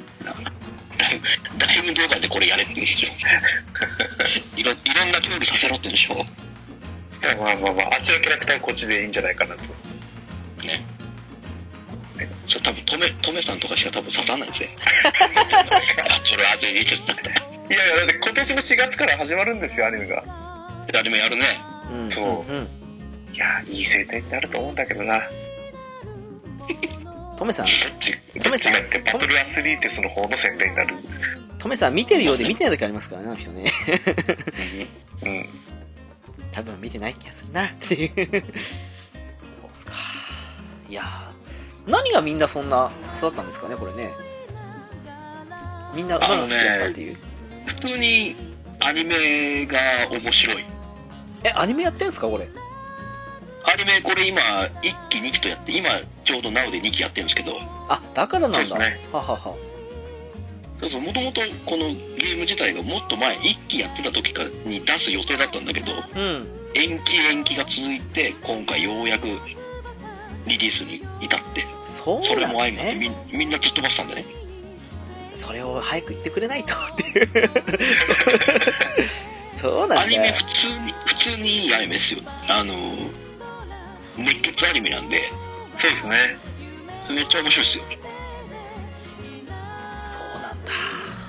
大運動会でこれやれって言うんですよ。いろんな競技させろって言うんでしょ。 まああっちのキャラクターはこっちでいいんじゃないかなと。 ね。それ多分トメさんとかしか多分刺さんないんですよ。それアズリートですなんて。 いやだって今年の4月から始まるんですよアニメが。 アニメやるね。 そう。いやいい晴天になると思うんだけどな。 トメさんどっちがってバトルアスリートスの方の宣伝になる。 トメさん見てるようで見てない時ありますからね、あの人ね。多分見てない気がするなっていう。そうっすか。いや何がみんなそんな刺さったんですかね、これね。みんな馬が好きだったっていう。 普通にアニメが面白い。 アニメやってんすかこれ。 アニメこれ今1期2期とやって、今ちょうど NOW で2期やってるんですけど。 だからなんだ。 ね、 ははは。 もともとこのゲーム自体がもっと前1期やってた時に出す予定だったんだけど、延期が続いて今回ようやくリリースに至って、それも相まってみんなずっと待ってたんだね。 それを早く言ってくれないとっていうそうなんだ。 アニメ普通にいいアニメですよ。熱血アニメなんで。 そうですね。 めっちゃ面白いですよ。 そうなんだ。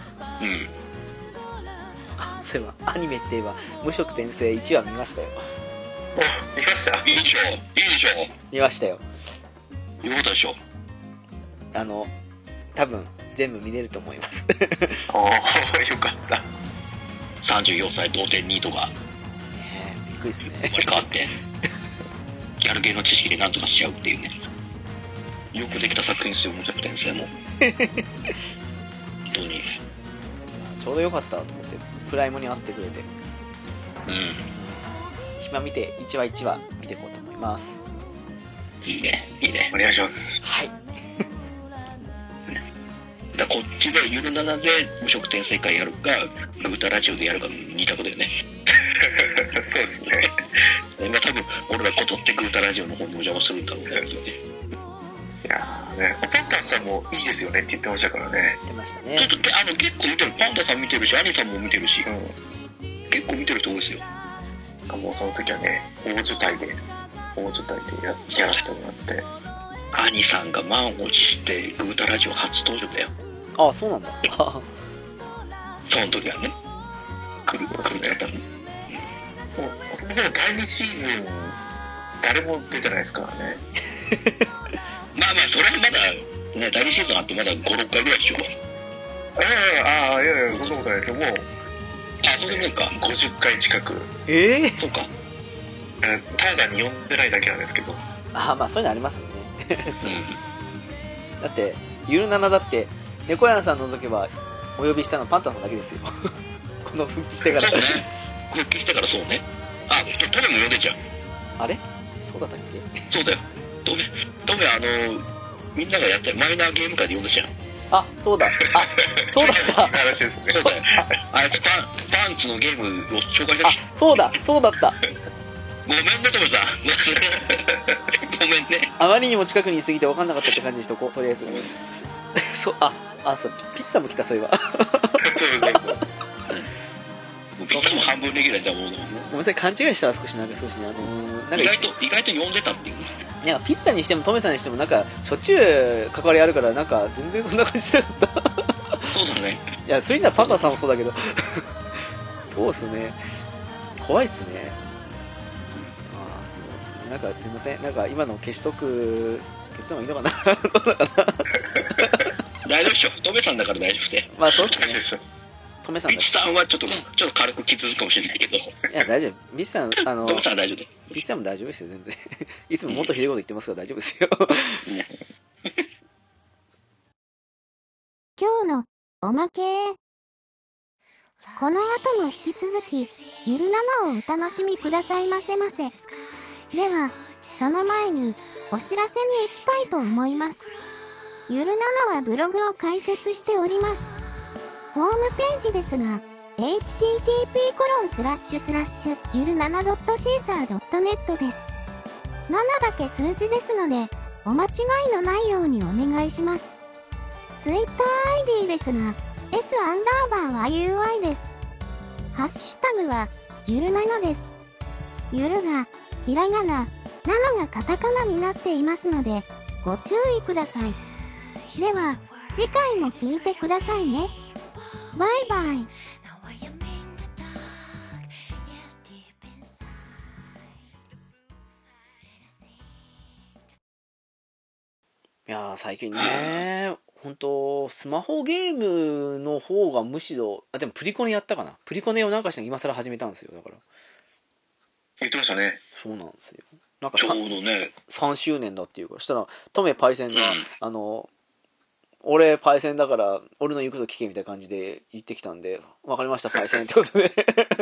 あ、そういえばアニメって言えば無色転生1話見ましたよ。 お、見ました。 いいでしょ。 見ましたよ。 よかったでしょ。 多分全部見れると思いますおお、よかった。 34歳同点2とか、 びっくりですね。 生まれ変わってギャルゲーの知識でなんとかしちゃうっていうね。よくできた作品ですよ、無色転生も。本当にちょうどよかったと思って、プライムに会ってくれて、暇見て1話1話見ていこうと思います。 いいねお願いします。 はいだこっちでゆる7で無色転生会やるかグータラジオでやるかの2択だよね。 そうですね。 今多分俺らことってグータラジオの方にお邪魔するんだろうね。いやーね、パンタンさんもいいですよねって言ってましたからね。 言ってましたね。 ちょっと結構見てる、パンタさん見てるし、アニさんも見てるし、結構見てる人多いですよ。 もうその時はね、大所帯でやらせてもらって。 アニさんが満を持してグータラジオ初登場だよ。 ああ、そうなんだ。 その時はね、来るんだったらね。 そもそも第2シーズン誰も出てないですからね。 まあそれはまだね、第2シーズンあってまだ 5,6 回ぐらいでしょ。 いやそんなことないですよ。もうそんなもんか。 50回近く。 そうか。 ただに呼んでないだけなんですけど。 まあそういうのありますよね。だってゆる7だって猫屋さん除けばお呼びしたのパンタンさんだけですよ。この復帰してから。 そうね、復帰してから。そうね。トメも呼んでちゃう。あれそうだったっけ。そうだよ。トメみんながやってるマイナーゲーム会で呼んでちゃう。 そうだ。そうだった。 話ですね。 そうだよ。あいつパンツのゲームを紹介したし。 そうだった。 ごめんね、トメさん。ごめんね。 あまりにも近くにいすぎて分かんなかったって感じにしとこう、とりあえず。そう、ピッサも来た、そういえば。 そうピッサも半分レギュラーだもんね。 ごめんなさい、勘違いしたら少しね、 意外と呼んでたっていう。 なんかピッサにしてもトメさんにしてもなんかしょっちゅう関わりあるからなんか全然そんな感じじゃなかった。 そうだね。 いや、それにはパンタさんもそうだけど。そうっすね。怖いっすね。なんかすいません、なんか今の消してもいいのかな。 大丈夫でしょ、トメさんだから大丈夫で。 まあそうっすね。トメさんビチさんはちょっと軽く傷つくかもしれないけど。いや大丈夫。ビチさんトメさんは大丈夫で。 ビチさんも大丈夫ですよ全然。いつももっとひどいこと言ってますから大丈夫ですよ。 今日のおまけ。この後も引き続きゆる7をお楽しみくださいませませ。では、その前にお知らせに行きたいと思います。ゆる7はブログを開設しております。ホームページですが、http:// ゆる 7.caesar.net です。7だけ数字ですので、お間違いのないようにお願いします。Twitter ID ですが、s__yu_i です。ハッシュタグは、ゆる7です。ゆるが、ひらがな、7がカタカナになっていますので、ご注意ください。では、次回も聞いてくださいね。バイバイ。 いやー、最近ね、本当スマホゲームの方がむしろ、でもプリコネやったかな。プリコネをなんかして今更始めたんですよ。だから言ってましたね。 そうなんですよ。なんかちょうどね 3周年だっていうから、したらトメパイセンが、俺パイセンだから俺の言うこと聞けみたいな感じで言ってきたんで、分かりましたパイセンってことで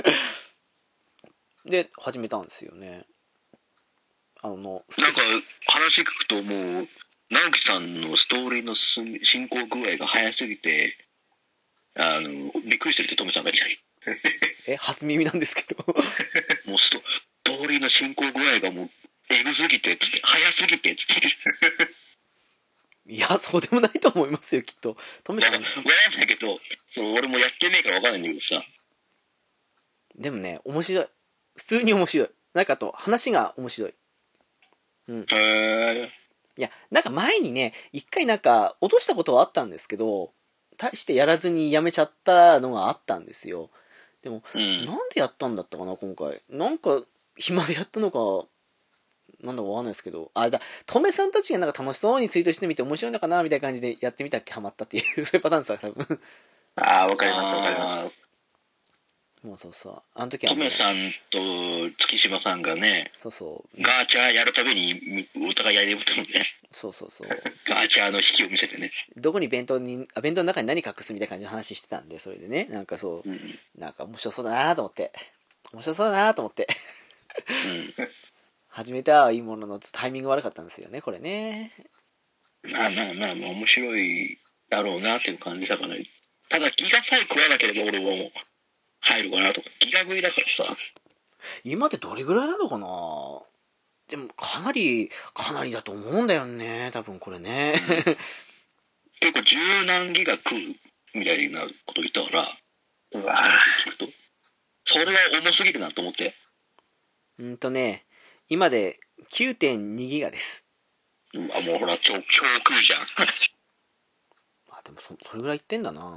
で始めたんですよね。 なんか話聞くともう直樹さんのストーリーの進行具合が早すぎてびっくりしてるってトメさんがいきなり。 初耳なんですけど。 もうストーリーの進行具合がもう、エグすぎて、つって、早すぎて、つって。 いや、そうでもないと思いますよ、きっと。トメさん。 わかんないけど、俺もやってねえからわかんないんだけどさ。 でもね、面白い。普通に面白い。なんか話が面白い。うん。いや、なんか前にね、一回なんか落としたことはあったんですけど、大してやらずにやめちゃったのがあったんですよ。でも、なんでやったんだったかな、今回。なんか、暇でやったのか、なんだかわかんないですけど、トメさんたちがなんか楽しそうにツイートしてみて面白いのかな、みたいな感じでやってみたっけハマったっていう、そういうパターンですよ、多分。 わかります、わかります。 もうそうそう。あの時は、 トメさんと月島さんがね、 そうそう。 ガーチャーやるたびにお互いやりよったもんね。 そうそうそう。 ガーチャーの引きを見せてね。 どこに弁当の中に何隠すみたいな感じの話してたんで、それでね、なんかそう、なんか面白そうだなと思って。面白そうだなと思って。始めたはいいものの、タイミング悪かったんですよね、これね。 まあ面白いだろうなっていう感じだから、ただギガさえ食わなければ俺はもう入るかなとか、ギガ食いだからさ。 今ってどれぐらいなのかな。でもかなりだと思うんだよね、多分これね。 結構十何ギガ食うみたいなこと言ったから、 うわ聞くとそれは重すぎるなと思って。 今で 9.2 ギガです。 もうほら超食うじゃん。 でもそれぐらい言ってんだな。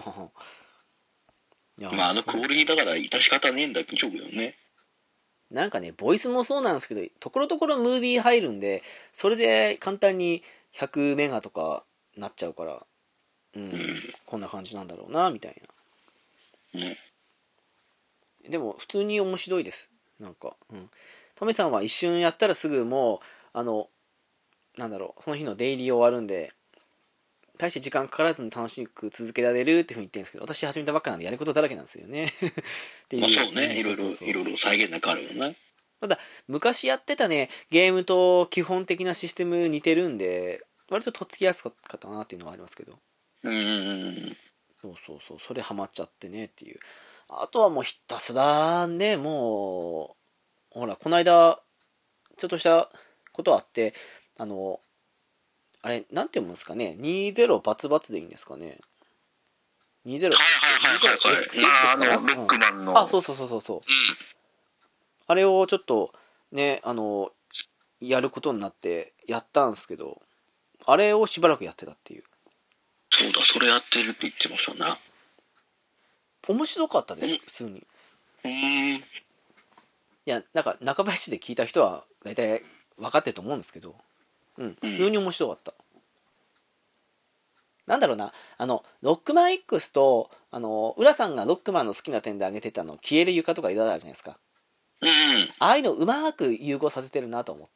まあクオリティだから致し方ねえんだけどね。 なんかね、ボイスもそうなんですけど、ところどころムービー入るんで、それで簡単に100メガとかなっちゃうから、こんな感じなんだろうな、みたいな。でも、普通に面白いです。なんか、トメさんは一瞬やったらすぐもう、その日のデイリー終わるんで、大して時間かからずに楽しく続けられるっていうふうに言ってるんですけど、私始めたばっかなんでやることだらけなんですよね。っていう。 まあそうね、いろいろ再現なんかあるよね。 ただ、昔やってたね、ゲームと基本的なシステム似てるんで、割ととっつきやすかったなっていうのはありますけど。そう、それハマっちゃってねっていう。あとはもうひたすらね、もう、ほら、この間、ちょっとしたことあって、あれ、なんて読むんですかね、20バツバツでいいんですかね。20。 はい。 ロックマンの。 そう。あれをちょっと、ね、やることになってやったんですけど、あれをしばらくやってたっていう。 そうだ、それやってるって言ってましたな。 面白かったです、普通に。いや、なんか、中林で聞いた人は、大体分かってると思うんですけど、普通に面白かった。なんだろうな、ロックマン X と、浦さんがロックマンの好きな点で挙げてたの、消える床とかいろいろあるじゃないですか。ああいうのうまく融合させてるなと思った。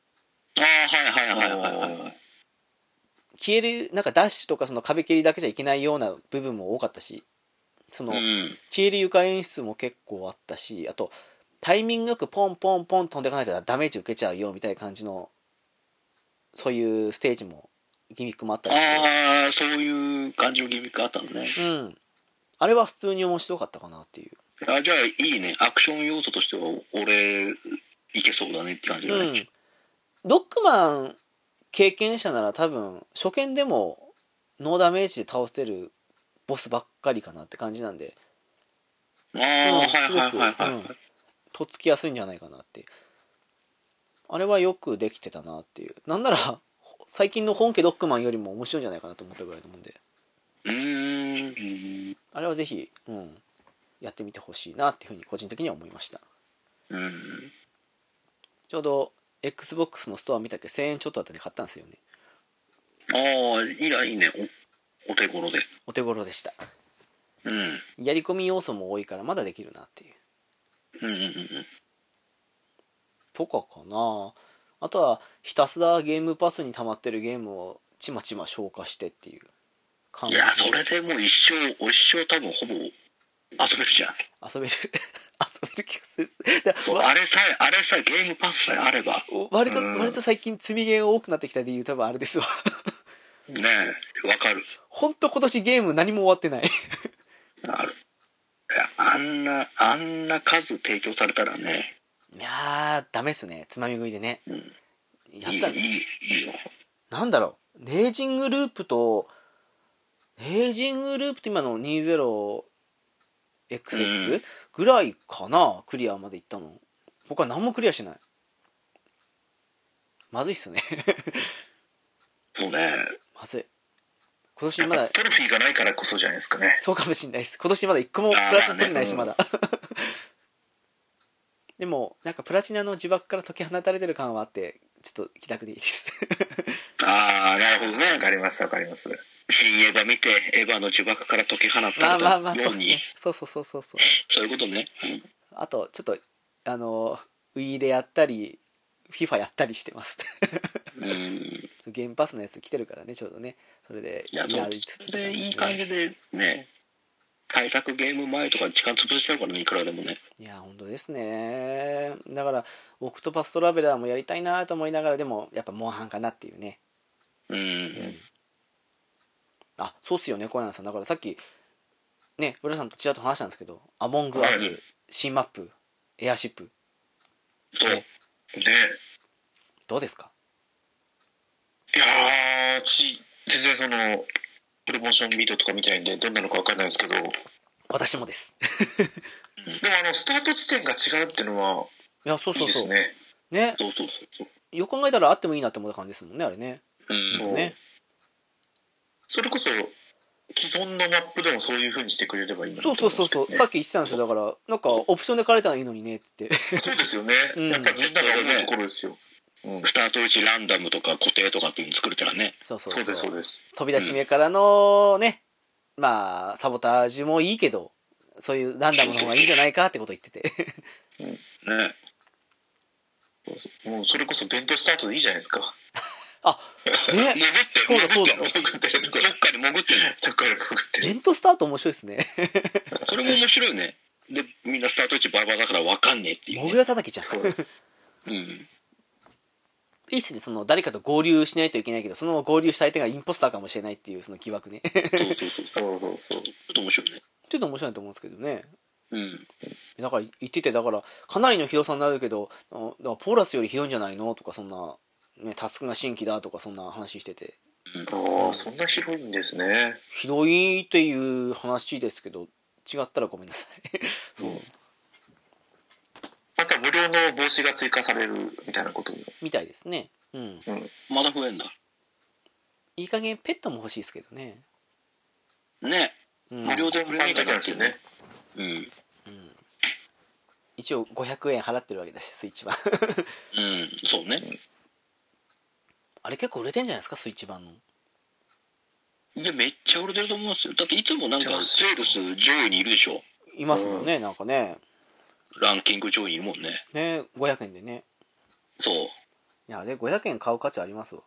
はい。 消える、なんかダッシュとかその壁切りだけじゃいけないような部分も多かったし、その、消える床演出も結構あったし、あと、タイミングよくポンポンポン飛んでいかないとダメージ受けちゃうよみたいな感じの、そういうステージも、ギミックもあったりして。 そういう感じのギミックあったのね。 あれは普通に面白かったかなっていう。 じゃあいいね。アクション要素としては俺いけそうだねって感じだね。 ロックマン経験者なら多分初見でもノーダメージで倒せるボスばっかりかなって感じなんで。 はい。 とっつきやすいんじゃないかなっていう。あれはよくできてたなっていう。なんなら最近の本家ロックマンよりも面白いんじゃないかなと思ったぐらいのもんで。あれはぜひ、やってみてほしいなっていうふうに個人的には思いました。ちょうど Xbox のストア見たけど1000円ちょっとあたり買ったんですよね。 いいね。お手頃で。 お手頃でした。やり込み要素も多いからまだできるなっていう。とかかな。あとはひたすらゲームパスに溜まってるゲームをちまちま消化してっていう感じ。いや、それでもう一生多分ほぼ遊べるじゃん。 遊べる気がする。 あれさえゲームパスさえあれば。 割と最近積みゲー多くなってきた理由多分あれですわ。 ねえ、わかる。 ほんと今年ゲーム何も終わってない。 あんな数提供されたらね。 いやー、ダメっすね。つまみ食いでね。 うん。 やったいいよ。 なんだろう。レイジングループと今の 20XX ぐらいかな、クリアまでいったの。他何もクリアしてない。まずいっすね。 そうね。 まずい。今年まだトロフィーがないからこそじゃないですかね。 そうかもしれないです。今年まだ1個もプラチナ取れないし、まだ。でもなんかプラチナの呪縛から解き放たれてる感はあって、ちょっと気楽でいいです。 ああ、なるほどね。 わかります。 新エヴァ見てエヴァの呪縛から解き放ったように。 そうそういうことね。 あとちょっとウィーでやったり FIFA やったりしてます。ゲームパスのやつ来てるからね、ちょうどね。それでやりつつでいい感じでね、対策ゲーム前とか時間潰しちゃうからね、いくらでもね。 いや本当ですね。だからオクトパストラベラーもやりたいなと思いながら、でもやっぱモンハンかなっていうね。あ、そうっすよね、小柳さん。だからさっきね、浦さんとちらっと話したんですけど、アモングアス、新マップ、エアシップ。 ね。 どうですか？ いやー、全然そのプロモーションビデオとか見てないんでどんなのか分かんないですけど。 私もです。 でもスタート地点が違うっていうのは、 いや、そういいですね。 ね。よく考えたらあってもいいなって思った感じですもんね、あれね。 そうね。 それこそ既存のマップでもそういう風にしてくれればいいなと思うんですけどね。そうさっき言ってたんですよ。だからなんかオプションで変えれたらいいのにねって言って。 そうですよね。やっぱみんなが思うところですよ。 スタートうちランダムとか固定とかっていうの作れたらね。 そうです。 飛び出し目からのね、まあサボタージュもいいけど、そういうランダムの方がいいんじゃないかってこと言ってて。 ね。 もうそれこそ弁当スタートでいいじゃないですか。 あ、ね。そうだ。 どっかで潜ってる。 弁当スタート面白いですね。 それも面白いね。で、みんなスタート位置バラバラだから分かんねえっていう、ね。 モグラ叩きじゃん。いいっすね、その誰かと合流しないといけないけど、その合流した相手がインポスターかもしれないっていうその疑惑ね。 そう。ちょっと面白いね。 ちょっと面白いと思うんですけどね。 だから言ってて、だからかなりの広さになるけど、だからポーラスより広いんじゃないのとか、そんな、ね、タスクが新規だとかそんな話してて。 そんな広いんですね。 広いっていう話ですけど、違ったらごめんなさい。そう。 また無料の帽子が追加されるみたいなこともみたいですね。 まだ増えんだ。 いい加減ペットも欲しいですけどね。 ね。無料でくれないかなっていうね。 一応500円払ってるわけだし、スイッチ版。 そうね。 あれ結構売れてんじゃないですか、スイッチ版の。 いや、めっちゃ売れてると思うんですよ。だっていつもなんかセールス上位にいるでしょ。 いますもんね、なんかね。 ランキング上位にいるもんね。 ね、500円でね。 そう。 いや、あれ500円買う価値ありますわ。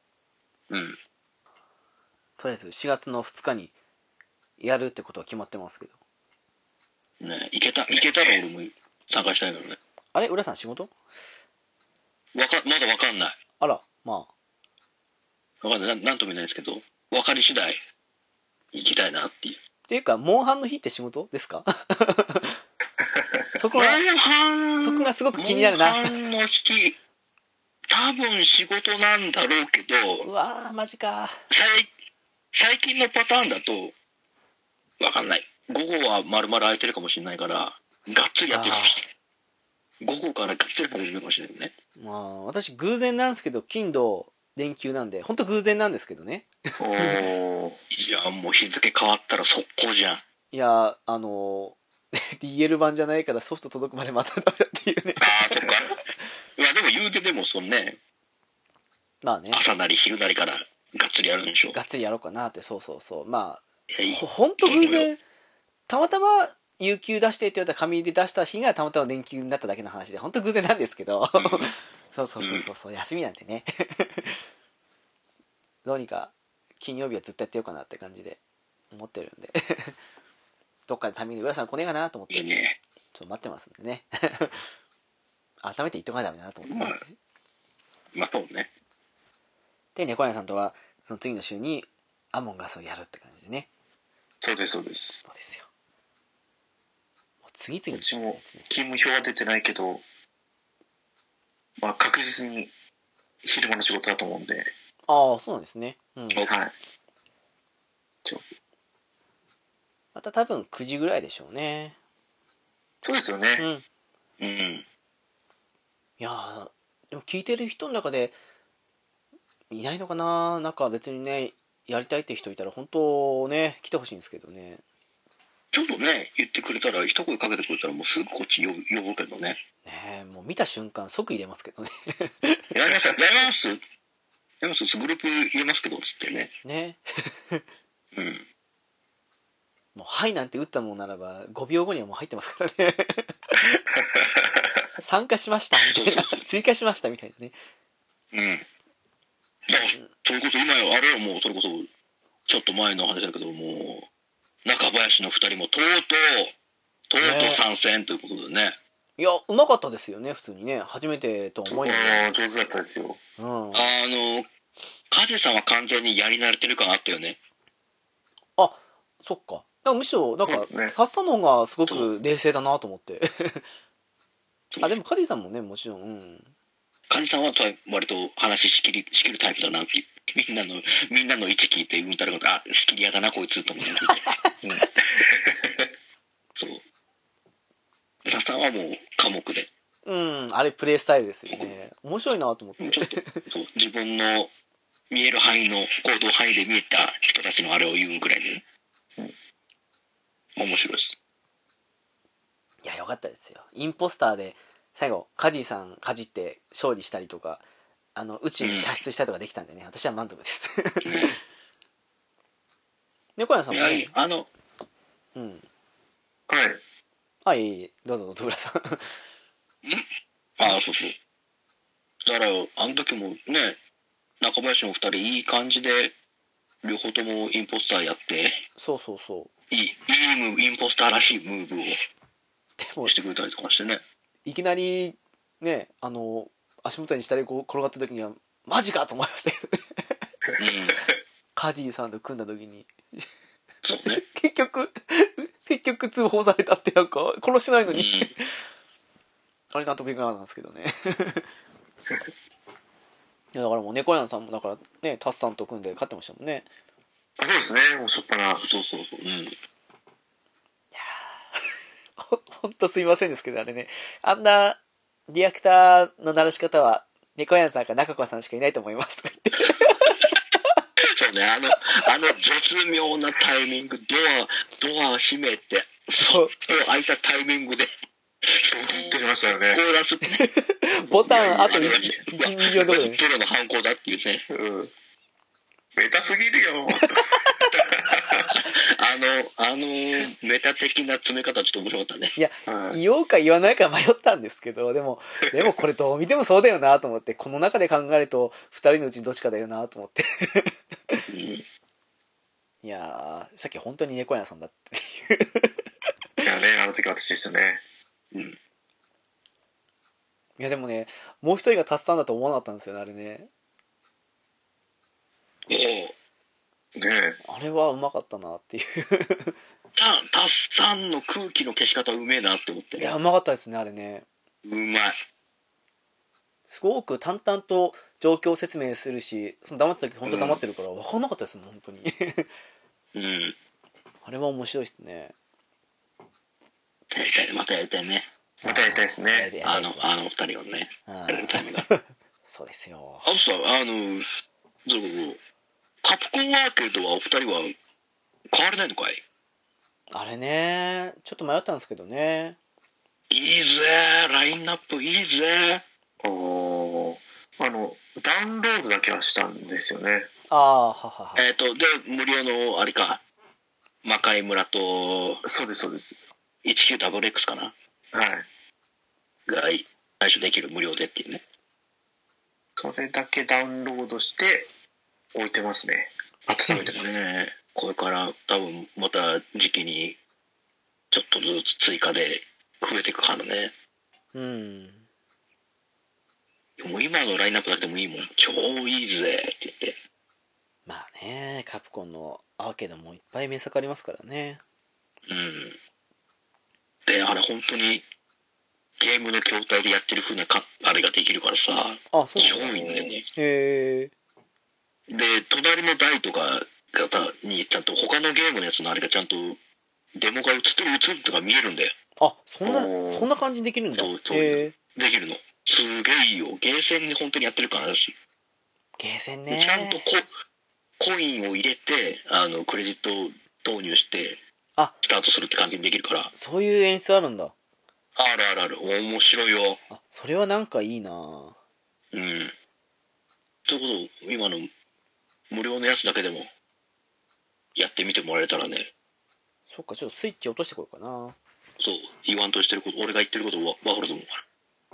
とりあえず4月の2日にやるってことは決まってますけど。ね、いけたら俺も参加したいからね。 あれ、浦さん仕事？ まだわかんない。 あら、まあ。わかんない。なんとも言えないですけど、分かり次第行きたいなっていう。 っていうか、モンハンの日って仕事ですか？そこがすごく気になるな。 モンハンの日、多分仕事なんだろうけど、 うわー、マジか。 最近のパターンだと、わかんない。午後は丸々空いてるかもしれないから、がっつりやってるかもしれない。午後からがっつりやってるかもしれないね。 まあ、私偶然なんですけど、金土連休なんで、本当偶然なんですけどね。 いや、もう日付変わったら速攻じゃん。 いや、DL 版じゃないからソフト届くまで待たなきゃっていうね。 そっか。いや、でも言うてでもね、 まあね。 朝なり昼なりからがっつりやるんでしょ。 がっつりやろうかなって、そう。まあ、ほんと偶然、たまたま有給出してって言われた紙で出した日がたまたま連休になっただけの話で、ほんと偶然なんですけど。そう、休みなんてね。どうにか金曜日はずっとやってようかなって感じで思ってるんで。どっかでタイミングで浦さん来ねえかなと思って、ちょっと待ってますんでね。改めて言っとかないとダメだなと思って、ね。 まあそうね。 で、猫屋さんとはその次の週にアモンガスをやるって感じでね。 そうです。 そうですよ。 次々 うちも勤務表は出てないけど、まあ確実に昼間の仕事だと思うんで。 ああ、そうなんですね。うん。はい。また多分9時ぐらいでしょうね。 そうですよね。 うん。うん。 いやー、でも聞いてる人の中で、いないのかな、なんか別にね、やりたいって人いたら、本当ね、来てほしいんですけどね。 ちょっとね、言ってくれたら、一声かけてくれたら、もうすぐこっち呼ぶけどね。 ねえ、もう見た瞬間、即入れますけどね。 やりますグループ入れますけど、つってね。 ね。 うん。 もう、はいなんて打ったもんならば、5秒後にはもう入ってますからね。参加しました、みたいな。追加しました、みたいなね。 うん。だから、それこそ今よ、あれはもう、それこそ、ちょっと前の話だけど、もう、中林の2人もとうとう参戦ということでね。 いや、うまかったですよね、普通にね。初めてと思いながら。上手だったですよ。 うん。 カジさんは完全にやり慣れてる感あったよね。 あ、そっか。だからむしろ、なんか、サッサの方がすごく冷静だなと思って。あ、でもカジさんもね、もちろん、うん。 カジさんは割と話しきるタイプだなって、みんなの位置聞いて、うんたらこと、あ、仕切り屋だな、こいつ、と思って。うん、そう。サッサはもう、寡黙で。 うん、あれプレイスタイルですよね。面白いなと思って。 ちょっと、そう、自分の見える範囲の、行動範囲で見えた人たちのあれを言うぐらいで、面白いです。 いや、よかったですよ。インポスターで、最後、カジさんかじって勝利したりとか、宇宙に射出したりとかできたんでね、私は満足です。猫屋さんもね、うん。 はい。 はい、どうぞどうぞ、浦さん。 ああ、そうそう。だから、あの時もね、中林の二人いい感じで、両方ともインポスターやって、 そうそうそう。 いいインポスターらしいムーブをしてくれたりとかしてね。 いきなり、ね、足元に下でこう転がった時には、マジかと思いましたけどね。うん。カジーさんと組んだ時に。 そうね。 結局通報されたってなんか、殺してないのに、うん、あれ納得いかなかったんですけどね。いやだからもう猫屋さんもだからね、タスさんと組んで勝ってましたもんね。 あ、そうですね、もうしょっぱな。 そうそうそう。うん。いやほんとすいませんですけど、あれね、あんなリアクターの鳴らし方は、猫屋さんか中子さんしかいないと思いますとか言って。 そうね、絶妙なタイミング、ドア閉めて、そう開いたタイミングで、 ドキッとしましたよね。 コーラスボタンあと1、2秒どころで。 プロの犯行だっていうね。 うん。メタすぎるよ。 メタ的な詰め方ちょっと面白かったね。 いや、言おうか言わないか迷ったんですけど、でもこれどう見てもそうだよなと思って、この中で考えると、2人のうちにどっちかだよなと思って。うん、いやー、さっき本当に猫屋さんだっていう。 いやね、あの時私でしたね。 うん。いやでもね、もう一人がタスさんだと思わなかったんですよね、あれね。 ねあれはうまかったなっていう。 タスさんの空気の消し方うめえなって思って、ね。 いや、うまかったですね、あれね。 うまい。 すごく淡々と状況説明するし、その黙った時本当黙ってるから分かんなかったですもん、本当に。 うん。 あれは面白いですね。 またやりたいね。 またやりたいですね。 あの二人をね。やれるタイミングが。 そうですよ。 あとさ、カプコンアーケードはお二人は変われないのかい？ あれね、ちょっと迷ったんですけどね。 いいぜ、ラインナップいいぜ。 ダウンロードだけはしたんですよね。 ああ、ははは。 で、無料のあれか、魔界村と、 そうです、そうです。 19XX かな。 はい。 が最初できる無料でっていうね。 それだけダウンロードして置いてますね。温めてますね。これから多分また時期にちょっとずつ追加で増えていくからね。 うん。 もう今のラインナップだけでもいいもん。超いいぜって言って。 まあね、カプコンのアーケードもいっぱい名作ありますからね。 うん。で、 あれ本当にゲームの筐体でやってる風なあれができるからさ、 あ、そう超いいんだよね。 へで、隣の台とかにちゃんと他のゲームのやつのあれがちゃんとデモが映るとか見えるんだよ。 あ、そんな感じにできるんだ。 そうできるの。すげえいいよ。ゲーセンで本当にやってるからだし。 ゲーセンね。 ちゃんとコインを入れて、クレジット投入して、スタートするって感じにできるから。 そういう演出あるんだ。 ある。面白いよ。 あ、それはなんかいいな。 うん。ということを、今の無料のやつだけでも、やってみてもらえたらね。 そっか、ちょっとスイッチ落としてこようかな。 そう、言わんとしてること、俺が言ってることをワフルと思うから。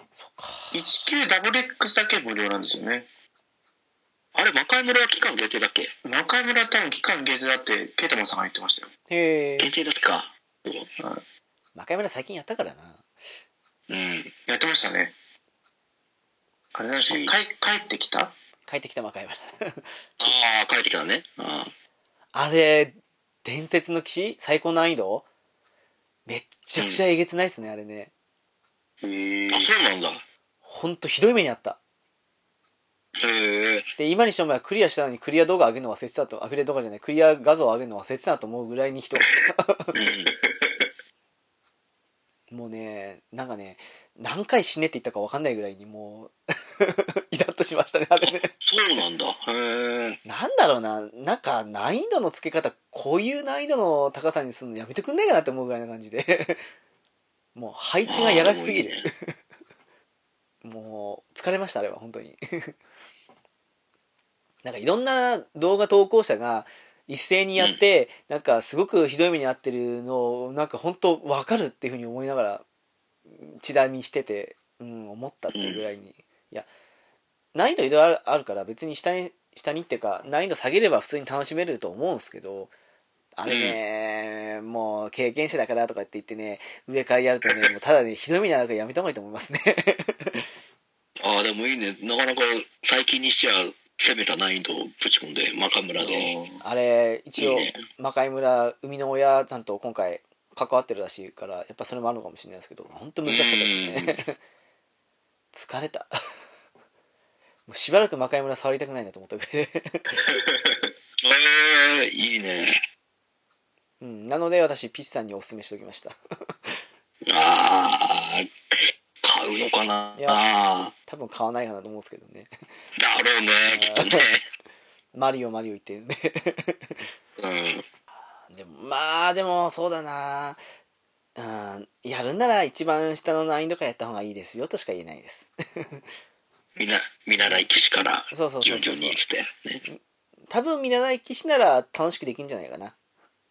そっか。 19XX だけ無料なんですよね。 あれ、魔界村は期間限定だっけ？ 魔界村は多分期間限定だって、ケイタマンさんが言ってましたよ。 へえ。 限定だっけか。 魔界村最近やったからな。 うん。 やってましたね。あれなんでしょう、帰ってきた魔界村。 帰ってきたね。 あれ、伝説の騎士最高難易度めっちゃくちゃえげつないっすね、あれね。 そうなんだ。 ほんとひどい目にあった。で、今にしてもクリアしたのにクリア動画上げるの忘れてたと、クリア画像上げるの忘れてたと思うぐらいにひどかった。もうね、なんかね、何回死ねって言ったか分かんないぐらいにもうイラッとしましたね、あれね。 そうなんだ。 なんだろうな、なんか難易度の付け方、こういう難易度の高さにするのやめてくんないかなって思うぐらいな感じでもう配置がやらしすぎる。もう疲れました、あれは本当になんかいろんな動画投稿者が一斉にやって、なんかすごくひどい目に遭ってるのをなんか本当分かるっていうふうに思いながら血だみしてて、思ったっていうぐらいに、いや難易度いろいろあるから別に下にっていうか難易度下げれば普通に楽しめると思うんですけど、あれね、もう経験者だからとかって言ってね、上からやるとね、もうただねひどい目に遭うからやめた方がいいと思いますねでもいいね。なかなか最近にしちゃ攻めた難易度をぶち込んで、魔界村で。 あれ、一応、魔界村、生みの親ちゃんと今回関わってるらしいから、やっぱそれもあるのかもしれないですけど、本当難しかったですね。疲れた。もうしばらく魔界村触りたくないなと思ったぐらいで。いいね。 なので私、ピッチさんにお勧めしておきました。 買うのかな。 いや、多分買わないかなと思うんですけどね。 だろうね、きっとね。 マリオ言ってるんででもそうだな、やるなら一番下の難易度からやった方がいいですよとしか言えないです見習い騎士から順々に来て、ね、 多分見習い騎士なら楽しくできるんじゃないかな。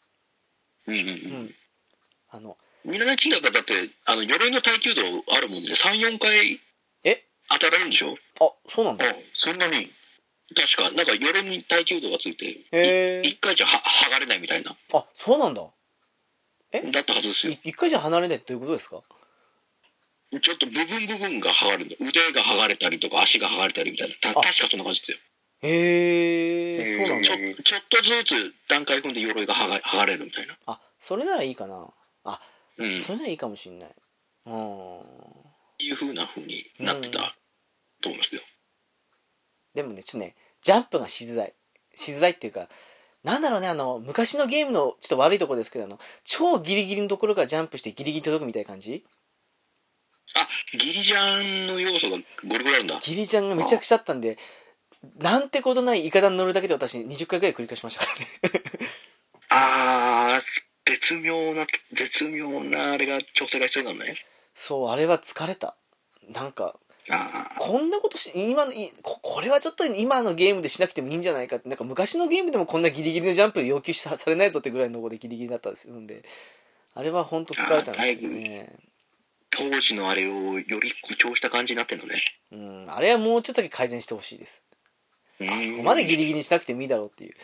見習い騎士だったらだって鎧の耐久度あるもんで 3,4 回当たられるんでしょ。 そうなんだ。 そんなに確かなんか鎧に耐久度がついて1回じゃ剥がれないみたいな。 そうなんだ。 だったはずですよ。 1回じゃ離れないってどういうことですか。 ちょっと部分が剥がれる、腕が剥がれたりとか足が剥がれたりみたいな、確かそんな感じですよ。 そうなんだ。 ちょっとずつ段階踏んで鎧が剥がれるみたいな。 それならいいかな。それならいいかもしんない。 いう風になってたと思いますよ。 でもね、ちょっとね、ジャンプがしづらいっていうか、なんだろうね、昔のゲームのちょっと悪いところですけど、超ギリギリのところからジャンプしてギリギリ届くみたいな感じ。 ギリジャンの要素がゴリゴリあるんだ。 ギリジャンがめちゃくちゃあったんで、なんてことないイカダに乗るだけで私20回ぐらい繰り返しましたからね絶妙なあれが調整が必要なのね。 そう、あれは疲れた。なんかこんなことこれはちょっと今のゲームでしなくてもいいんじゃないかって、なんか昔のゲームでもこんなギリギリのジャンプ要求されないぞってぐらいのところでギリギリだったりするんで、あれは本当疲れたんですけどね。 当時のあれをより誇張した感じになってるのね。 あれはもうちょっとだけ改善してほしいです。そこまでギリギリにしなくてもいいだろうっていう。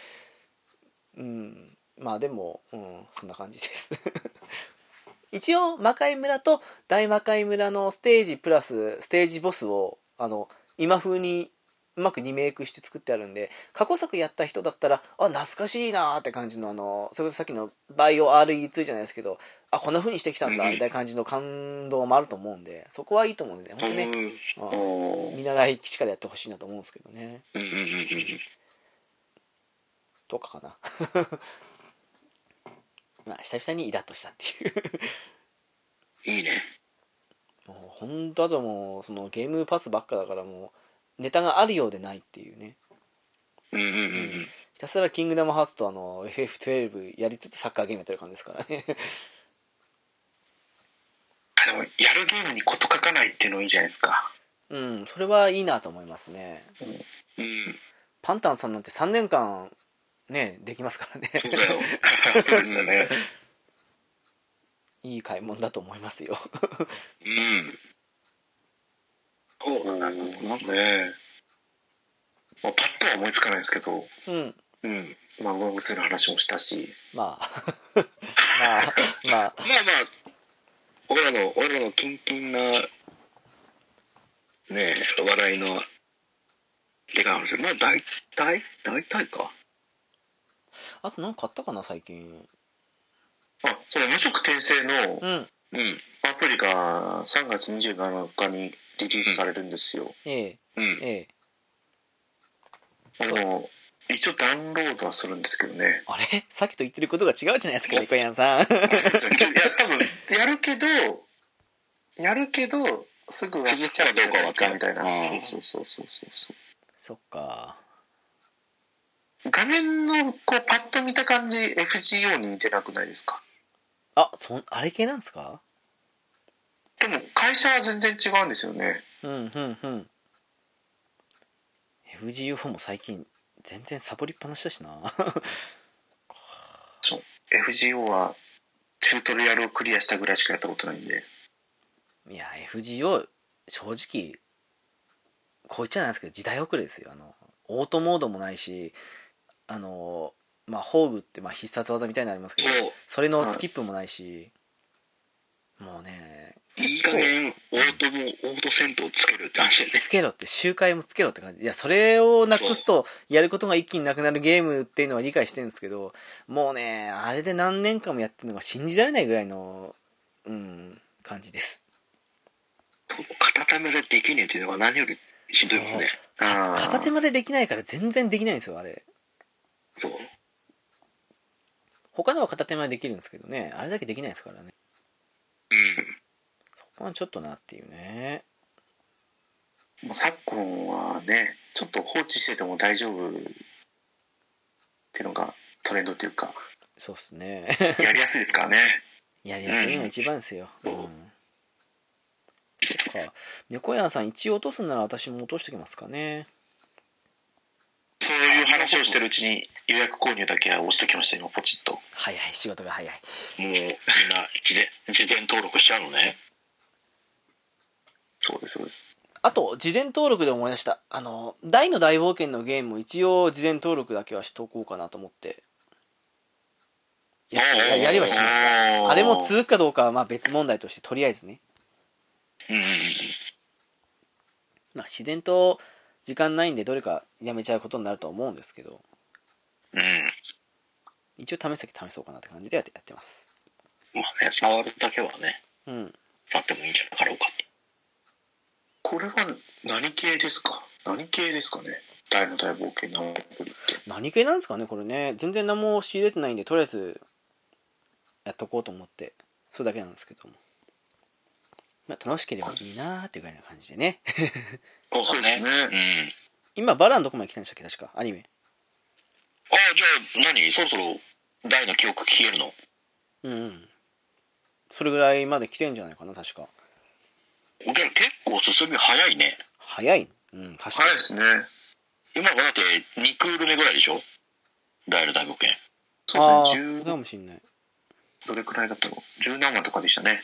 まあでも、そんな感じです一応魔界村と大魔界村のステージプラスステージボスを今風にうまくリメイクして作ってあるんで、過去作やった人だったら、あ、懐かしいなーって感じのそれこそさっきのバイオ RE2 じゃないですけど、あ、こんな風にしてきたんだみたいな感じの感動もあると思うんで、そこはいいと思うんでね、本当ね、見習いしかやってほしいなと思うんですけどね。とかかな。まあ久々にイラッとしたっていういいね。 もう本当あともうそのゲームパスばっかだからもうネタがあるようでないっていうね。ひたすらキングダムハーツとFF12 やりつつサッカーゲームやってる感じですからね。 でもやるゲームに事書かないっていうのいいじゃないですか。 うん、それはいいなと思いますね。パンタンさんなんて3年間ねできますからね。 そうだよ。 そうでしたね。 いい買い物だと思いますよ。 そうだね。パッとは思いつかないですけど、まあウマ娘の話もしたし、 まあ俺らのキンキンなね話題のでかい話、まあ大体か。 あと何かあったかな最近。 その無色転生のアプリが3月27日にリリースされるんですよ。一応ダウンロードはするんですけどね。 あれさっきと言ってることが違うじゃないですか、猫やんさん。 そうですよ。いや、多分、やるけど、すぐ飽きちゃうかどうかわかみたいな。そう。 そっか。 画面のこうパッと見た感じ、FGO に似てなくないですか？ あれ系なんですか？ でも、会社は全然違うんですよね。 FGO も最近、全然サボりっぱなしだしな。 そう。FGO は、チュートリアルをクリアしたぐらいしかやったことないんで。 いや、FGO、正直、こう言っちゃなんですけど、時代遅れですよ。オートモードもないし、宝具って必殺技みたいになりますけど、それのスキップもないし、もうね、 いい加減オート戦闘つけるって話でね。 つけろって、周回もつけろって感じ。いや、それをなくすと、やることが一気になくなるゲームっていうのは理解してるんですけど、もうね、あれで何年間もやってるのが信じられないぐらいの、感じです。 片手間でできねえっていうのは何よりひどいもんね。 片手間でできないから全然できないんですよ、あれ。 そう。 他のは片手間でできるんですけどね、あれだけできないですからね。そこはちょっとなっていうね。 昨今はね、ちょっと放置してても大丈夫っていうのがトレンドっていうか。 そうっすね。 やりやすいですからね。 やりやすいのが一番ですよ。猫屋さん一応落とすなら私も落としてきますかね。 そういう話をしてるうちに予約購入だけは押しときました今ポチッと。 早い、仕事が早い。 もうみんな事前登録しちゃうのね。 そうです。 あと事前登録で思い出した。大の大冒険のゲームも一応事前登録だけはしとこうかなと思ってやりはしました。あれも続くかどうかは別問題としてとりあえずね。自然と時間ないんでどれかやめちゃうことになると思うんですけど、一応試そうかなって感じでやってます。 まあね、触るだけはね、触ってもいいんじゃなかろうかと。 これは何系ですかね、大の大冒険のアプリって。 何系なんですかねこれね。全然何も仕入れてないんでとりあえずやっとこうと思ってそれだけなんですけども、楽しければいいなーっていうぐらいな感じでね。 そうですね。 今バランどこまで来たんでしたっけ、確かアニメ。 じゃあそろそろ大の記憶消えるの？ それぐらいまで来てんじゃないかな確か。 結構進み早いね。 早い。確かに。 早いですね。 今はだって2クール目ぐらいでしょ、大の大冒険。 そうですね。 そうかもしんない。 どれくらいだったの？10何話とかでしたね。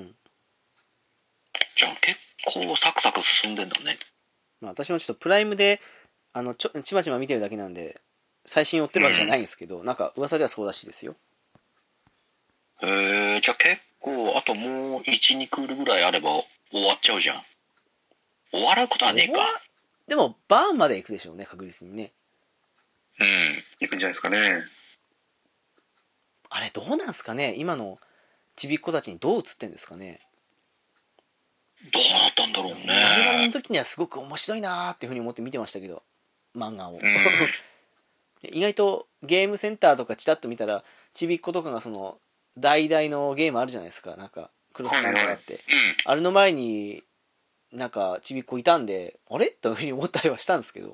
じゃあ結構サクサク進んでんだね。 私もちょっとプライムでちまちま見てるだけなんで最新追ってるわけじゃないんですけど、なんか噂ではそうらしいですよ。 じゃあ結構あともう 1,2 クールぐらいあれば終わっちゃうじゃん。終わることはねえか。 でもバーンまで行くでしょうね、確実にね。 行くんじゃないですかね。 あれどうなんすかね、今のちびっ子たちにどう映ってんですかね。 どうだったんだろうね。 我々の時にはすごく面白いなーっていうふうに思って見てましたけど、漫画を。意外とゲームセンターとかチラッと見たら、ちびっ子とかがその大々のゲームあるじゃないですか、なんかクロスなんとかって、あれの前になんかちびっ子いたんで、あれというふうに思ったりはしたんですけど、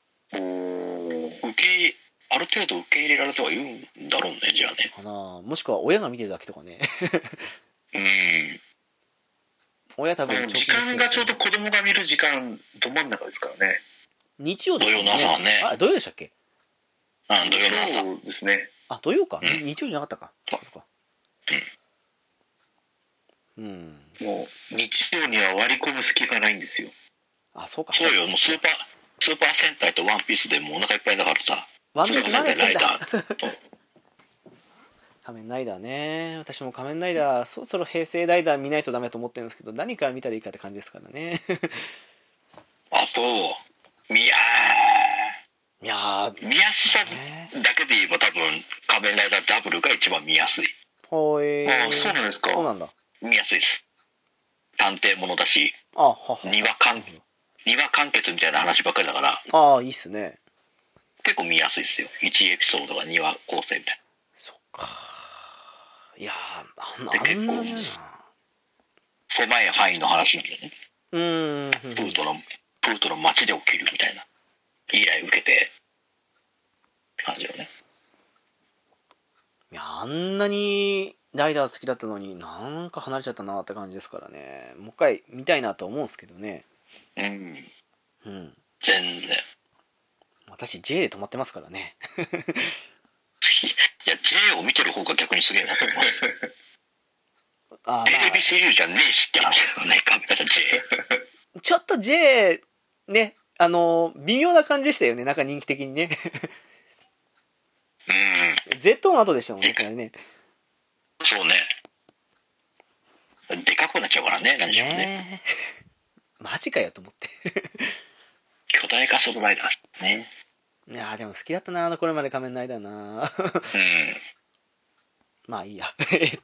ある程度受け入れられてはいるんだろうね、じゃあね。 かな、もしくは親が見てるだけとかね。親多分時間がちょうど子供が見る時間ど真ん中ですからね。 日曜ですよね。 土曜の朝ね。 あ、土曜でしたっけ。 土曜の朝そうですね。 あ、土曜か、日曜じゃなかったか。そうか。 もう日曜には割り込む隙がないんですよ。 あ、そうか。 そうよ、もうスーパー戦隊とワンピースでもうお腹いっぱいだからさ。 ワンピースまでライダー。 仮面ライダーね。私も仮面ライダーそろそろ平成ライダー見ないとダメだと思ってるんですけど、何から見たらいいかって感じですからね。 あ、そう。見やすさだけで言えば多分仮面ライダーダブルが一番見やすい。 ほえー。 あ、そうなんですか。 そうなんだ。 見やすいです。探偵ものだし、庭完結みたいな話ばっかりだから。 ああ、いいっすね。 結構見やすいですよ。1エピソードが2話構成みたいな。 そっか。いやー、 結構狭い範囲の話なんでね。プートの街で起きるみたいな依頼を受けて感じよね。 いや、あんなにライダー好きだったのになんか離れちゃったなって感じですからね。もう一回見たいなと思うんですけどね。 全然。 私 J で止まってますからね。 いや J を見てる方が逆にすげえなと思う。テレビシリーズじゃねえしって話だよね、カメラ J。 ちょっと J ね、微妙な感じでしたよね、なんか人気的にね。Z の後でしたもんね、これね。 そうね。でかくなっちゃうからね、何しろね。 マジかよと思って。 巨大化するライダーですね。 いやでも好きだったな、これまで仮面ライダーな。まあいいや。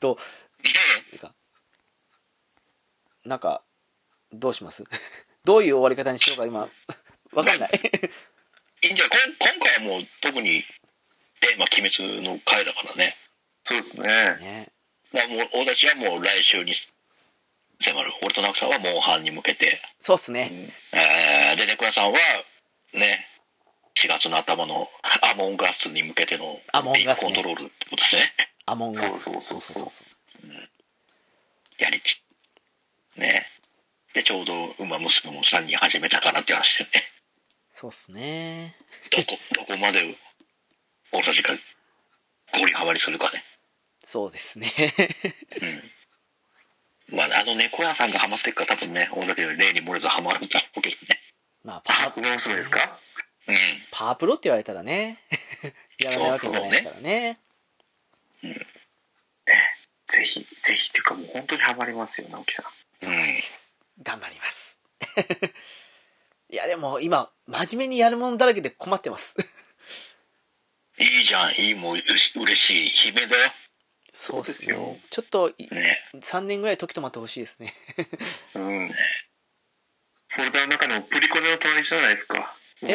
なんかどうします？どういう終わり方にしようか今わかんない。 いいんじゃない。今回はもう特にテーマ鬼滅の回だからね。 そうですね。 まあもう俺たちはもう来週に迫る。俺と直樹さんはモンハンに向けて。 そうっすね。 で猫屋さんはね、4月の頭のアモンガスに向けてのビッグコントロールってことですね。 アモンガス。 そう。 やりきね。でちょうど馬娘も3人始めたからって話でね。 そうっすね。 どこまで俺たちがゴリハマりするかね。 そうですね。 まあ猫屋さんがハマっていくから多分ね、俺だけで例に漏れずハマるんだろうけどね。 まあパワーそうですか。 パワープロって言われたらね、やらないわけじゃないですからね。 ぜひっていうかもう本当にハマりますよ、直樹さん。 頑張ります。いやでも今真面目にやるものだらけで困ってます。 いいじゃん、いいもう嬉しい悲鳴だよ。 そうですよ。ちょっと3年ぐらい時止まってほしいですね。 フォルダの中のプリコネの隣じゃないですか。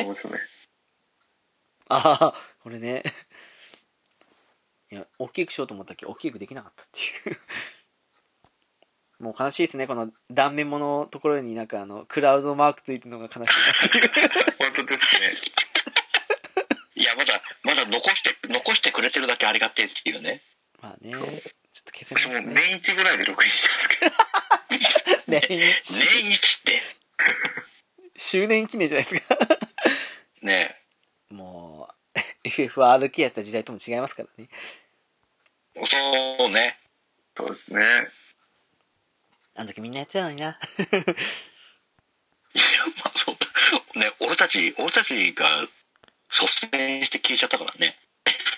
ああ、これね。いや、大きくしようと思ったけど大きくできなかったっていう。もう悲しいですね、この断面物のところになんかクラウドマークついてるのが悲しい。 本当ですね。 いやまだ残してくれてるだけありがてえっていうね。 まあね、ちょっと消せないですね。 年一ぐらいで録音してますけど。 年一って周年記念じゃないですか。 ねえ。もう FFRK やった時代とも違いますからね。 そうね。 そうですね。 あの時みんなやってたのにな。 いやまあそうね、俺たちが率先して消えちゃったからね。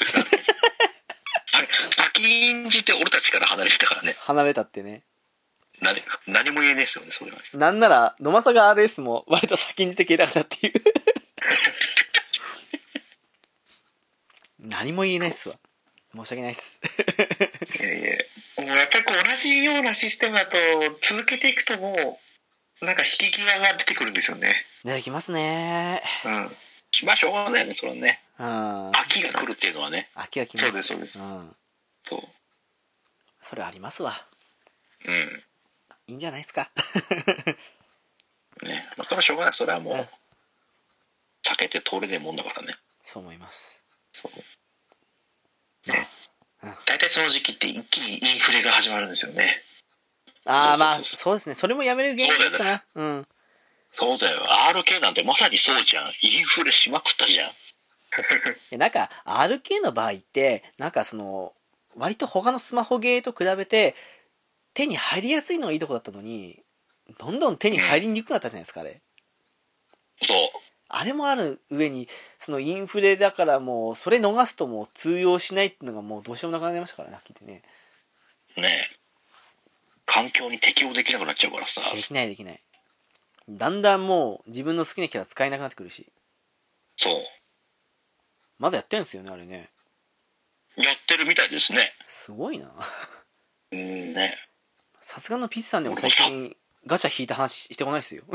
先んじて俺たちから離れてたからね。 離れたってね。 何も言えねえですよね、それは。 なんなら、野間が RS も割と先んじて消えたかなっていう。何も言えないっすわ。申し訳ないっす。 いやいや、もうやっぱりこう同じようなシステムだと続けていくともうなんか引き際が出てくるんですよね。 出てきますね。 うん。 まあしょうがないよね、それはね。 うん。 秋が来るっていうのはね。 秋が来ます。 そうですそうです。 うん。 そう。 それありますわ。 うん。 いいんじゃないですか。 ね、まあ、それはしょうがない。それはもう、避けて通れねえもんだからね。 そう思います。 そう。ね。大体その時期って一気にインフレが始まるんですよね。 ああ、まあ、そうですね。それもやめる原因ですかな。うん。 そうだよ。RK なんてまさにそうじゃん。インフレしまくったじゃん。 なんか、RK の場合って、なんかその、割と他のスマホゲーと比べて、手に入りやすいのがいいとこだったのに、どんどん手に入りにくくなったじゃないですか、あれ。 そう。 あれもある上に、そのインフレだからもう、それ逃すともう通用しないっていうのがもうどうしようもなくなりましたからね、聞いてね。 ねえ。環境に適応できなくなっちゃうからさ。 できないできない。だんだんもう自分の好きなキャラ使えなくなってくるし。 そう。 まだやってるんですよね、あれね。 やってるみたいですね。 すごいな。 ね。 さすがのピッチさんでも最近ガチャ引いた話してこないですよ。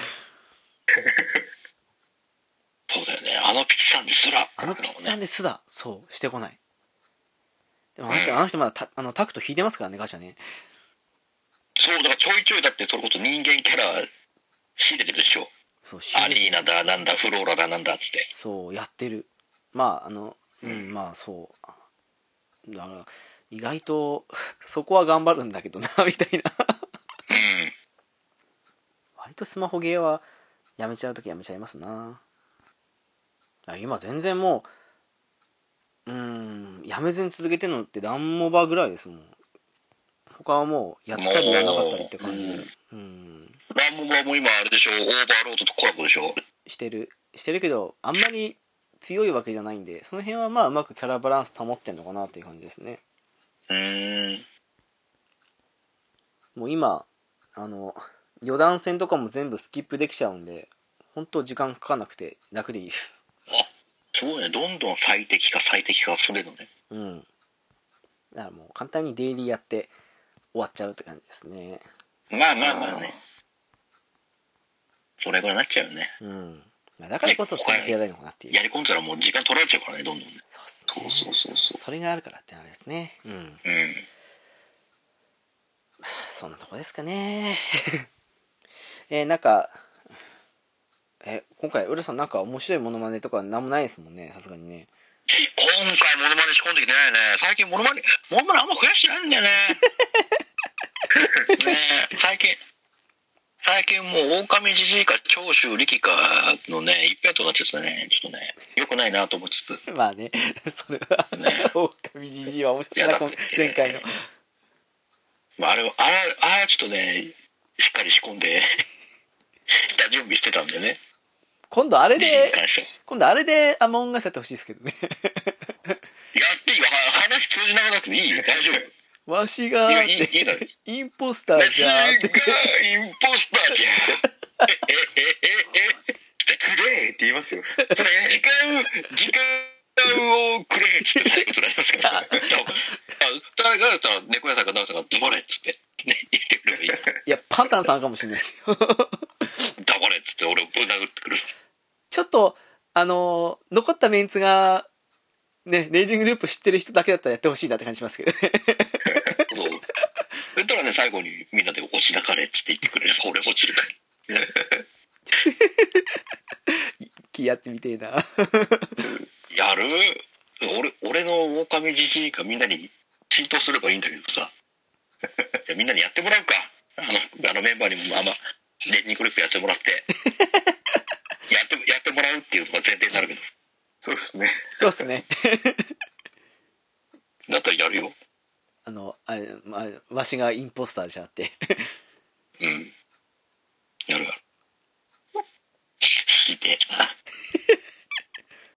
そうだよね。あのピッチさんですら。 あのピッチさんですら、そう、してこない。でもあの人まだタクト引いてますからね、ガチャね。 そう、だからちょいちょいだってそれこそ人間キャラ仕入れてるでしょ。そう、アリーナだ、なんだ、フローラだ、なんだっつって。 そう、やってる。まあ、まあそう。だから、意外と、そこは頑張るんだけどな、みたいな。割とスマホゲーは、やめちゃうときやめちゃいますな。今全然もう、やめずに続けてるのってランモバぐらいですもん。他はもう、やったりやらなかったりって感じで。 ランモバも今あれでしょ、オーバーロードとコラボでしょ。 してるけど、あんまり強いわけじゃないんで、その辺はまあうまくキャラバランス保ってんのかなっていう感じですね。もう今、余談戦とかも全部スキップできちゃうんで、本当時間かかなくて楽でいいです。 あ、すごいね。どんどん最適化するのね。 うん。だからもう簡単にデイリーやって終わっちゃうって感じですね。 まあね。それぐらいになっちゃうよね。 だからこそ続けられるのかなっていう。 やり込んだらもう時間取られちゃうからね、どんどんね。 そうっすね。そう。それがあるからってあれですね。そんなとこですかね。なんか、今回、浦さんなんか面白いモノマネとかなんもないですもんね、さすがにね。 今回モノマネ仕込んできてないね。最近モノマネあんま増やしてないんだよね。ねえ、最近もう狼じじいか長州力かのね、一辺となっちゃってね、ちょっとね、良くないなと思いつつ。 まあね、それは、ね、狼じじいは面白いな、前回の。 まあ、あれはちょっとね、しっかり仕込んで、下準備してたんでね。 今度あれでアモンガスやってほしいですけどね。 やっていいよ、話通じなくなくていいよ、大丈夫。 わしがインポスターじゃーって。 インポスターじゃー。 つれーって言いますよ。 時間をくれって最後となりますから。誰か猫屋さんか直さんが黙れっつってね言ってくればいい。いやパンタンさんかもしれないですよ。 黙れっつって俺をぶん殴ってくる。 ちょっと残ったメンツがねレイジングループ知ってる人だけだったらやってほしいなって感じしますけどね。 そうそしたらね最後にみんなで落ちなかれっつって言ってくれれば俺落ちるから。 気やってみてえな。 やる？俺の狼じじいがみんなに浸透すればいいんだけどさ。じゃあみんなにやってもらうか。あのメンバーにもレイジングループやってもらって。やってもらうっていうのが前提になるけど。 そうっすね。 だったらやるよ。 わしがインポスターじゃって。 やるわ。ひでえな。